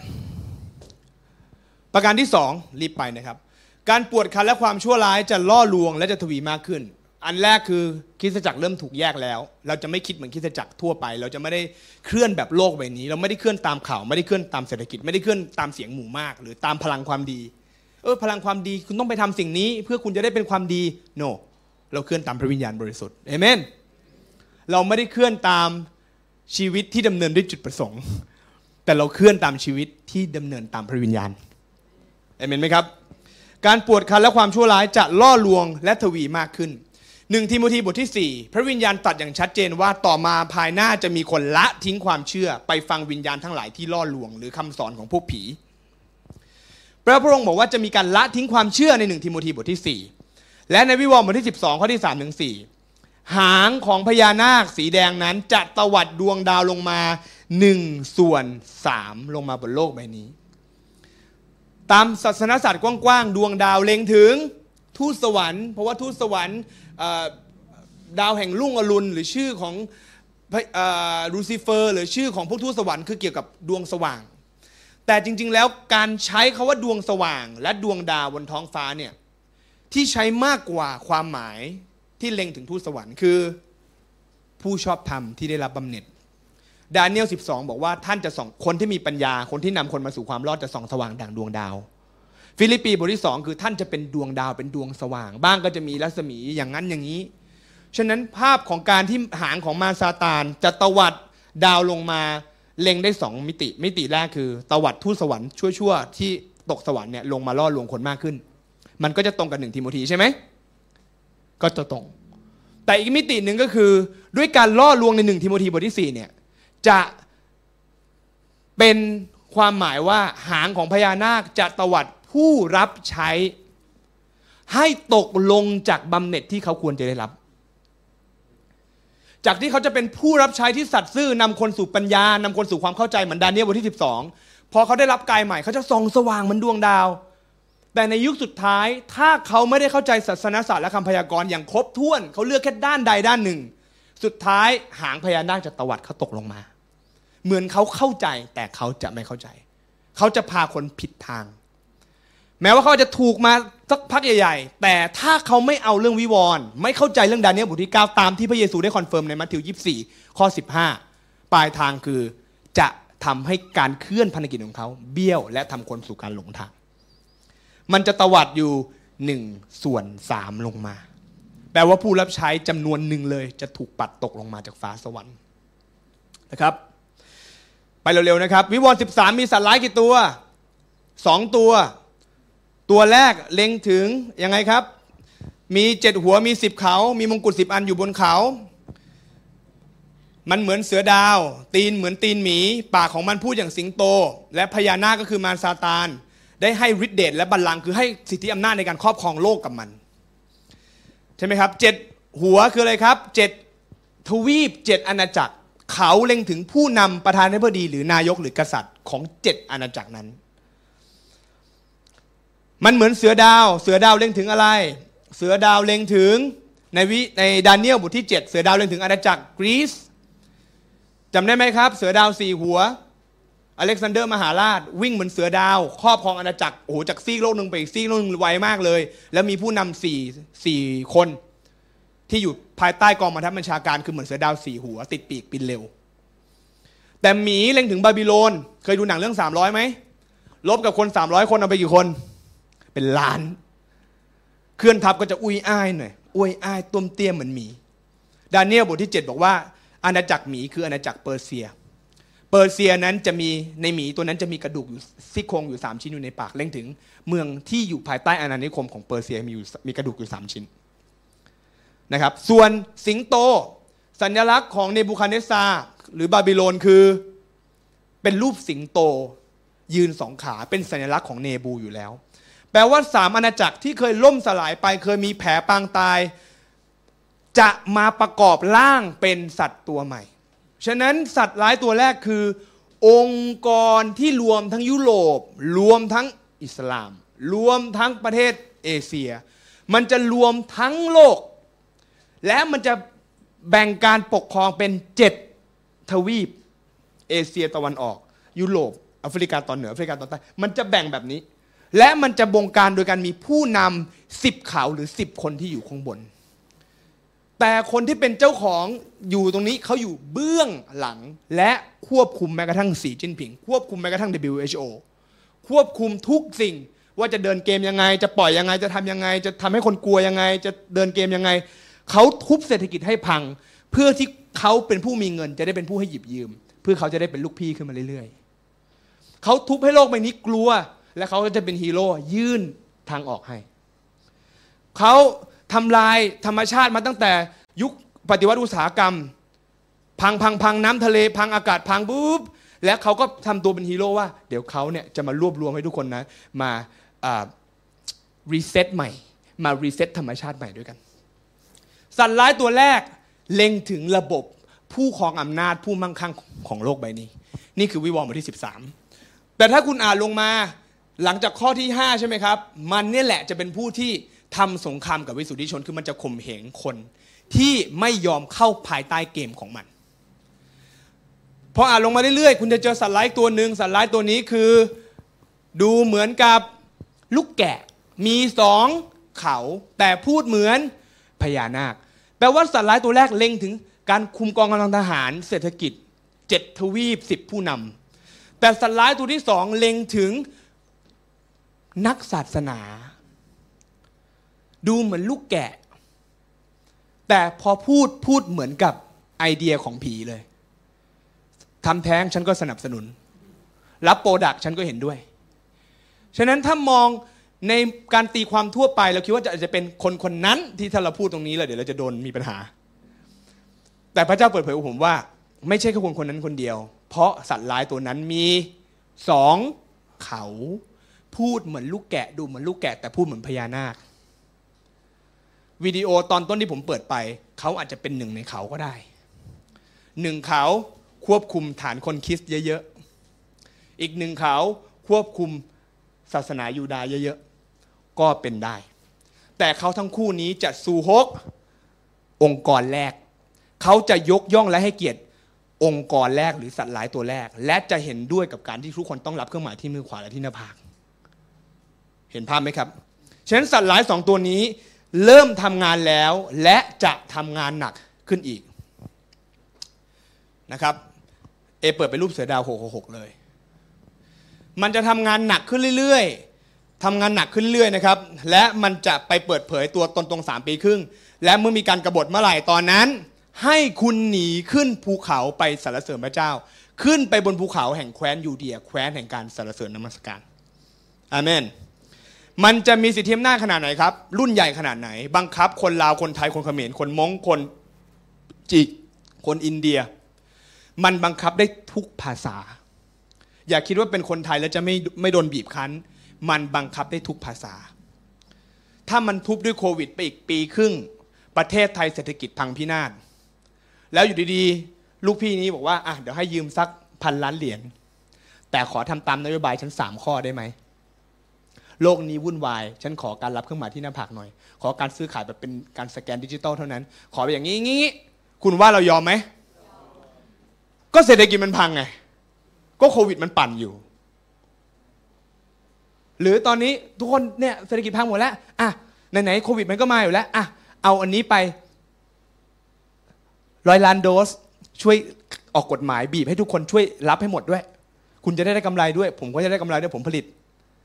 ประการที่สองรีบไปนะครับการปวดคันและความชั่วร้ายจะล่อลวงและจะทวีมากขึ้นอันแรกคือคริสตจักรเริ่มถูกแยกแล้วเราจะไม่คิดเหมือนคริสตจักรทั่วไปเราจะไม่ได้เคลื่อนแบบโลกใบนี้เราไม่ได้เคลื่อนตามข่าวไม่ได้เคลื่อนตามเศรษฐกิจไม่ได้เคลื่อนตามเสียงหมู่มากหรือตามพลังความดีเออพลังความดีคุณต้องไปทำสิ่งนี้เพื่อคุณจะได้เป็นความดี no เราเคลื่อนตามพระวิญญาณบริสุทธิ์เอเมนเราไม่ได้เคลื่อนตามชีวิตที่ดำเนินด้วยจุดประสงค์แต่เราเคลื่อนตามชีวิตที่ดำเนินตามพระวิญญาณเอเมนไหมครับการปวดคันและความชั่วร้ายจะล่อลวงและทวีมากขึ้นหนึ่งทิโมธีบทที่สี่พระวิญญาณตรัสอย่างชัดเจนว่าต่อมาภายหน้าจะมีคนละทิ้งความเชื่อไปฟังวิญญาณทั้งหลายที่ล่อลวงหรือคำสอนของพวกผีพระพระองค์บอกว่าจะมีการละทิ้งความเชื่อในหนึ่งทิโมธีบทที่สี่และในวิวรณ์บทที่สิบสองข้อที่สามถึงสี่หางของพญานาคสีแดงนั้นจะตวัดดวงดาวลงมาหนึ่งส่วนสามลงมาบนโลกใบนี้ตามศาสนศาสตร์กว้างๆดวงดาวเล็งถึงทูตสวรรค์เพราะว่าทูตสวรรค์ดาวแห่งรุ่งอรุณหรือชื่อของลูซิเฟอร์หรือชื่อของพวกทูตสวรรค์คือเกี่ยวกับดวงสว่างแต่จริงๆแล้วการใช้คำว่าดวงสว่างและดวงดาวบนท้องฟ้าเนี่ยที่ใช้มากกว่าความหมายที่เล็งถึงทูตสวรรค์คือผู้ชอบธรรมที่ได้รับบำเหน็จดาเนียลสิบสองบอกว่าท่านจะส่องคนที่มีปัญญาคนที่นำคนมาสู่ความรอดจะส่องสว่างดั่งดวงดาวฟิลิปปีบทที่สองคือท่านจะเป็นดวงดาวเป็นดวงสว่างบ้างก็จะมีรัศมีอย่างนั้นอย่างนี้ฉะนั้นภาพของการที่หางของมารซาตานจะตวัดดาวลงมาเล็งได้สองมิติมิติแรกคือตวัดทูตสวรรค์ชั่วๆที่ตกสวรรค์เนี่ยลงมาล่อลวงคนมากขึ้นมันก็จะตรงกับหนึ่งทิโมธีใช่ไหมก็จะตรงแต่อีกมิติหนึ่งก็คือด้วยการล่อลวงในหนึ่งทิโมธีบทที่สี่เนี่ยจะเป็นความหมายว่าหางของพญานาคจะตวัดผู้รับใช้ให้ตกลงจากบำเหน็จที่เขาควรจะได้รับจากที่เขาจะเป็นผู้รับใช้ที่สัตย์ซื่อนำคนสู่ปัญญานำคนสู่ความเข้าใจเหมือนดาเนียลบทที่สิบสองพอเขาได้รับกายใหม่เขาจะส่องสว่างเหมือนดวงดาวแต่ในยุคสุดท้ายถ้าเขาไม่ได้เข้าใจศาสนศาสตร์และคำพยากรณ์อย่างครบถ้วนเขาเลือกแค่ด้านใดด้านหนึ่งสุดท้ายหางพญานาคจะตวัดเขาตกลงมาเหมือนเขาเข้าใจแต่เขาจะไม่เข้าใจเขาจะพาคนผิดทางแม้ว่าเขาจะถูกมาสักพักใหญ่ๆแต่ถ้าเขาไม่เอาเรื่องวิวรณ์ไม่เข้าใจเรื่องดาเนียลบทที่เก้าตามที่พระเยซูได้คอนเฟิร์มในมัทธิวยี่สิบสี่ข้อสิบห้าปลายทางคือจะทำให้การเคลื่อนพันธกิจของเขาเบี้ยวและทำคนสู่การหลงทางมันจะตวัดอยู่หนึ่งส่วนสามลงมาแปลว่าผู้รับใช้จำนวนหนึ่งเลยจะถูกปัดตกลงมาจากฟ้าสวรรค์นะครับไปเร็วๆนะครับวิวรณ์สิบสามมีสัตว์ร้ายกี่ตัวสองตัวตัวแรกเล็งถึงยังไงครับมีเจ็ดหัวมีสิบเขามีมงกุฎสิบอันอยู่บนเขามันเหมือนเสือดาวตีนเหมือนตีนหมีปากของมันพูดอย่างสิงโตและพญานาคก็คือมารซาตานได้ให้ฤทธิ์เดชและบัลลังก์คือให้สิทธิอำนาจในการครอบครองโลกกับมันใช่ไหมครับเจ็ดหัวคืออะไรครับเจ็ดทวีปเจ็ดอาณาจักรเขาเล็งถึงผู้นำประธานาธิบดีหรือนายกหรือกษัตริย์ของเจ็ดอาณาจักรนั้นมันเหมือนเสือดาวเสือดาวเล็งถึงอะไรเสือดาวเล็งถึงในวิในดาเนียลบทที่เจ็ดเสือดาวเล็งถึงอาณาจักรกรีซจำได้ไหมครับเสือดาวสี่หัวอเล็กซานเดอร์มหาราชวิ่งเหมือนเสือดาวครอบครองอาณาจักรโอ้โหจากซีกโลกหนึ่งไปอีกซีกโลกหนึ่งไวมากเลยแล้วมีผู้นำสี่สี่คนที่อยู่ภายใต้กองบังคับบัญชาการคือเหมือนเสือดาวสี่หัวติดปีกบินเร็วแต่หมีเล็งถึงบาบิโลนเคยดูหนังเรื่องสามร้อยไหมลบกับคนสามร้อยคนเอาไปกี่คนเป็นล้านเคลื่อนทัพก็จะอุ้ยอ้ายหน่อยอุ้ยอ้ายต้มเตี้ยเหมือนหมีดาเนียลบทที่เจ็ดบอกว่าอาณาจักรหมีคืออาณาจักรเปอร์เซียเปอร์เซียนั้นจะมีในหมีตัวนั้นจะมีกระดูกอยู่ซี่โครงอยู่สามชิ้นอยู่ในปากเล็งถึงเมืองที่อยู่ภายใต้อาณานิคมของเปอร์เซียมีอยู่มีกระดูกอยู่สามชิ้นนะครับส่วนสิงโตสัญลักษณ์ของเนบูคัดเนสซาร์หรือบาบิโลนคือเป็นรูปสิงโตยืนสองขาเป็นสัญลักษณ์ของเนบูอยู่แล้วแปลว่าสามอาณาจักรที่เคยล่มสลายไปเคยมีแผลปางตายจะมาประกอบร่างเป็นสัตว์ตัวใหม่ฉะนั้นสัตว์ร้ายตัวแรกคือองค์กรที่รวมทั้งยุโรปรวมทั้งอิสลามรวมทั้งประเทศเอเชียมันจะรวมทั้งโลกและมันจะแบ่งการปกครองเป็นเจ็ดทวีปเอเชียตะวันออกยุโรปแอฟริกาตอนเหนือแอฟริกาตอนใต้มันจะแบ่งแบบนี้และมันจะบงการโดยการมีผู้นำสิบเขาหรือสิบคนที่อยู่ข้างบนแต่คนที่เป็นเจ้าของอยู่ตรงนี้เขาอยู่เบื้องหลังและควบคุมแม้กระทั่งสีจิ้นผิงควบคุมแม้กระทั่ง ดับเบิลยู เอช โอ ควบคุมทุกสิ่งว่าจะเดินเกมยังไงจะปล่อยยังไงจะทำยังไงจะทำให้คนกลัวยังไงจะเดินเกมยังไงเขาทุบเศรษฐกิจให้พังเพื่อที่เขาเป็นผู้มีเงินจะได้เป็นผู้ให้หยิบยืมเพื่อเขาจะได้เป็นลูกพี่ขึ้นมาเรื่อยๆเขาทุบให้โลกใบนี้กลัวและเขาก็จะเป็นฮีโร่ยื่นทางออกให้เขาทำลายธรรมชาติมาตั้งแต่ยุคปฏิวัติอุตสาหกรรมพังพังพังน้ำทะเลพังอากาศพังปุ๊บและเขาก็ทำตัวเป็นฮีโร่ว่าเดี๋ยวเขาเนี่ยจะมารวบรวมให้ทุกคนนะมารีเซ็ตใหม่มารีเซ็ตธรรมชาติใหม่ด้วยกันสัตว์ร้ายตัวแรกเล็งถึงระบบผู้ครองอำนาจผู้มั่งคั่งของโลกใบนี้นี่คือวิวรณ์บทที่สิบสามแต่ถ้าคุณอ่านลงมาหลังจากข้อที่ห้าใช่ไหมครับมันเนี่ยแหละจะเป็นผู้ที่ทำสงครามกับวิสุทธิชนคือมันจะข่มเหงคนที่ไม่ยอมเข้าภายใต้เกมของมันพออ่านลงมาเรื่อยๆคุณจะเจอสัตว์ร้ายตัวหนึ่งสัตว์ร้ายตัวนี้คือดูเหมือนกับลูกแกะมีสองเขาแต่พูดเหมือนพญานาคแปลว่าสัตว์ร้ายตัวแรกเล็งถึงการคุมกองกำลังทหารเศรษฐกิจเจ็ดทวีปสิบผู้นำแต่สัตว์ร้ายตัวที่สองเล็งถึงนักศาสนาดูเหมือนลูกแกะแต่พอพูดพูดเหมือนกับไอเดียของผีเลยทำแท้งฉันก็สนับสนุนรับโปรดักฉันก็เห็นด้วยฉะนั้นถ้ามองในการตีความทั่วไปเราคิดว่าจะจะเป็นคนคนนั้นที่ถ้าเราพูดตรงนี้แล้วเดี๋ยวเราจะโดนมีปัญหาแต่พระเจ้าเปิดเผยกับผมว่าไม่ใช่แค่คนคนนั้นคนเดียวเพราะสัตว์ร้ายตัวนั้นมีสองเขาพูดเหมือนลูกแกะดูเหมือนลูกแกะแต่พูดเหมือนพญานาควิดีโอตอนต้นที่ผมเปิดไปเขาอาจจะเป็นหนึ่งในเขาก็ได้หนึ่งเขาควบคุมฐานคนคริสต์เยอะๆอีกหนึ่งเขาควบคุมศาสนายูดาห์เยอะๆก็เป็นได้แต่เขาทั้งคู่นี้จะซูฮกองค์กรแรกเขาจะยกย่องและให้เกียรติองค์กรแรกหรือสัตว์ร้ายตัวแรกและจะเห็นด้วยกับการที่ทุกคนต้องรับเครื่องหมายที่มือขวาและที่หน้าผากเห็นภาพไหมครับฉะนั้นสัตว์ร้ายสองตัวนี้เริ่มทำงานแล้วและจะทำงานหนักขึ้นอีกนะครับเอเปิดเป็นรูปเสือดาวหกหกหกเลยมันจะทำงานหนักขึ้นเรื่อยๆทำงานหนักขึ้นเรื่อยๆนะครับและมันจะไปเปิดเผยตัวตนตรงสามปีครึ่งและเมื่อมีการกบฏเมื่อไหร่ตอนนั้นให้คุณหนีขึ้นภูเขาไปสรรเสริญพระเจ้าขึ้นไปบนภูเขาแห่งแคว้นยูเดียแคว้นแห่งการสรรเสริญนมัสการอาเมนมันจะมีสิทธิอำนาจขนาดไหนครับรุ่นใหญ่ขนาดไหนบังคับคนลาวคนไทยคนเขมรคนม้งคนจีกคนอินเดียมันบังคับได้ทุกภาษาอย่าคิดว่าเป็นคนไทยแล้วจะไม่ไม่โดนบีบคั้นมันบังคับได้ทุกภาษาถ้ามันทุบด้วยโควิดไปอีกปีครึ่งประเทศไทยเศรษฐกิจพังพินาศแล้วอยู่ดีๆลูกพี่นี้บอกว่าอ่ะเดี๋ยวให้ยืมสักพันล้านเหรียญแต่ขอทำตามนโยบายฉันสามข้อได้ไหมโลกนี้วุ่นวายฉันขอการรับเครื่องหมายที่หน้าผากหน่อยขอการซื้อขายแบบเป็นการสแกนดิจิตอลเท่านั้นขอไปอย่างนี้งี้คุณว่าเรายอมไหมก็เศรษฐกิจมันพังไงก็โควิดมันปั่นอยู่หรือตอนนี้ทุกคนเนี่ยเศรษฐกิจพังหมดแล้วอ่ะไหนๆโควิดมันก็มาอยู่แล้วอ่ะเอาอันนี้ไปร้อยล้านโดสช่วยออกกฎหมายบีบให้ทุกคนช่วยรับให้หมดด้วยคุณจะได้ได้กำไรด้วยผมก็จะได้กำไรด้วยผมผลิต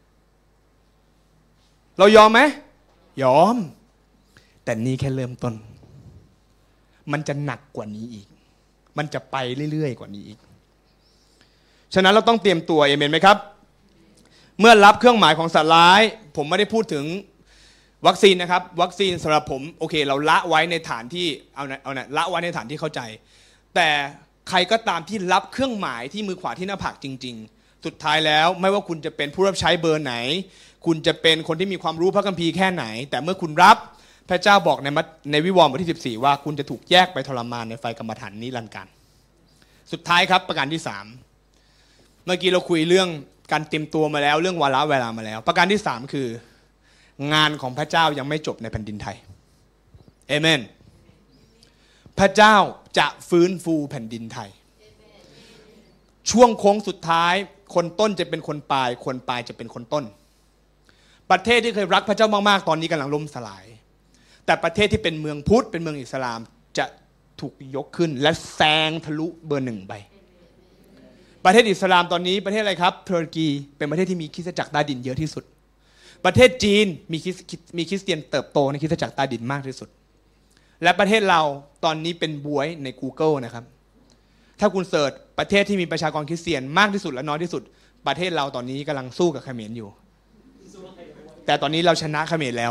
เรายอมไหมยอมแต่นี่แค่เริ่มต้นมันจะหนักกว่านี้อีกมันจะไปเรื่อยๆกว่านี้อีกฉะนั้นเราต้องเตรียมตัวเอเมนไหมครับเมื่อรับเครื่องหมายของสัตว์ร้ายผมไม่ได้พูดถึงวัคซีนนะครับวัคซีนสำหรับผมโอเคเราละไว้ในฐานที่เอานะเอานะละไว้ในฐานที่เข้าใจแต่ใครก็ตามที่รับเครื่องหมายที่มือขวาที่หน้าผากจริงๆสุดท้ายแล้วไม่ว่าคุณจะเป็นผู้รับใช้เบอร์ไหนคุณจะเป็นคนที่มีความรู้พระคัมภีร์แค่ไหนแต่เมื่อคุณรับพระเจ้าบอกในในวิวรณ์บทที่สิบสี่ว่าคุณจะถูกแยกไปทรมานในไฟกรรมฐานนิรันดร์กาลสุดท้ายครับประการที่สามเมื่อกี้เราคุยเรื่องการเตรียมตัวมาแล้วเรื่องวาระเวลามาแล้วประการที่สามคืองานของพระเจ้ายังไม่จบในแผ่นดินไทยเอเมนพระเจ้าจะฟื้นฟูแผ่นดินไทยช่วงโค้งสุดท้ายคนต้นจะเป็นคนปลายคนปลายจะเป็นคนต้นประเทศที่เคยรักพระเจ้ามากๆตอนนี้กำลังล่มสลายแต่ประเทศที่เป็นเมืองพุทธเป็นเมืองอิสลามจะถูกยกขึ้นและแซงทะลุเบอร์หนึ่งไปประเทศอิสลามตอนนี้ประเทศอะไรครับตุรกีเป็นประเทศที่มีคริสตจักรใต้ดินเยอะที่สุดประเทศจีนมีคริสมีคริสเตียนเติบโตในคริสตจักรใต้ดินมากที่สุดและประเทศเราตอนนี้เป็นบวยใน Google นะครับถ้าคุณเสิร์ชประเทศที่มีประชากรคริสเตียนมากที่สุดและน้อยที่สุดประเทศเราตอนนี้กำลังสู้กับเขมรอยู่แต่ตอนนี้เราชนะเขมรแล้ว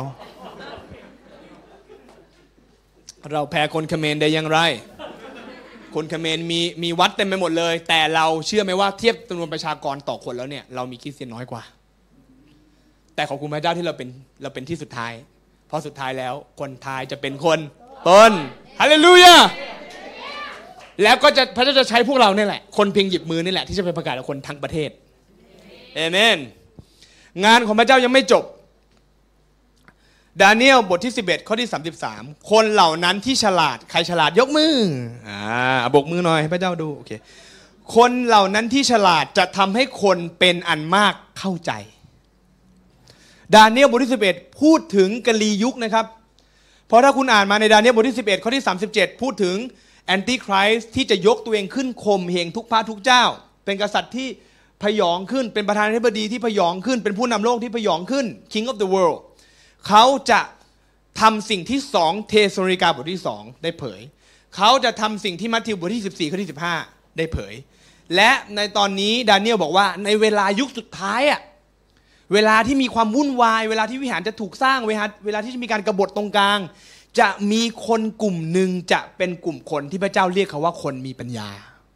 เราแพ้คนเขมรได้อย่างไรคนเขมรมีมีวัดเต็มไปหมดเลยแต่เราเชื่อไหมว่าเทียบจำนวนประชากรต่อคนแล้วเนี่ยเรามีคริสเตียนน้อยกว่าแต่ขอบคุณพระเจ้าที่เราเป็นเราเป็นที่สุดท้ายเพราะสุดท้ายแล้วคนท้ายจะเป็นคนต้นฮาเลลูยาแล้วก็จะพระเจ้าจะใช้พวกเราเนี่ยแหละคนเพียงหยิบมือนี่แหละที่จะไปประกาศกับคนทั้งประเทศเอเมนงานของพระเจ้ายังไม่จบดาเนียลบทที่สิบเอ็ดข้อที่สามสิบสามคนเหล่านั้นที่ฉลาดใครฉลาดยกมืออ่าบกมือหน่อยให้พระเจ้าดูโอเคคนเหล่านั้นที่ฉลาดจะทำให้คนเป็นอันมากเข้าใจดาเนียลบทที่สิบเอ็ดพูดถึงกะลียุคนะครับเพราะถ้าคุณอ่านมาในดาเนียลบทที่สิบเอ็ดข้อที่สามสิบเจ็ดพูดถึงแอนติไครส์ที่จะยกตัวเองขึ้นข่มเหงทุกพระทุกเจ้าเป็นกษัตริย์ที่พยองขึ้นเป็นประธานาธิบดีที่พยองขึ้นเป็นผู้นำโลกที่พยองขึ้น King of the World เขาจะทำสิ่งที่สองเทสโลนิกาบทที่สองได้เผยเขาจะทำสิ่งที่มัทธิวบทที่สิบสี่ข้อที่สิบห้าได้เผยและในตอนนี้ดาเนียลบอกว่าในเวลายุคสุดท้ายอะเวลาที่มีความวุ่นวายเวลาที่วิหารจะถูกสร้างเวลาเวลาที่จะมีการกบฏตรงกลางจะมีคนกลุ่มหนึ่งจะเป็นกลุ่มคนที่พระเจ้าเรียกเขาว่าคนมีปัญญา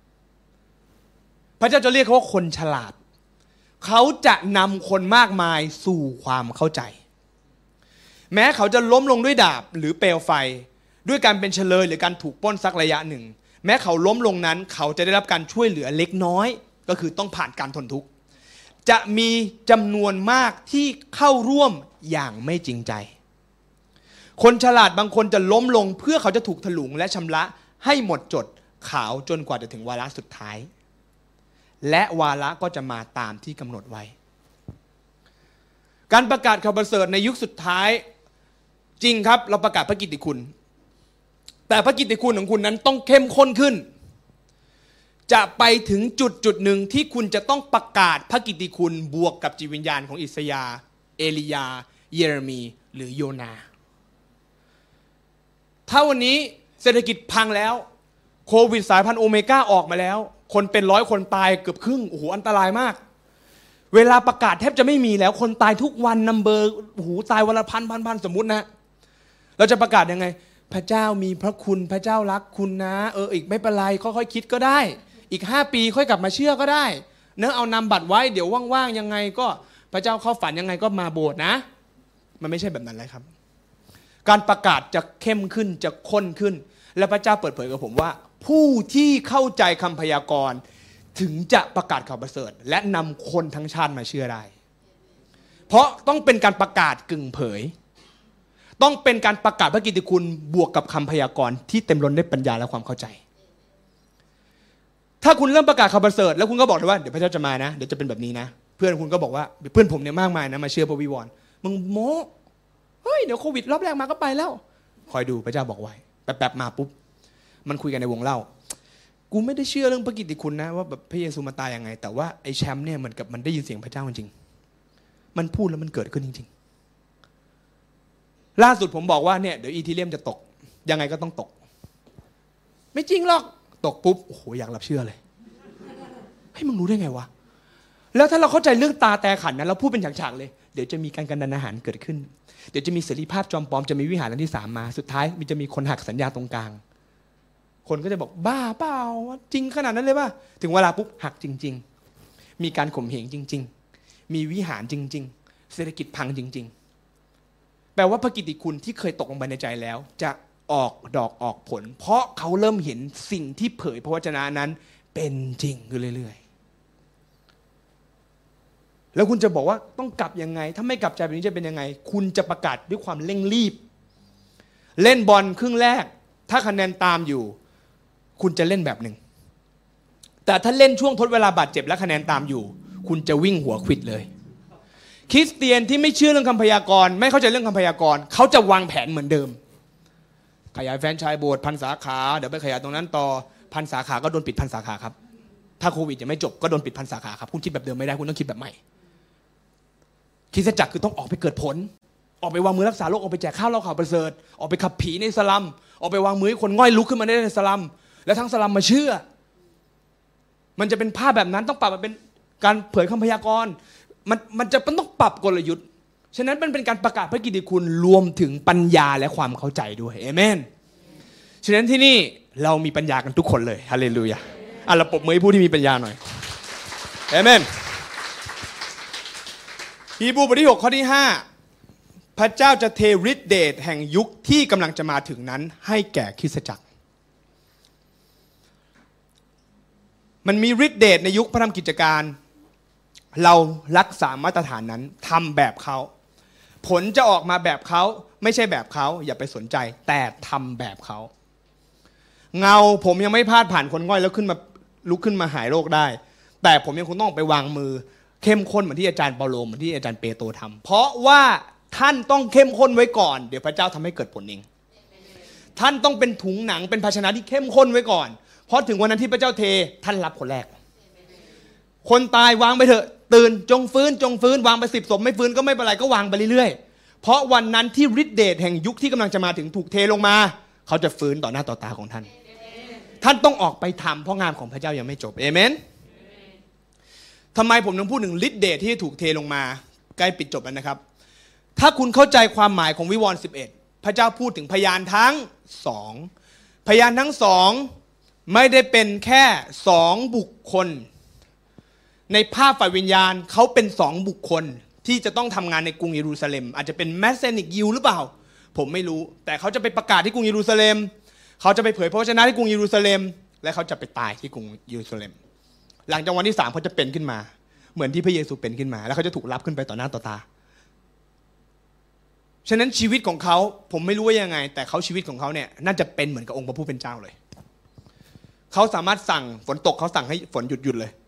พระเจ้าจะเรียกเขาว่าคนฉลาดเขาจะนำคนมากมายสู่ความเข้าใจแม้เขาจะล้มลงด้วยดาบหรือเปลวไฟด้วยการเป็นเฉลยหรือการถูกปล้นสักระยะหนึ่งแม้เขาล้มลงนั้นเขาจะได้รับการช่วยเหลือเล็กน้อยก็คือต้องผ่านการทนทุกข์จะมีจำนวนมากที่เข้าร่วมอย่างไม่จริงใจคนฉลาดบางคนจะล้มลงเพื่อเขาจะถูกถลุงและชำระให้หมดจดขาวจนกว่าจะถึงวาระสุดท้ายและวาระก็จะมาตามที่กำหนดไว้การประกาศข่าวประเสริฐในยุคสุดท้ายจริงครับเราประกาศพระกิตติคุณแต่พระกิตติคุณของคุณนั้นต้องเข้มข้นขึ้นจะไปถึงจุดจุดหนึ่งที่คุณจะต้องประกาศพระกิตติคุณบวกกับจิตวิญญาณของอิสยาห์เอลียาเยเรมีหรือโยนาถ้าวันนี้เศรษฐกิจพังแล้วโควิดสายพันธุ์โอเมก้าออกมาแล้วคนเป็นร้อยคนตายเกือบครึ่งโอ้โหอันตรายมากเวลาประกาศแทบจะไม่มีแล้วคนตายทุกวันนัมเบอร์โอ้โหตายวันละพันพันพันสมมุตินะเราจะประกาศยังไงพระเจ้ามีพระคุณพระเจ้ารักคุณนะเอออีกไม่เป็นไรค่อยๆคิดก็ได้อีกห้าปีค่อยกลับมาเชื่อก็ได้เนอะเอานำบัตรไว้เดี๋ยวว่างๆยังไงก็พระเจ้าเข้าฝันยังไงก็มาโบสถ์นะมันไม่ใช่แบบนั้นเลยครับการประกาศจะเข้มขึ้นจะข้นขึ้นและพระเจ้าเปิดเผยกับผมว่าผู้ที่เข้าใจคำพยากรณ์ถึงจะประกาศข่าวประเสริฐและนำคนทั้งชาติมาเชื่อได้เพราะต้องเป็นการประกาศกึ่งเผยต้องเป็นการประกาศพระกิตติคุณบวกกับคำพยากรณ์ที่เต็มล้นด้วยปัญญาและความเข้าใจถ้าคุณเริ่มประกาศข่าวประเสริฐแล้วคุณก็บอกเลยว่าเดี๋ยวพระเจ้าจะมานะเดี๋ยวจะเป็นแบบนี้นะเพื่อนคุณก็บอกว่าเพื่อนผมเนี่ยมากมายนะมาเชื่อพระวิวรณ์มึงโม้เฮ้ยเดี๋ยวโควิดรอบแรกมาก็ไปแล้วคอยดูพระเจ้าบอกไว้แป๊บๆมาปุ๊บมันคุยกันในวงเล่ากูไม่ได้เชื่อเรื่องพระกิตติคุณนะว่าแบบพระเยซูมาตายยังไงแต่ว่าไอ้แชมป์เนี่ยเหมือนกับมันได้ยินเสียงพระเจ้าจริงๆมันพูดแล้วมันเกิดขึ้นจริงๆล่าสุดผมบอกว่าเนี่ยเดี๋ยวอีทีเรียมจะตกยังไงก็ต้องตกไม่จริงหรอกตกปุ๊บโอ้โหอยากรับเชื่อเลยให้มึงรู้ได้ไงวะแล้วถ้าเราเข้าใจเรื่องตาแต่ขันนั้นเราพูดเป็นฉากๆเลยเดี๋ยวจะมีการกันดานอาหารเกิดขึ้นเดี๋ยวจะมีเสรีภาพจอมปลอมจะมีวิหารอันที่สามมาสุดท้ายมันจะมีคนหักสัญญาตรงกลางคนก็จะบอกบ้าเปล่าจริงขนาดนั้นเลยป่ะถึงเวลาปุ๊บหักจริงๆมีการข่มเหงจริงๆมีวิหารจริงๆเศรษฐกิจพังจริงๆแปลว่าพระกิตติคุณที่เคยตกลงไปในใจแล้วจะออกดอกออกผลเพราะเขาเริ่มเห็นสิ่งที่เผยพระวจนะนั้นเป็นจริงขึ้นเรื่อยๆแล้วคุณจะบอกว่าต้องกลับยังไงถ้าไม่กลับใจแบบนี้จะเป็นยังไงคุณจะประกาศด้วยความเร่งรีบเล่นบอลครึ่งแรกถ้าคะแนนตามอยู่คุณจะเล่นแบบหนึ่งแต่ถ้าเล่นช่วงทดเวลาบาดเจ็บและคะแนนตามอยู่คุณจะวิ่งหัวควิดเลยคริสเตียนที่ไม่เชื่อเรื่องคำพยากรณ์ไม่เข้าใจเรื่องคำพยากรณ์เขาจะวางแผนเหมือนเดิมขยายแฟรนไชส์โบสถ์พันสาขาเดี๋ยวไปขยายตรงนั้นต่อพันสาขาก็โดนปิดพันสาขาครับถ้าโควิดยังไม่จบก็โดนปิดพันสาขาครับคุณคิดแบบเดิมไม่ได้คุณต้องคิดแบบใหม่คริสตจักรคือต้องออกไปเกิดผลออกไปวางมือรักษาโรคออกไปแจกข้าวเล่าข่าวประเสริฐออกไปขับผีในสลัมออกไปวางมือให้คนง่อยลุกขึ้นมาได้ในสลัมแล้วทั้งสลัมมาเชื่อมันจะเป็นภาพแบบนั้นต้องปรับมาเป็นการเผยคำพยากรณ์มันมันจะต้องปรับกลยุทธ์ฉะนั้นมันเป็นการประกาศพระกิตติคุณรวมถึงปัญญาและความเข้าใจด้วยเอเมนฉะนั้นที่นี่เรามีปัญญากันทุกคนเลยฮาเลลูยาอ่ะเราปรบมือให้ผู้ที่มีปัญญาหน่อยเอเมนฮีบรูบทที่หกข้อที่ห้าพระเจ้าจะเทฤทธิเดชแห่งยุคที่กำลังจะมาถึงนั้นให้แก่คริสตจักรมันมีฤทธิเดชในยุคพระธรรมกิจการเรารักษามาตรฐานนั้นทำแบบเขาผลจะออกมาแบบเขาไม่ใช่แบบเขาอย่าไปสนใจแต่ทำแบบเขาเงาผมยังไม่พลาดผ่านคนง่อยแล้วขึ้นมาลุกขึ้นมาหายโรคได้แต่ผมยังคงต้องไปวางมือเข้มข้นเหมือนที่อาจารย์เปาโลเหมือนที่อาจารย์เปโตรทำเพราะว่าท่านต้องเข้มข้นไว้ก่อนเดี๋ยวพระเจ้าทำให้เกิดผลเองท่านต้องเป็นถุงหนังเป็นภาชนะที่เข้มข้นไว้ก่อนเพราะถึงวันนั้นที่พระเจ้าเทท่านรับคนแรกคนตายวางไปเถอะตื่นจงฟื้นจงฟื้นวางไปสิบศพไม่ฟื้นก็ไม่เป็นไรก็วางไปเรื่อยๆเพราะวันนั้นที่ฤทธิเดชแห่งยุคที่กำลังจะมาถึงถูกเทลงมาเขาจะฟื้นต่อหน้าต่อตาของท่านท่านต้องออกไปทำเพราะงานของพระเจ้ายังไม่จบเอเมนทำไมผมถึงพูดถึงฤทธิเดชที่ถูกเทลงมาใกล้ปิดจบแล้วนะครับถ้าคุณเข้าใจความหมายของวิวรณ์สิบเอ็ดพระเจ้าพูดถึงพยานทั้งสองพยานทั้งสองไม่ได้เป็นแค่สองบุคคลในภาพฝ่ายวิญญาณเขาเป็นสองบุคคลที่จะต้องทำงานในกรุงเยรูซาเล็มอาจจะเป็นแมสเซนิกยิวหรือเปล่าผมไม่รู้แต่เขาจะไปประกาศที่กรุงเยรูซาเล็มเขาจะไปเผยพระวจนะที่กรุงเยรูซาเล็มและเขาจะไปตายที่กรุงเยรูซาเล็มหลังจากวันที่สามเขาจะเป็นขึ้นมาเหมือนที่พระเยซูเป็นขึ้นมาแล้วเขาจะถูกรับขึ้นไปต่อหน้าต่อตาฉะนั้นชีวิตของเขาผมไม่รู้ว่ายังไงแต่เขาชีวิตของเขาเนี่ยน่าจะเป็นเหมือนกับองค์พระผู้เป็นเจ้าเลยเขาสามารถสั่งฝนตกเขาสั่งให้ฝนหยุดหยุดเลย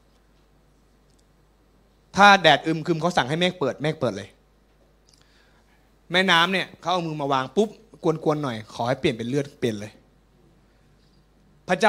ถ้าแดดอึมครึมเขาสั่งให้เมฆเปิดเมฆเปิดเลยแม่น้ำเนี่ยเขาเอามือมาวางปุ๊บกวนๆหน่อยขอให้เปลี่ยนเป็นเลือดเปลี่ยนเลยพระเจ้า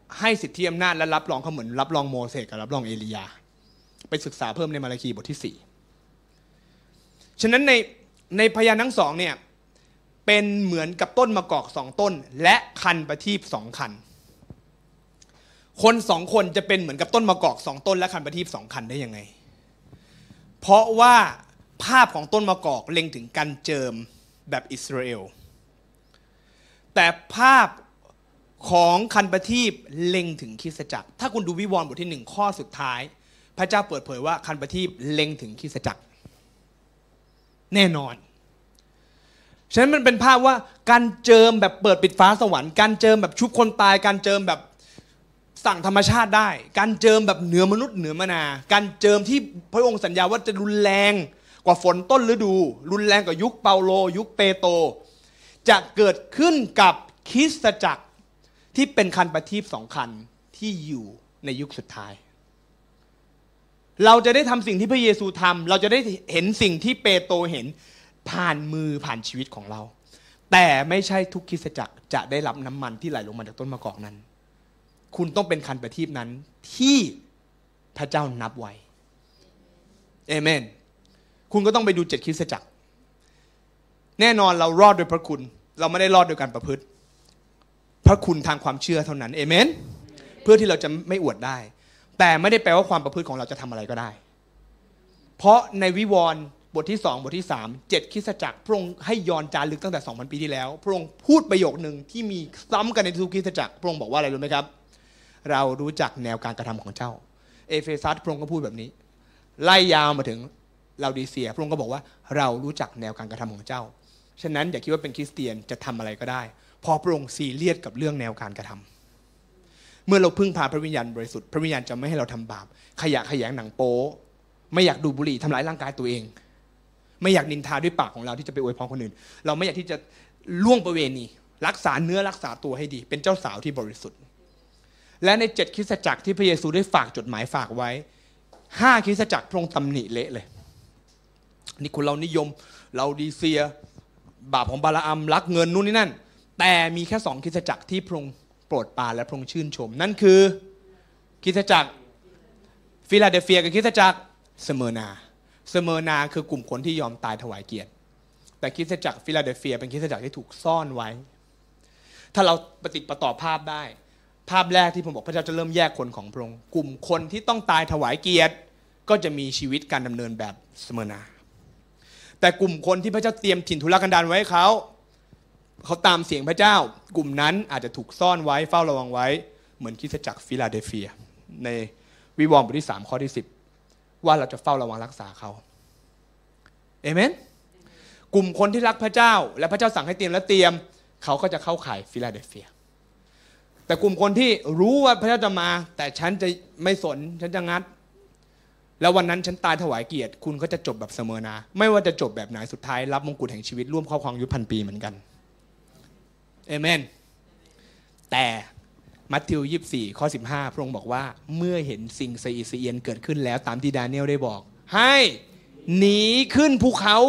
ให้สิทธิอำนาจและรับรองเขาเหมือนรับรองโมเสสกับรับรองเอลียาไปศึกษาเพิ่มในมาราคีบทที่สี่ฉะนั้นในในพยานทั้งสองเนี่ยเป็นเหมือนกับต้นมะกอกสองต้นและคันประทีปสองคันคนสองคนจะเป็นเหมือนกับต้นมะกอกสองต้นและคันประทีปสองคันได้ยังไงเพราะว่าภาพของต้นมะกอกเล็งถึงการเจิมแบบอิสราเอลแต่ภาพของคันประทีปเล็งถึงคริสตจักรถ้าคุณดูวิวรณ์บทที่หนึ่งข้อสุดท้ายพระเจ้าเปิดเผยว่าคันประทีปเล็งถึงคริสตจักรแน่นอนฉะนั้นมันเป็นภาพว่าการเจิมแบบเปิดปิดฟ้าสวรรค์การเจิมแบบชุบคนตายการเจิมแบบสั่งธรรมชาติได้การเจิมแบบเหนือมนุษย์เหนือมนาการเจิมที่พระองค์สัญญาว่าจะรุนแรงกว่าฝนต้นฤดูรุนแรงกว่ายุคเปาโลยุคเปโตรจะเกิดขึ้นกับคริสตจักรที่เป็นคันประทีปสองคันที่อยู่ในยุคสุดท้ายเราจะได้ทำสิ่งที่พระเยซูทำเราจะได้เห็นสิ่งที่เปโตรเห็นผ่านมือผ่านชีวิตของเราแต่ไม่ใช่ทุกคริสตจักรจะได้รับน้ำมันที่ไหลลงมาจากต้นมะกอกนั้นคุณต้องเป็นคันประทีปนั้นที่พระเจ้านับไว้เอเมนคุณก็ต้องไปดูเจ็ดคริสตจักรแน่นอนเรารอดโดยพระคุณเราไม่ได้รอดโดยการประพฤติพระคุณทางความเชื่อเท่านั้นเอเมนเพื่อที่เราจะไม่อวดได้แต่ไม่ได้แปลว่าความประพฤติของเราจะทำอะไรก็ได้เพราะในวิวรณ์บทที่สองบทที่สามเจ็ดคริสตจักรพระองค์ให้ย้อนจารึกตั้งแต่ สองพัน ปีที่แล้วพระองค์พูดประโยคนึงที่มีซ้ำกันในทุกคริสตจักรพระองค์บอกว่าอะไรรู้ไหมครับเรารู้จักแนวการกระทำของเจ้าเอเฟซัสพระองค์ก็พูดแบบนี้ไล่ยาวมาถึงลาโอดิเซียพระองค์ก็บอกว่าเรารู้จักแนวการกระทำของเจ้าฉะนั้นอย่าคิดว่าเป็นคริสเตียนจะทำอะไรก็ได้เพราะพระองค์ซีเรียสกับเรื่องแนวการกระทำเมื่อเราพึ่งพาพระวิญญาณบริสุทธิ์พระวิญญาณจะไม่ให้เราทำบาปขยะแขยงหนังโป๊ไม่อยากดูบุหรี่ทำร้ายร่างกายตัวเองไม่อยากนินทาด้วยปากของเราที่จะไปอวยพรคนอื่นเราไม่อยากที่จะล่วงประเวณีรักษาเนื้อรักษาตัวให้ดีเป็นเจ้าสาวที่บริสุทธิ์และในเจ็ดคริสตจักรที่พระเยซูได้ฝากจดหมายฝากไว้ห้าคริสตจักรพระองค์ตำหนิเละเลยนี่คนเรานิยมเราดีเซียบาปของบาลาอัมรักเงินนู่นนี่นั่นแต่มีแค่สองคริสตจักรที่พระองค์โปรดปรานและพระองค์ชื่นชมนั่นคือคริสตจักรฟิลาเดลเฟียกับคริสตจักรสเมอร์นาสเมอร์นาคือกลุ่มคนที่ยอมตายถวายเกียรติแต่คริสตจักรฟิลาเดลเฟียเป็นคริสตจักรที่ถูกซ่อนไว้ถ้าเราปฏิปต่อภาพได้ภาพแรกที่ผมบอกพระเจ้าจะเริ่มแยกคนของพระองค์กลุ่มคนที่ต้องตายถวายเกียรติก็จะมีชีวิตการดำเนินแบบสเมอร์นาแต่กลุ่มคนที่พระเจ้าเตรียมถิ่นทุรกันดารไว้ให้เขาเขาตามเสียงพระเจ้ากลุ่มนั้นอาจจะถูกซ่อนไว้เฝ้าระวังไว้เหมือนคริสตจักรฟิลาเดลเฟียในวิวรณ์บทที่สามข้อที่สิบว่าเราจะเฝ้าระวังรักษาเขาเอเมนกลุ่มคนที่รักพระเจ้าและพระเจ้าสั่งให้เตรียมและเตรียมเขาก็จะเข้าข่ายฟิลาเดลเฟียแต่กลุ่มคนที่รู้ว่าพระเจ้าจะมาแต่ฉันจะไม่สนฉันจะงัดแล้ววันนั้นฉันตายถวายเกียรติคุณก็จะจบแบบเสมอนาไม่ว่าจะจบแบบไหนสุดท้ายรับมงกุฎแห่งชีวิตร่วมครอบครองยุคพันปีเหมือนกันเอเมนแต่มัทธิวยี่สิบสี่ข้อสิบห้าพระองค์บอกว่าเมื่อเห็นสิ่งสะอิดสะเอียนเกิดขึ้นแล้วตามที่ดาเนียลได้บอกให้หนีขึ้นภูเขา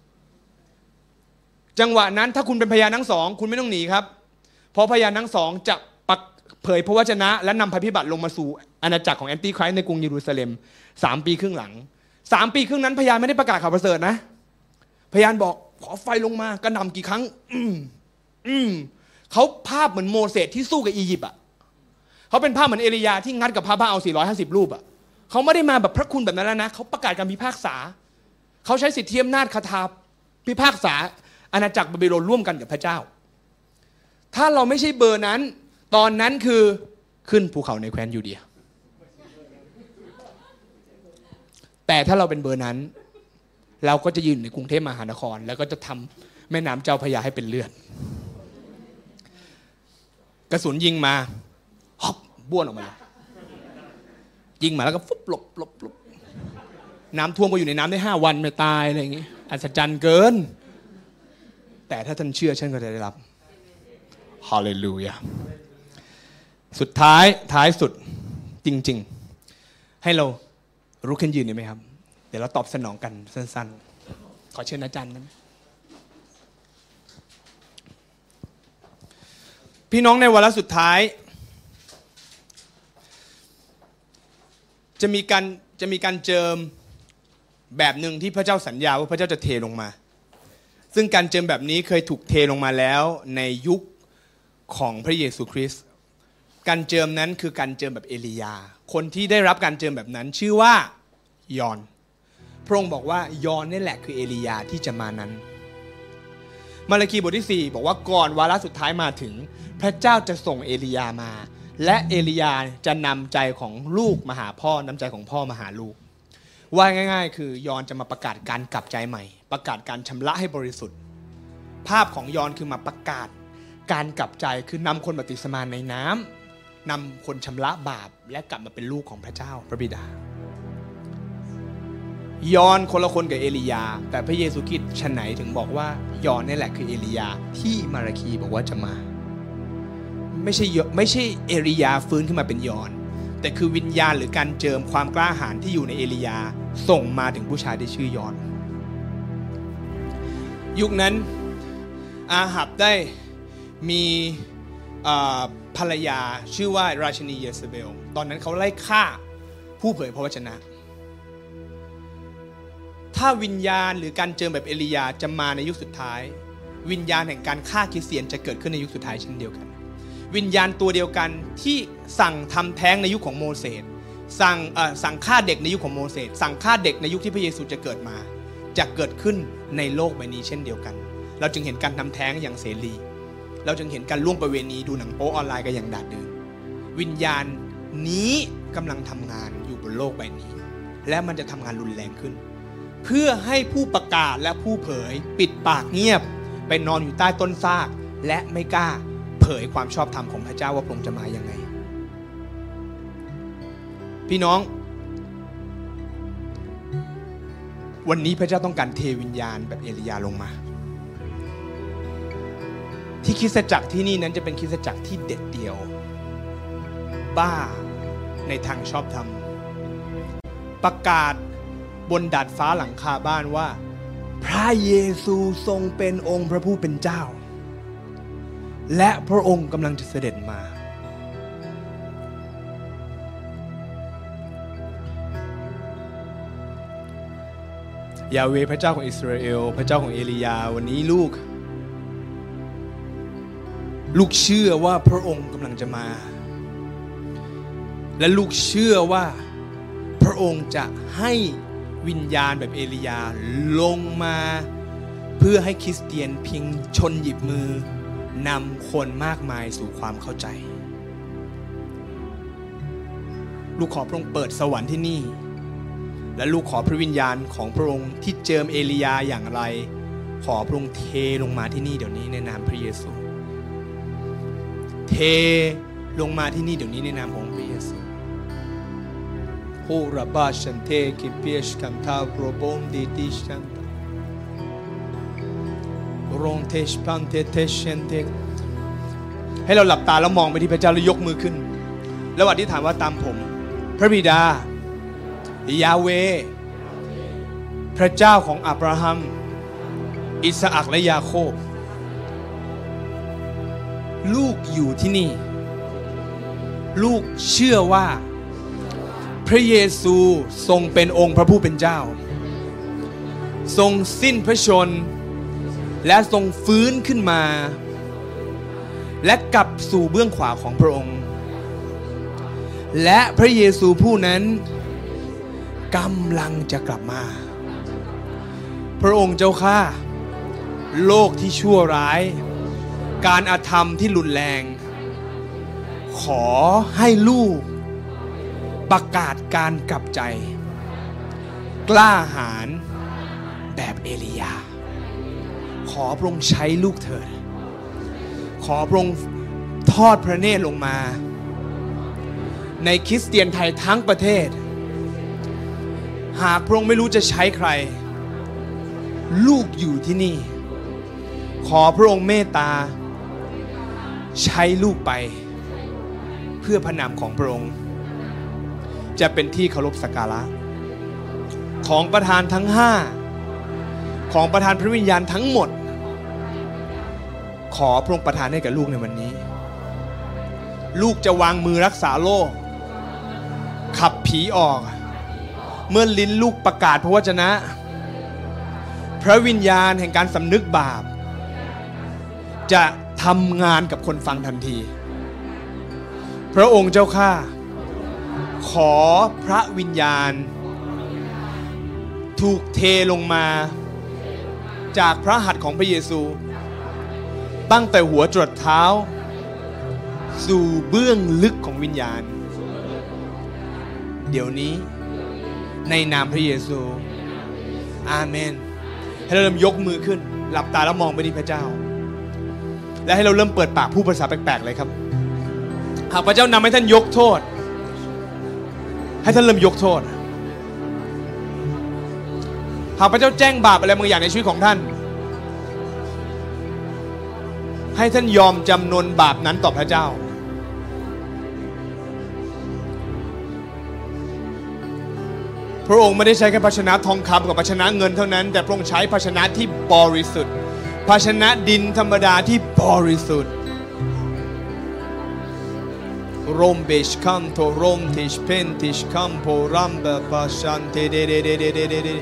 จังหวะนั้นถ้าคุณเป็นพยานทั้งสองคุณไม่ต้องหนีครับเพราะพยานทั้งสองจะเผยพระวจนะและนำภัยพิบัติลงมาสู่อาณาจักรของแอนตี้ไครสต์ในกรุงเยรูซาเล็มสามปีครึ่งหลังสามปีครึ่งนั้นพยานไม่ได้ประกาศข่าวประเสริฐนะพยานบอกขอไฟลงมากระหน่ำกี่ครั้งอืมอืมเขาภาพเหมือนโมเสสที่สู้กับอียิปต์อ่ะเขาเป็นภาพเหมือนเอลียาที่งัดกับพระบ้าเอาสี่ร้อยห้าสิบรูปอ่ะเขาไม่ได้มาแบบพระคุณแบบนั้นแล้วนะเขาประกาศการพิพากษาเขาใช้สิทธิอำนาจคาถาพิพากษาอาณาจักรบาบิโลนร่วมกันกับพระเจ้าถ้าเราไม่ใช่เบอร์นั้นตอนนั้นคือขึ้นภูเขาในแคว้นยูเดียแต่ถ้าเราเป็นเบอร์นั้นเราก็จะยืนในกรุงเทพมหานครแล้วก็จะทำแม่น้ำเจ้าพระยาให้เป็นเลือดกระสุนยิงมาฮอบบ้วนออกมายิงมาแล้วก็ฟุบหลบหลบหลบน้ำท่วมก็อยู่ในน้ำได้ห้าวันไม่ตายอะไรอย่างงี้อัศจรรย์เกินแต่ถ้าท่านเชื่อฉันก็จะได้รับฮาเลลูยาสุดท้ายท้ายสุดจริงๆให้เราลุกขึ้นยืนได้ไหมครับเดี๋ยวเราตอบสนองกันสั้นๆขอเชิญอาจารย์นะพี่น้องในวาระสุดท้ายจะมีการจะมีการเจิมแบบหนึ่งที่พระเจ้าสัญญาว่าพระเจ้าจะเทลงมาซึ่งการเจิมแบบนี้เคยถูกเทลงมาแล้วในยุคของพระเยซูคริสต์การเจิมนั้นคือการเจิมแบบเอลียาคนที่ได้รับการเจิมแบบนั้นชื่อว่ายอนพระองค์บอกว่ายอนนี่แหละคือเอลียาที่จะมานั้นมาระคีบทที่สี่บอกว่าก่อนวาระสุดท้ายมาถึงพระเจ้าจะส่งเอลียามาและเอลียาจะนำใจของลูกมาหาพ่อนำใจของพ่อมาหาลูกว่าง่ายๆคือยอนจะมาประกาศการกลับใจใหม่ประกาศการชำระให้บริสุทธิ์ภาพของยอนคือมาประกาศการกลับใจคือนำคนบัพติศมาในน้ำนำคนชำระบาปและกลับมาเป็นลูกของพระเจ้าพระบิดายอนคนละคนกับเอลียาแต่พระเยซูคริสต์ฉะไหนถึงบอกว่ายอนนี่แหละคือเอลียาที่มาราคีบอกว่าจะมาไม่ใช่ไม่ใช่เอลียาฟื้นขึ้นมาเป็นยอนแต่คือวิญญาณหรือการเจิมความกล้าหาญที่อยู่ในเอลียาส่งมาถึงผู้ชายที่ชื่อยอนยุคนั้นอาหับได้มีภรรยาชื่อว่าราชินีเยเซเบลตอนนั้นเขาไล่ฆ่าผู้เผยพระวจนะถ้าวิญญาณหรือการเจิมแบบเอลียาจะมาในยุคสุดท้ายวิญญาณแห่งการฆ่าคริสเตียนจะเกิดขึ้นในยุคสุดท้ายเช่นเดียวกันวิญญาณตัวเดียวกันที่สั่งทำแท้งในยุคของโมเสสสั่งสั่งฆ่าเด็กในยุคของโมเสสสั่งฆ่าเด็กในยุคที่พระเยซูจะเกิดมาจะเกิดขึ้นในโลกใบนี้เช่นเดียวกันเราจึงเห็นการทำแท้งอย่างเสรีเราจึงเห็นการล่วงประเวณีดูหนังโป๊ออนไลน์กันอย่างดาดดื่นวิญญาณนี้กำลังทำงานอยู่บนโลกใบนี้และมันจะทำงานรุนแรงขึ้นเพื่อให้ผู้ประกาศและผู้เผยปิดปากเงียบไปนอนอยู่ใต้ต้นซากและไม่กล้าเผยความชอบธรรมของพระเจ้าว่าพระองค์จะมายังไงพี่น้องวันนี้พระเจ้าต้องการเทวิญญาณแบบเอลียาลงมาที่คริสตจักรที่นี่นั้นจะเป็นคริสตจักรที่เด็ดเดี่ยวบ้าในทางชอบธรรมประกาศบนดาดฟ้าหลังคาบ้านว่าพระเยซูทรงเป็นองค์พระผู้เป็นเจ้าและพระองค์กำลังจะเสด็จมายาเวห์พระเจ้าของอิสราเอลพระเจ้าของเอลียาวันนี้ลูกลูกเชื่อว่าพระองค์กำลังจะมาและลูกเชื่อว่าพระองค์จะให้วิญญาณแบบเอลียาลงมาเพื่อให้คริสเตียนเพียงชนหยิบมือนำคนมากมายสู่ความเข้าใจลูกขอพระองค์เปิดสวรรค์ที่นี่และลูกขอพระวิญญาณของพระองค์ที่เจิมเอลียาอย่างไรขอพระองค์เทลงมาที่นี่เดี๋ยวนี้ในนามพระเยซูเทลงมาที่นี่เดี๋ยวนี้ในนามของพระเยซูโฮราบาชันเทกิเปียชกันทาโปรบงดีดิชันโรงเทชปันเทเทเชนเทให้เราหลับตาแล้วมองไปที่พระเจ้าแล้วยกมือขึ้นแล้วอธิษฐานว่าตามผมพระบิดายาเวห์พระเจ้าของอับราฮัมอิสอัคและยาโคบลูกอยู่ที่นี่ลูกเชื่อว่าพระเยซูทรงเป็นองค์พระผู้เป็นเจ้าทรงสิ้นพระชนม์และทรงฟื้นขึ้นมาและกลับสู่เบื้องขวาของพระองค์และพระเยซูผู้นั้นกำลังจะกลับมาพระองค์เจ้าข้าโลกที่ชั่วร้ายการอาธรรมที่รุนแรงขอให้ลูกประกาศการกลับใจกล้าหาญแบบเอลียาขอพระองค์ใช้ลูกเถิดขอพระองค์ทอดพระเนตรลงมาในคริสเตียนไทยทั้งประเทศหากพระองค์ไม่รู้จะใช้ใครลูกอยู่ที่นี่ขอพระองค์เมตตาใช้ลูกไปเพื่อพระนามของพระองค์จะเป็นที่เคารพสักการะของประธานทั้งห้าของประธานพระวิญญาณทั้งหมดขอพระองค์ประทานให้กับลูกในวันนี้ลูกจะวางมือรักษาโรคขับผีผีออกเมื่อลิ้นลูกประกาศพระวจนะพระวิญญาณแห่งการสำนึกบาปจะทำงานกับคนฟังทันทีพระองค์เจ้าข้าขอพระวิญญาณถูกเทลงมาจากพระหัตถ์ของพระเยซูตั้งแต่หัวจรดเท้าสู่เบื้องลึกของวิญญาณเดี๋ยวนี้ในนามพระเยซูอาเมนให้เราเริ่มยกมือขึ้นหลับตาแล้วมองไปที่พระเจ้าและให้เราเริ่มเปิดปากพูดภาษาแปลกๆเลยครับหากพระเจ้านำให้ท่านยกโทษให้ท่านเริ่มยกโทษหากพระเจ้าแจ้งบาปอะไรบางอย่างในชีวิตของท่านให้ท่านยอมจำนนบาปนั้นต่อพระเจ้าพระองค์ไม่ได้ใช้แค่ภาชนะทองคำกับภาชนะเงินเท่านั้นแต่พระองค์ใช้ภาชนะที่บริสุทธิ์ภาชนะดินธรรมดาที่บริสุทธิ์โรมเบชคันโทโรมติชเพนติชคัมโพรัมเบปาชันเตเดเดเดเดเดเดเด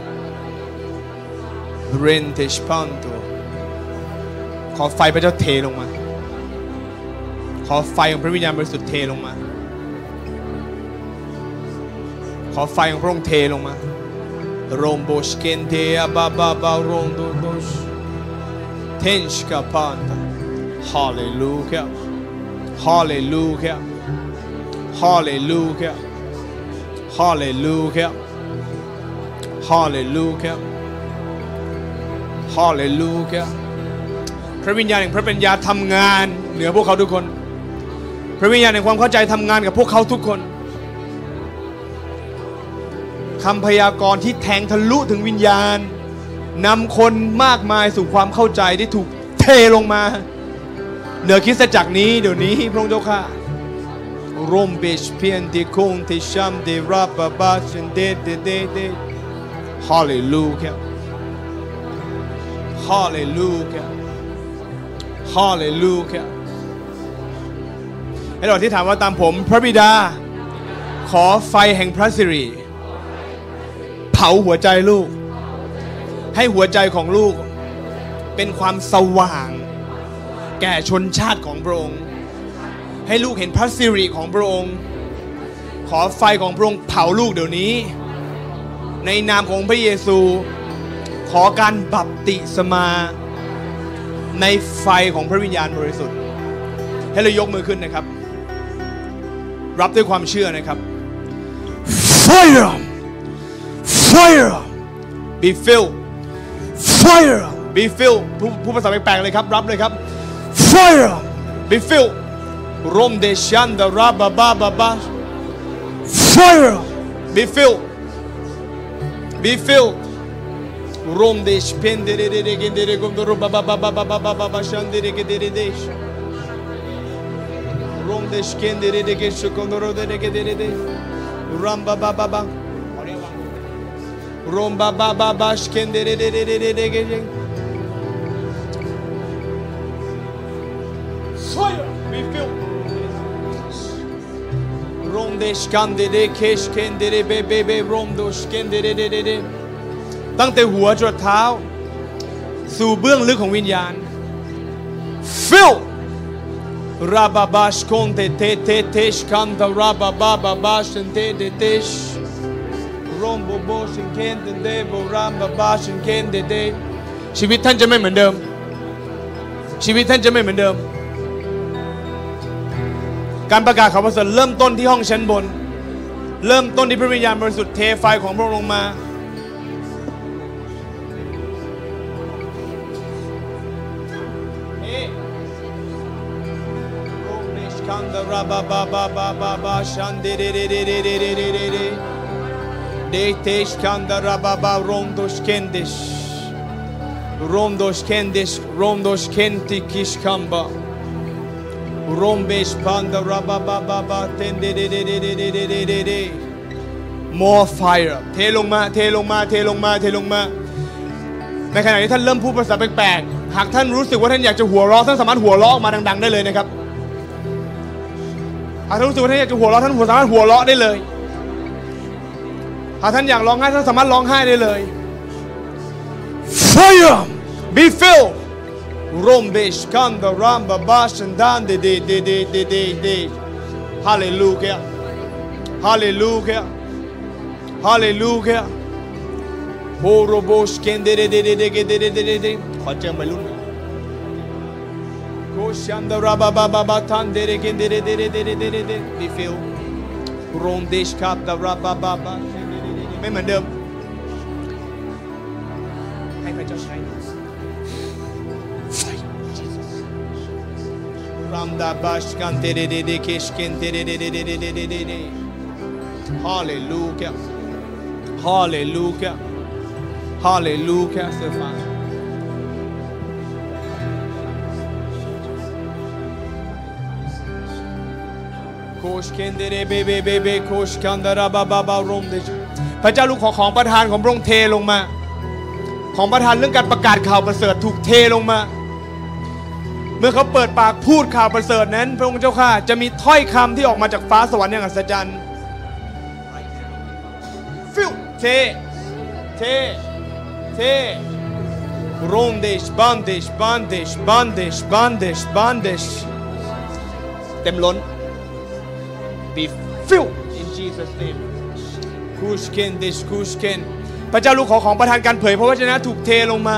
เรนติชพันโตขอไฟพระเจ้าเทลงมาขอไฟของพระวิญญาณบริสุทธิ์เทลงมาขอไฟของพระองค์เทลงมาโรมโบชเกนเทอาบาบาบาโรมโดโดชเทนชกาปันตาฮาเลลูยาฮาเลลูยาฮาเลลูยาฮาเลลูยาฮาเลลูยาฮาเลลูยาพระวิญญาณแห่งพระปัญญาทำงานเหนือพวกเขาทุกคนพระวิญญาณแห่งความเข้าใจทำงานกับพวกเขาทุกคนคำพยากรณ์ที่แทงทะลุถึงวิญญาณนำคนมากมายสู่ความเข้าใจได้ถูกเทลงมาเหนือคริสตจักรนี้เดี๋ยวนี้พระองค์เจ้าข้าโรมเบชเพียนติคงติชัมเดราบาบาชันเดเดเดเดฮาเลลูยาฮาเลลูยาฮาเลลูยาให้เราที่ถามว่าตามผมพระบิดาขอไฟแห่งพระสิริเผาหัวใจลูกให้หัวใจของลูกเป็นความสว่างแก่ชนชาติของพระองค์ให้ลูกเห็นพระสิริของพระองค์ขอไฟของพระองค์เผาลูกเดี๋ยวนี้ในนามของพระเยซูขอการบัพติศมาในไฟของพระวิญญาณบริสุทธิ์ให้เรายกมือขึ้นนะครับรับด้วยความเชื่อนะครับ Fire Fire Be filled Fire Be filled ผู้ภาษาแปลกๆเลยครับรับเลยครับ Fire Be filled โรมเดชันดาราบาบาบาบา Fire Be filled Be filled โรมเดชเพนเดเดเดเดเดเดกมโดรบาบาบาบาบาบาบาบาบาชันเดเดเดเดเดโรมเดชเคนเดเดเดเกชกมโดโรเดเดเดเดเดรัมบาบาบาบาโรมบาบาบาบาชเคนเดเดเดเดเดเดเดเกเจFire Be filled โรมเดชกันเดเดเคชเคนเดเดเบเบเบโรมโดชเคนเดเดเดเดเดตั้งแต่หัวจรดเท้าสู่เบื้องลึกของวิญญาณ Fill ราบาบาชคอนเตเตเตเตชคันตาราบาบาบาบาชันเตเดเตชโรมโบโบชันเคนเดเดโบรามบาบาชันเคนเดเดชีวิตท่านจะไม่เหมือนเดิมชีวิตท่านจะไม่เหมือนเดิมการประกาศข่าวประเสริฐเริ่มต้นที่ห้องชั้นบนเริ่มต้นที่พระวิญญาณบริสุทธิ์เทไฟของพระองค์ลงมาคันดาราบาบาบาบาบาบาชันเดเดเดเดเดเดเดเดเดเดเดเตชคันดาราบาบาโรมโดชเคนเดชโรมโดชเคนเดชโรมโดชเคนติคิชคัมบาโรมเบชพันดาราบาบาบาบาเทนเดเดเดเดเดเดเดเดเดเด more fire เทลงมาเทลงมาเทลงมาเทลงมาในขณะที่ท่านเริ่มพูดภาษาแปลกๆหากท่านรู้สึกว่าท่านอยากจะหัวเราะท่านสามารถหัวเราะออกมาดังๆได้เลยนะครับหากท่านรู้สึกว่าท่านอยากจะหัวเราะท่านสามารถหัวเราะได้เลยหากท่านอยากร้องไห้ท่านสามารถร้องไห้ได้เลย Fire be filled Rombish kanda ramba bashan dan de de de de de de de Hallelujah Hallelujah Hallelujah Horobosh kende de de de de de de de de ขอเจิมวัยรุ่นโคชันดาราบาบาบาบาทันเดเรกินเดเรเดเรเดเรเดเรเดบีฟิลโรมเดชคับดาราบาบาบาไม่เหมือนเดิมให้พระเจ้าใช้รัมดาบาชกันเดเรเดเดเคชกันเดเรเดเดเดเดเดเดเดฮาเลลูยาฮาเลลูยาฮาเลลูยาเซฟานโคชเคนเดเรเบเบเบเบโคชกันดาราบาบาบารมเดชพระเจ้าลูกขอของประทานของพระองค์เทลงมาของประทานเรื่องการประกาศข่าวประเสริฐถูกเทลงมาเมื่อเขาเปิดปากพูดข่าวประเสริฐนั้นพระองค์เจ้าข้าจะมีถ้อยคำที่ออกมาจากฟ้าสวรรค์อย่างอัศจรรย์ฟิวเทเทเทโรมเดชบันเดชบันเดชบันเดชบันเดชบันเดชเต็มล้นbe filled in Jesus name คูชเคนเดชคูชเคนพระเจ้าลูกขอของประทานการเผยพระวจนะถูกเทลงมา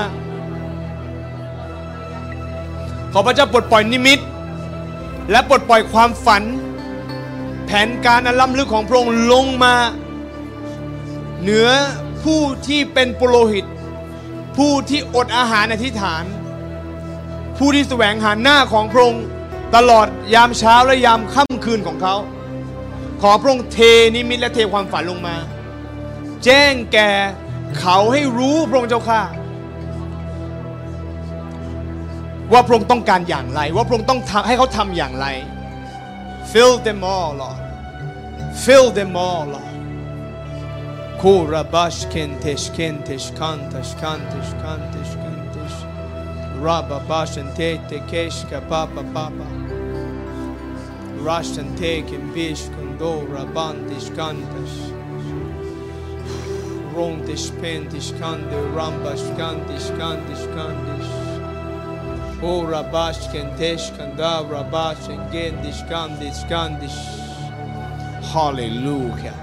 ขอพระเจ้าปลดปล่อยนิมิตและปลดปล่อยความฝันแผนการอันล้ำลึกของพระองค์ลงมาเหนือผู้ที่เป็นปุโรหิตผู้ที่อดอาหารอธิษฐานผู้ที่แสวงหาหน้าของพระองค์ตลอดยามเช้าและยามค่ำคืนของเขาขอพระองค์เทนิมิตและเทความฝันลงมาแจ้งแก่เขาให้รู้พระองค์เจ้าข้าว่าพระองค์ต้องการอย่างไรว่าพระองค์ต้องให้เขาทำอย่างไร Fill them all Lord Fill them all Lord คูราบัชเคนเทชเคนเทชคันเทชคันเทชคันเทชคันเทชราบาบัชเทเตเคชกะปาปาปาปาRussian taken fish condora bandish cantas Rondish pentish cande rambash candish candish candish Ora bash kentesh kandavra bash and gendish candish candish Hallelujah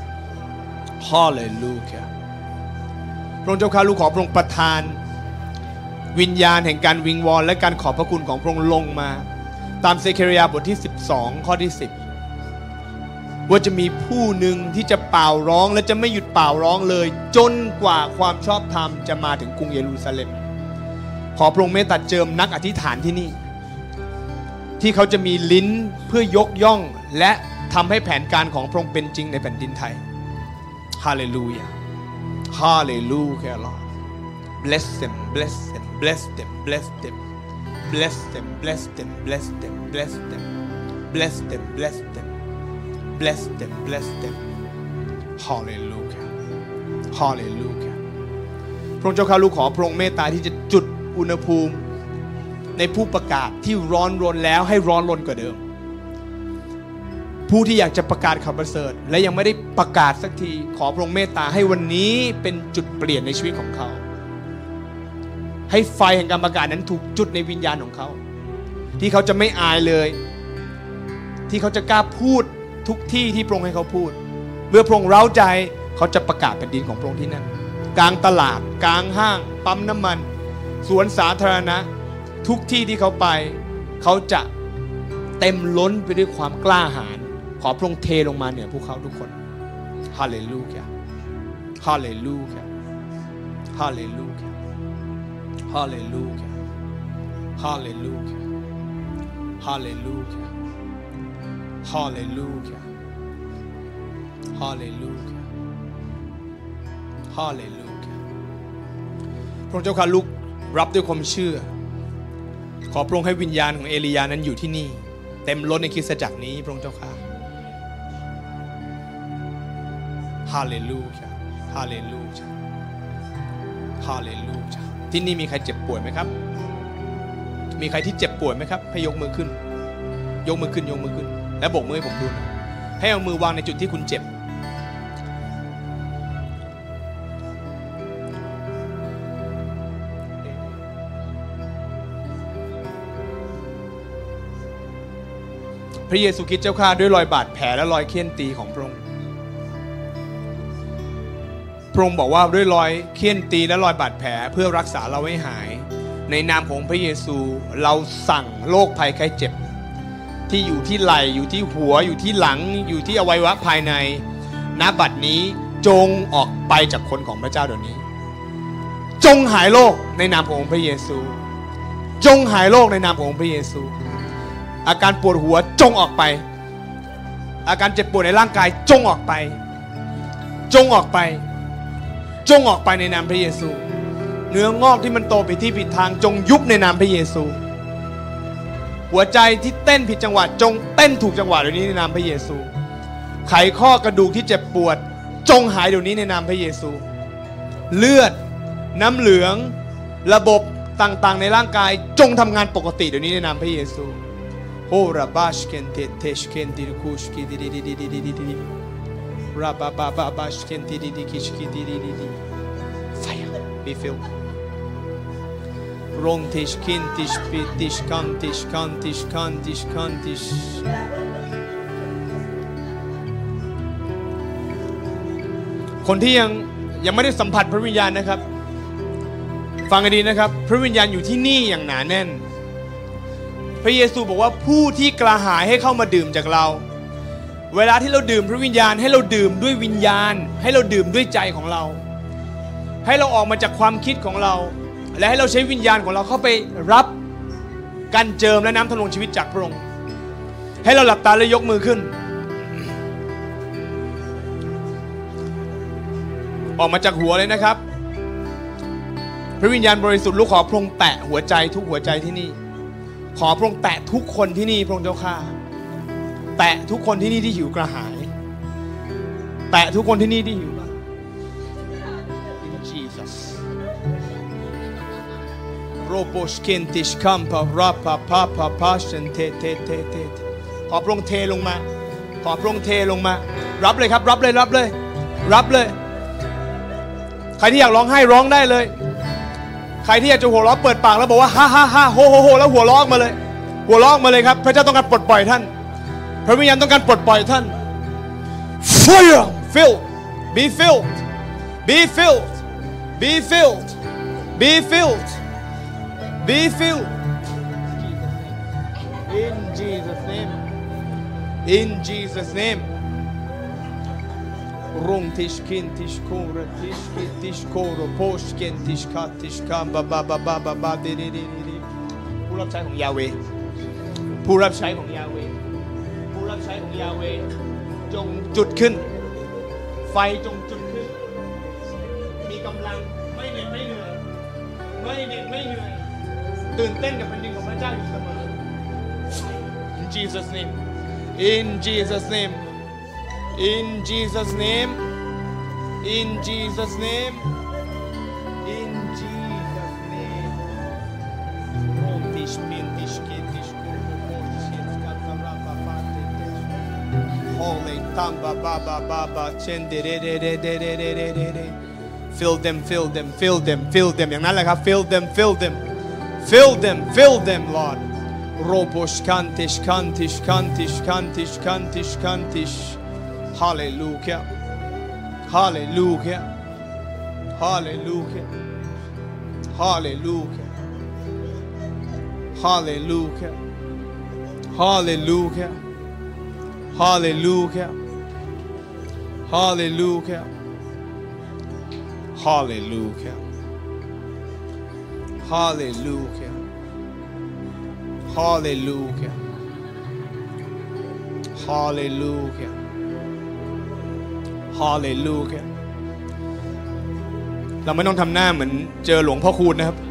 Hallelujah พระองค์เจ้าข้าลูกขอพระองค์ประทานวิญญาณแห่งการวิงวอนและการขอบพระคุณของพระองค์ลงมาตามเซเครียาบทที่สิบสองข้อที่สิบว่าจะมีผู้หนึ่งที่จะเป่าร้องและจะไม่หยุดเป่าร้องเลยจนกว่าความชอบธรรมจะมาถึงกรุงเยรูซาเล็มขอพระองค์เมตตาเจิมนักอธิษฐานที่นี่ที่เขาจะมีลิ้นเพื่อยกย่องและทำให้แผนการของพระองค์เป็นจริงในแผ่นดินไทยฮาเลลูยาฮาเลลูยา Lord bless them bless them bless them bless them Bless them, bless them, bless them, bless them, bless them, bless them, bless them, bless them. Hallelujah, Hallelujah. พระองค์เจ้าข้าลูกขอพระองค์เมตตาที่จะจุดอุณหภูมิในผู้ประกาศที่ร้อนรนแล้วให้ร้อนรนกว่าเดิมผู้ที่อยากจะประกาศข่าวประเสริฐและยังไม่ได้ประกาศสักทีขอพระองค์เมตตาให้วันนี้เป็นจุดเปลี่ยนในชีวิตของเขาให้ไฟแห่งการประกาศนั้นถูกจุดในวิญญาณของเขาที่เขาจะไม่อายเลยที่เขาจะกล้าพูดทุกที่ที่พระองค์ให้เขาพูดเมื่อพระองค์เร้าใจเขาจะประกาศแผ่นดินของพระองค์ที่นั่นกลางตลาดกลางห้างปั๊มน้ำมันสวนสาธารณะทุกที่ที่เขาไปเขาจะเต็มล้นไปด้วยความกล้าหาญขอพระองค์เทลงมาเหนือพวกเขาทุกคนฮาเลลูยาฮาเลลูยาฮาเลลูยาHallelujah. Hallelujah. Hallelujah. Hallelujah. Hallelujah. Hallelujah. พระเจ้าข้าลุกรับด้วยความเชื่อขอพระองค์ให้วิญญาณของเอลียานั้นอยู่ที่นี่เต็มล้นในคริสตจักรนี้พระองค์เจ้าข้า Hallelujah. Hallelujah. Hallelujah.ที่นี่มีใครเจ็บป่วยไหมครับมีใครที่เจ็บป่วยไหมครับให้ยกมือขึ้นยกมือขึ้นยกมือขึ้นและโบกมือให้ผมดูนะให้เอามือวางในจุดที่คุณเจ็บพระเยซูคริสต์เจ้าข้าด้วยรอยบาดแผลและรอยเฆี่ยนตีของพระองค์พระองค์บอกว่าด้วยรอยเฆี่ยนตีและรอยบาดแผลเพื่อรักษาเราให้หายในนามของพระเยซูเราสั่งโรคภัยไข้เจ็บที่อยู่ที่ไหล่อยู่ที่หัวอยู่ที่หลังอยู่ที่อวัยวะภายในณบัดนี้จงออกไปจากคนของพระเจ้าเดี๋ยวนี้จงหายโรคในนามของพระเยซูจงหายโรคในนามของพระเยซูอาการปวดหัวจงออกไปอาการเจ็บปวดในร่างกายจงออกไปจงออกไปจงออกไปในนามพระเยซูเนื้องอกที่มันโตไปที่ผิดทางจงยุบในนามพระเยซูหัวใจที่เต้นผิดจังหวะจงเต้นถูกจังหวะเดี๋ยวนี้ในนามพระเยซูไขข้อกระดูกที่เจ็บปวดจงหายเดี๋ยวนี้ในนามพระเยซูเลือดน้ำเหลืองระบบต่างๆในร่างกายจงทำงานปกติเดี๋ยวนี้ในนามพระเยซูโฮราบาชเคนเตเทชเคนดิคูชกิดิดิดิดิดิดิดิดิราบาบาบาบาชเคนดิดิดิคิชกิดิดิดิดิ Fire be filled รงทิชคินทิชปิติชคันทิชคันทิชคันทิชคันทิชคนที่ยังยังไม่ได้สัมผัสพระวิญญาณนะครับฟังให้ดีนะครับพระวิญญาณอยู่ที่นี่อย่างหนาแน่นพระเยซูบอกว่าผู้ที่กระหายให้เข้ามาดื่มจากเราเวลาที่เราดื่มพระวิญญาณให้เราดื่มด้วยวิญญาณให้เราดื่มด้วยใจของเราให้เราออกมาจากความคิดของเราและให้เราใช้วิญญาณของเราเข้าไปรับการเจิมและน้ำทะลวงชีวิตจากพระองค์ให้เราหลับตาและยกมือขึ้นออกมาจากหัวเลยนะครับพระวิญญาณบริสุทธิ์ลูกขอพระองค์แตะหัวใจทุกหัวใจที่นี่ขอพระองค์แตะทุกคนที่นี่พระองค์เจ้าข้าแตะทุกคนที่นี่ที่หิวกระหายแตะทุกคนที่นี่ที่หิว Jesus โรโบสเคนติชคัมพาราปาปาปาปาชันเทเทเทเทขอพระองค์เทลงมาขอพระองค์เทลงมารับเลยครับรับเลยรับเลยรับเลยใครที่อยากร้องไห้ร้องได้เลยใครที่อยากจะหัวเราะเปิดปากแล้วบอกว่าฮ่าฮ่าฮ่าโฮโฮโฮแล้วหัวเราะมาเลยหัวเราะมาเลยครับพระเจ้าต้องการปลดปล่อยท่านพระวิญญาณต้องการปลดปล่อยท่าน Fire fill be filled be filled be filled be filled be filled in Jesus name in Jesus nameรงทิชคินทิชโครทิชคิทิชโครโพชเกนทิชคาทิชคามบาบาบาบาบาบาเดเดเดเดผู้รับใช้ของยาเวผู้รับใช้ของยาเวผู้รับใช้ของยาเวจงจุดขึ้นไฟจงจุดขึ้นมีกำลังไม่เหน็ดไม่เหนื่อยไม่เหน็ดไม่เหนื่อยตื่นเต้นกับแผ่นดินของพระเจ้าอยู่เสมอ In Jesus name In Jesus name In Jesus name In Jesus name In Jesus name Tish pin tish ki tish ku tish katara papa Holy tamba baba baba chende re re re re re re re re re Fill them fill them fill them fill them อย่างนั้นแหละครับ Fill them fill them Fill them fill them Lord Robosh kantish kantish kantish kantish kantish kantish Hallelujah. Hallelujah. Hallelujah. Hallelujah. Hallelujah. Hallelujah. Hallelujah. Hallelujah. Hallelujah. Hallelujah. Hallelujah. Hallelujah. Hallelujah เราไม่ต้องทำหน้าเหมือนเจอหลวงพ่อคูณนะครับ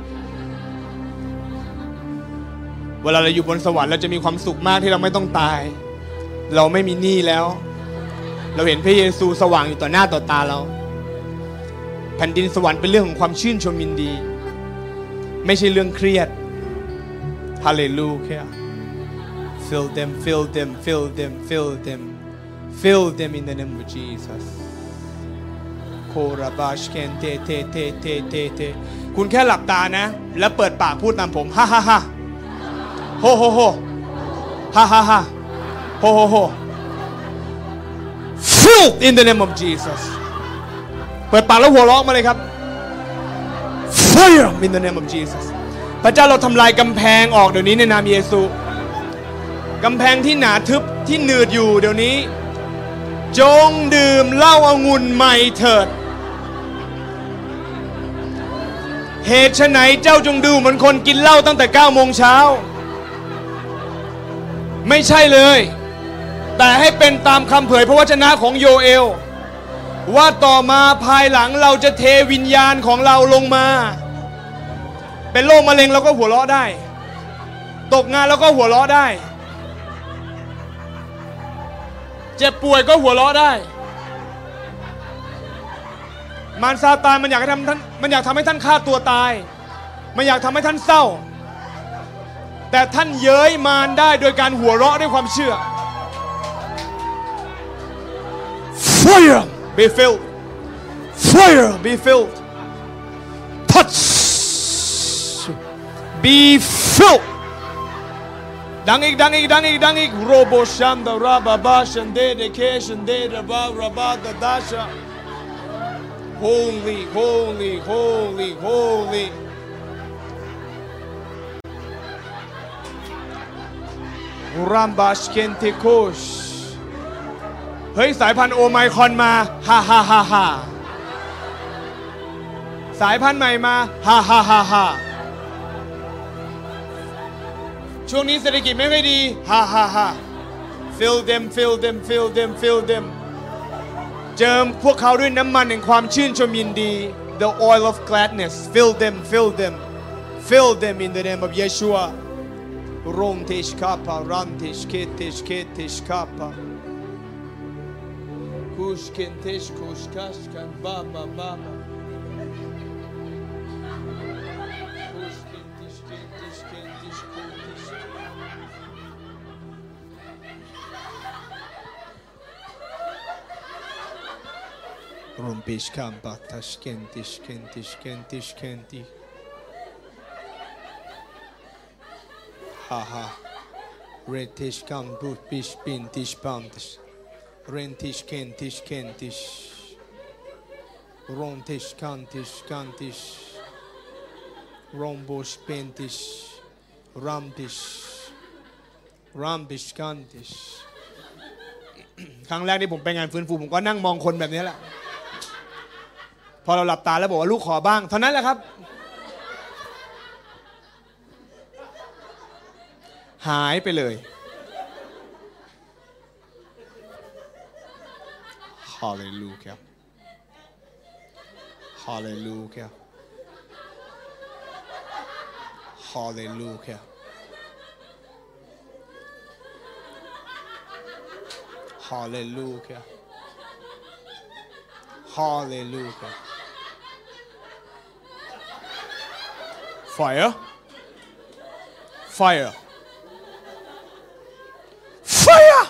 เวลาเราอยู่บนสวรรค์เราจะมีความสุขมากที่เราไม่ต้องตายเราไม่มีหนี้แล้วเราเห็นพระเยซูสว่างอยู่ต่อหน้าต่อตาเราแผ่นดินสวรรค์เป็นเรื่องของความชื่นชมยินดีไม่ใช่เรื่องเครียด Hallelujah Fill them fill them fill them fill them Fill them in the name of Jesus. โคราบาชเคนเทเทเทเทเทเทคุณแค่หลับตานะแล้วเปิดปากพูดตามผมฮ่าฮ่าฮ่าโฮโฮโฮฮ่าฮ่าฮ่า ho ho ho filled in the name of Jesus เปิดปากแล้วหัวเราะมาเลยครับ fire in the name of Jesus พระเจ้าเราทำลายกำแพงออกเดี๋ยวนี้ในนามเยซูกำแพงที่หนาทึบที่หนืดอยู่เดี๋ยวนี้จงดื่มเหล้าองุ่นใหม่เถิดเหตุไฉนเจ้าจงดูเหมือนคนกินเหล้าตั้งแต่เก้าโมงเช้าไม่ใช่เลยแต่ให้เป็นตามคำเผยพระวจนะของโยเอลว่าต่อมาภายหลังเราจะเทวิญญาณของเราลงมาเป็นโรคมะเร็งเราก็หัวเราะได้ตกงานเราก็หัวเราะได้เจ็บป่วยก็หัวเราะได้มารซาตานมันอยากให้ทำท่านมันอยากทำให้ท่านฆ่าตัวตายมันอยากทำให้ท่านเศร้าแต่ท่านเย้ยมารได้โดยการหัวเราะด้วยความเชื่อ Fire be filled Fire be filled Touch be filled ดังอีกดังอีกดังอีกดังอีกโรโบชันดาราบาบาชันเดเดเคชันเดราบาราบาดาดาชา Holy holy holy holyรัมบาชเคนเทโคชเฮ้ยสายพันธุ์โอไมครอนมาฮ่าฮ่าฮ่าฮ่าสายพันธุ์ใหม่มาฮ่าฮ่าฮ่าฮ่าช่วงนี้เศรษฐกิจไม่ค่อยดีฮ่าฮ่าฮ่า fill them fill them fill them fill them เจิมพวกเขาด้วยน้ำมันแห่งความชื่นชมยินดี the oil of gladness fill them fill them fill them in the name of Yeshua Rom tish kapa ram tish ket tish ket tish kapa kush ken tish kush kash kan baba baba kush ken tish ken tish ken tish kush Rom tish kapa tash ken tish ken tish ken tish ken tish Ha ha. Rentish kan but bish bin tish pantish. Rentish ken tish ken tish. Rontish kantish kantish. Rombosh pentish. Ramtish. Rambish kantish. ครั้งแรกที่ผมไปงานฟื้นฟูผมก็นั่งมองคนแบบนี้แหละพอเราหลับตาแล้วบอกว่าลูกขอบ้างเท่านั้นแหละครับหายไปเลยฮาเลลูยาฮาเลลูยาฮาเลลูยาฮาเลลูยาฮาเลลูยา Fire Fire Fire!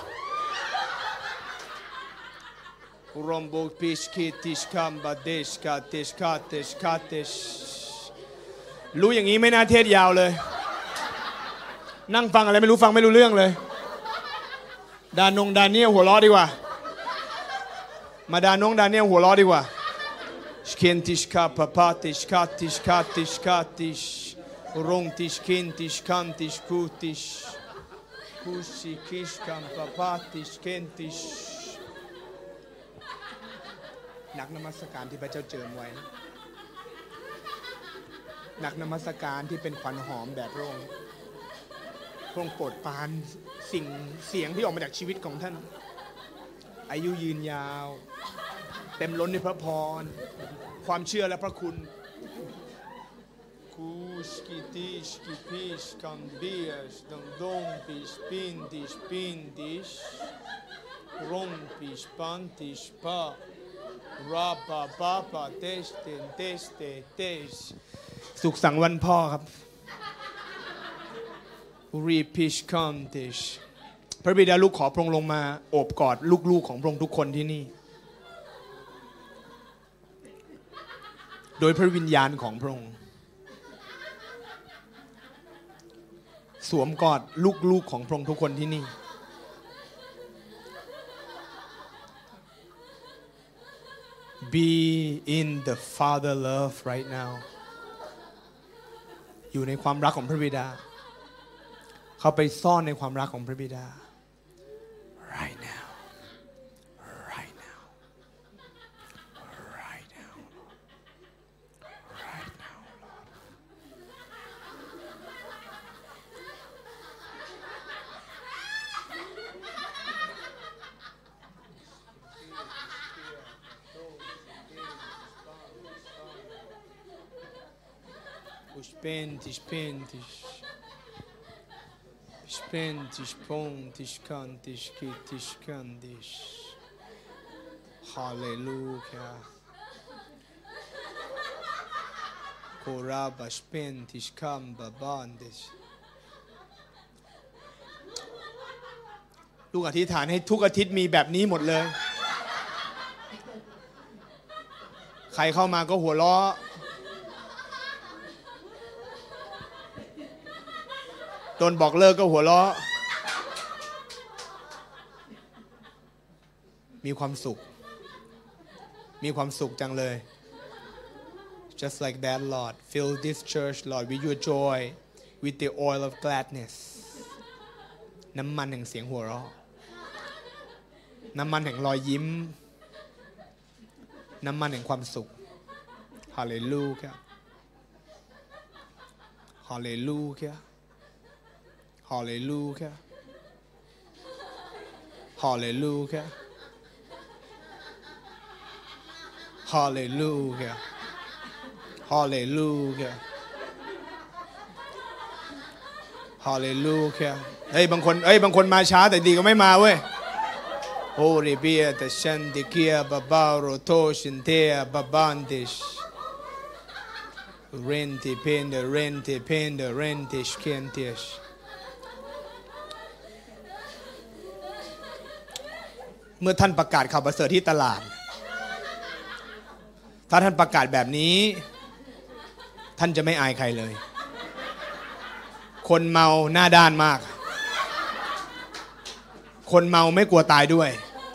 Rombo pishkitish kamba deshka deshka deshka desh รู้อย่างนี้ไม่น่าเทศยาวเลยนั่งฟังอะไรไม่รู้ฟังไม่รู้เรื่องเลยดานงดาเนียลหัวล้อดีกว่ามาดานงดาเนียลหัวล้อดีกว่า Shkentish kapa patish katish katish katish Rongtish kintish kantish kutish Kushi kish kam papatish kentish นักนมัสการที่พระเจ้าเจิมไว้นักนมัสการที่เป็นควันหอมแด่พระองค์พระองค์โปรดปรานสิ่งเสียงที่ออกมาจากชีวิตของท่านอายุยืนยาวเต็มล้นด้วยพระพรความเชื่อและพระคุณKushkitish kipish kambias dondom pish pindish pindish rompish pantish pa rapa papa teste teste tes สุขสังวันพ่อครับ Repish kantish พระบิดาลูกขอพระองค์ลงมาโอบกอดลูกๆของพระองค์ทุกคนที่นี่โดยพระวิญญาณของพระองค์สวมกอดลูกๆของพระองค์ทุกคนที่นี่ be in the Father love right now อยู่ในความรักของพระบิดาเข้าไปซ่อนในความรักของพระบิดา right now right now right now right now Os pentes, pentes, os pentes, pontes, cantes, quites, candes. Aleluia. Corabas, pentes, camba, bandes. ลูกอธิษฐานให้ทุกอาทิตย์มีแบบนี้หมดเลย ใครเข้ามาก็หัวเราะโดนบอกเลิกก็หัวเราะมีความสุขมีความสุขจังเลย just like that Lord fill this church Lord with your joy with the oil of gladness น้ำมันแห่งเสียงหัวเราะน้ำมันแห่งรอยยิ้มน้ำมันแห่งความสุขฮาเลลูยาฮาเลลูยาHallelujah. Hallelujah. Hallelujah. Hallelujah. Hallelujah. เฮ้ยบางคนเอ้ยบางคนมาช้าแต่ดีก็ไม่มาเว้ย Holy be the Shandikia Babaro Toshintea Babandish. Renti pende renti pende rentish kentishเมื่อท่านประกาศข่าวประเสริฐที่ตลาดถ้าท่านประกาศแบบนี้ท่านจะไม่อายใครเลยคนเมาหน้าด้านมากคนเมาไม่กลัวตายด้วย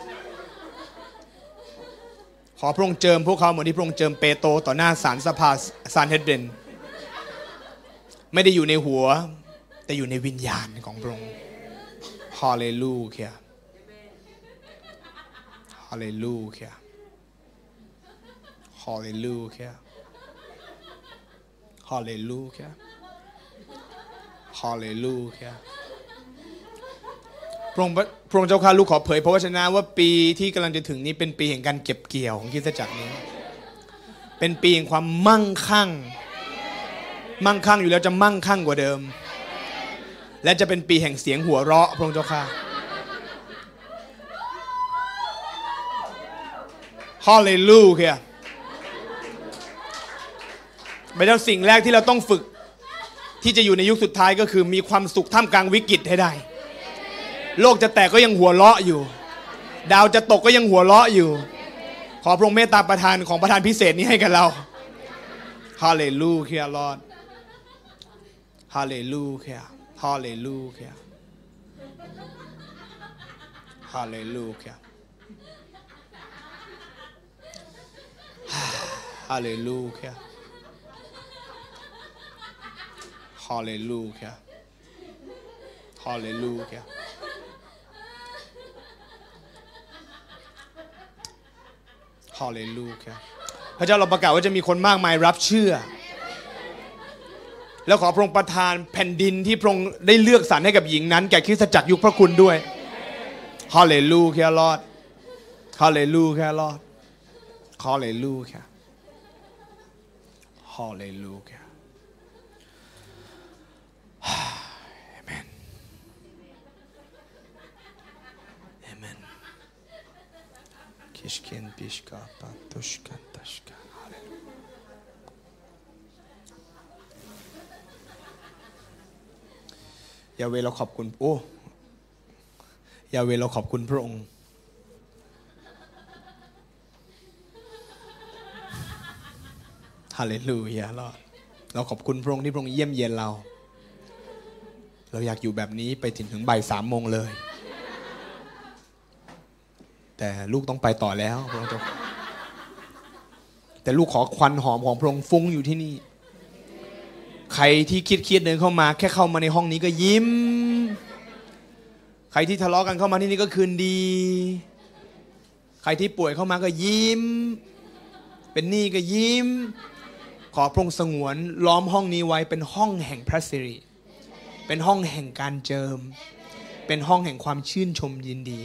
ขอพระองค์เจิมพวกเขาเหมือนที่พระองค์เจิมเปโตรต่อหน้าศาลสภาซานเฮดรินไม่ได้อยู่ในหัวแต่อยู่ในวิญญาณของพระองค์ฮาเลลูยาHallelujah. Hallelujah. Hallelujah. Hallelujah. พระองค์พระองค์เจ้าข้าลูกขอเผยพระวจนะว่าปีที่กำลังจะถึงนี้เป็นปีแห่งการเก็บเกี่ยวของคริสตจักรนี้เป็นปีแห่งความมั่งคั่งมั่งคั่งอยู่แล้วจะมั่งคั่งกว่าเดิมและจะเป็นปีแห่งเสียงหัวเราะพระองค์เจ้าข้าฮาเลลูยาไม่ต้องสิ่งแรกที่เราต้องฝึกที่จะอยู่ในยุคสุดท้ายก็คือมีความสุขท่ามกลางวิกฤตให้ได้โลกจะแตกก็ยังหัวเราะอยู่ดาวจะตกก็ยังหัวเราะอยู่ขอพระองค์เมตตาประทานของประทานพิเศษนี้ให้กับเราฮาเลลูยาลอร์ดฮาเลลูยาฮาเลลูยาฮาเลลูยาHallelujah. Hallelujah. Hallelujah. Hallelujah. พระเจ้าเราประกาศว่าจะมีคนมากมายรับเชื่อแล้วขอพระองค์ประทานแผ่นดินที่พระองค์ได้เลือกสรรให้กับหญิงนั้นแก่คริสตจักรยุคพระคุณด้วย Hallelujah Lord. Hallelujah Lord. Hallelujah. Hallelujah. Amen. Amen. Kishkin pishka patushka tashka. Hallelujah. ยาเวเราขอบคุณโอ้ยาเวเราขอบคุณพระองค์ฮาเลลูยาเราขอบคุณพระองค์ที่พระองค์เยี่ยมเยียนเราเราอยากอยู่แบบนี้ไปถึงถึงบ่ายสามโมงเลยแต่ลูกต้องไปต่อแล้วพระองค์เจ้าแต่ลูกขอควันหอมของพระองค์ฟุ้งอยู่ที่นี่ใครที่คิดเครียดเดินเข้ามาแค่เข้ามาในห้องนี้ก็ยิ้มใครที่ทะเลาะกันเข้ามาที่นี่ก็คืนดีใครที่ป่วยเข้ามาก็ยิ้มเป็นหนี้ก็ยิ้มขอพระองค์สงวนล้อมห้องนี้ไว้เป็นห้องแห่งพระสิริเป็นห้องแห่งการเจิมเป็นห้องแห่งความชื่นชมยินดี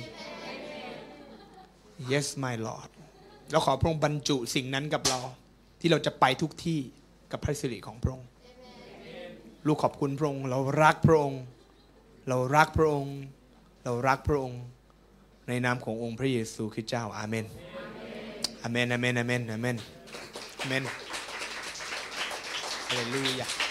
Yes my Lord แล้วขอพระองค์บรรจุสิ่งนั้นกับเราที่เราจะไปทุกที่กับพระสิริของพระองค์ลูกขอบคุณพระองค์เรารักพระองค์เรารักพระองค์เรารักพระองค์ในนามขององค์พระเยซูคริสต์เจ้าอาเมนอาเมนอาเมนอาเมนอาเมนอาเมนฮาเลลูยา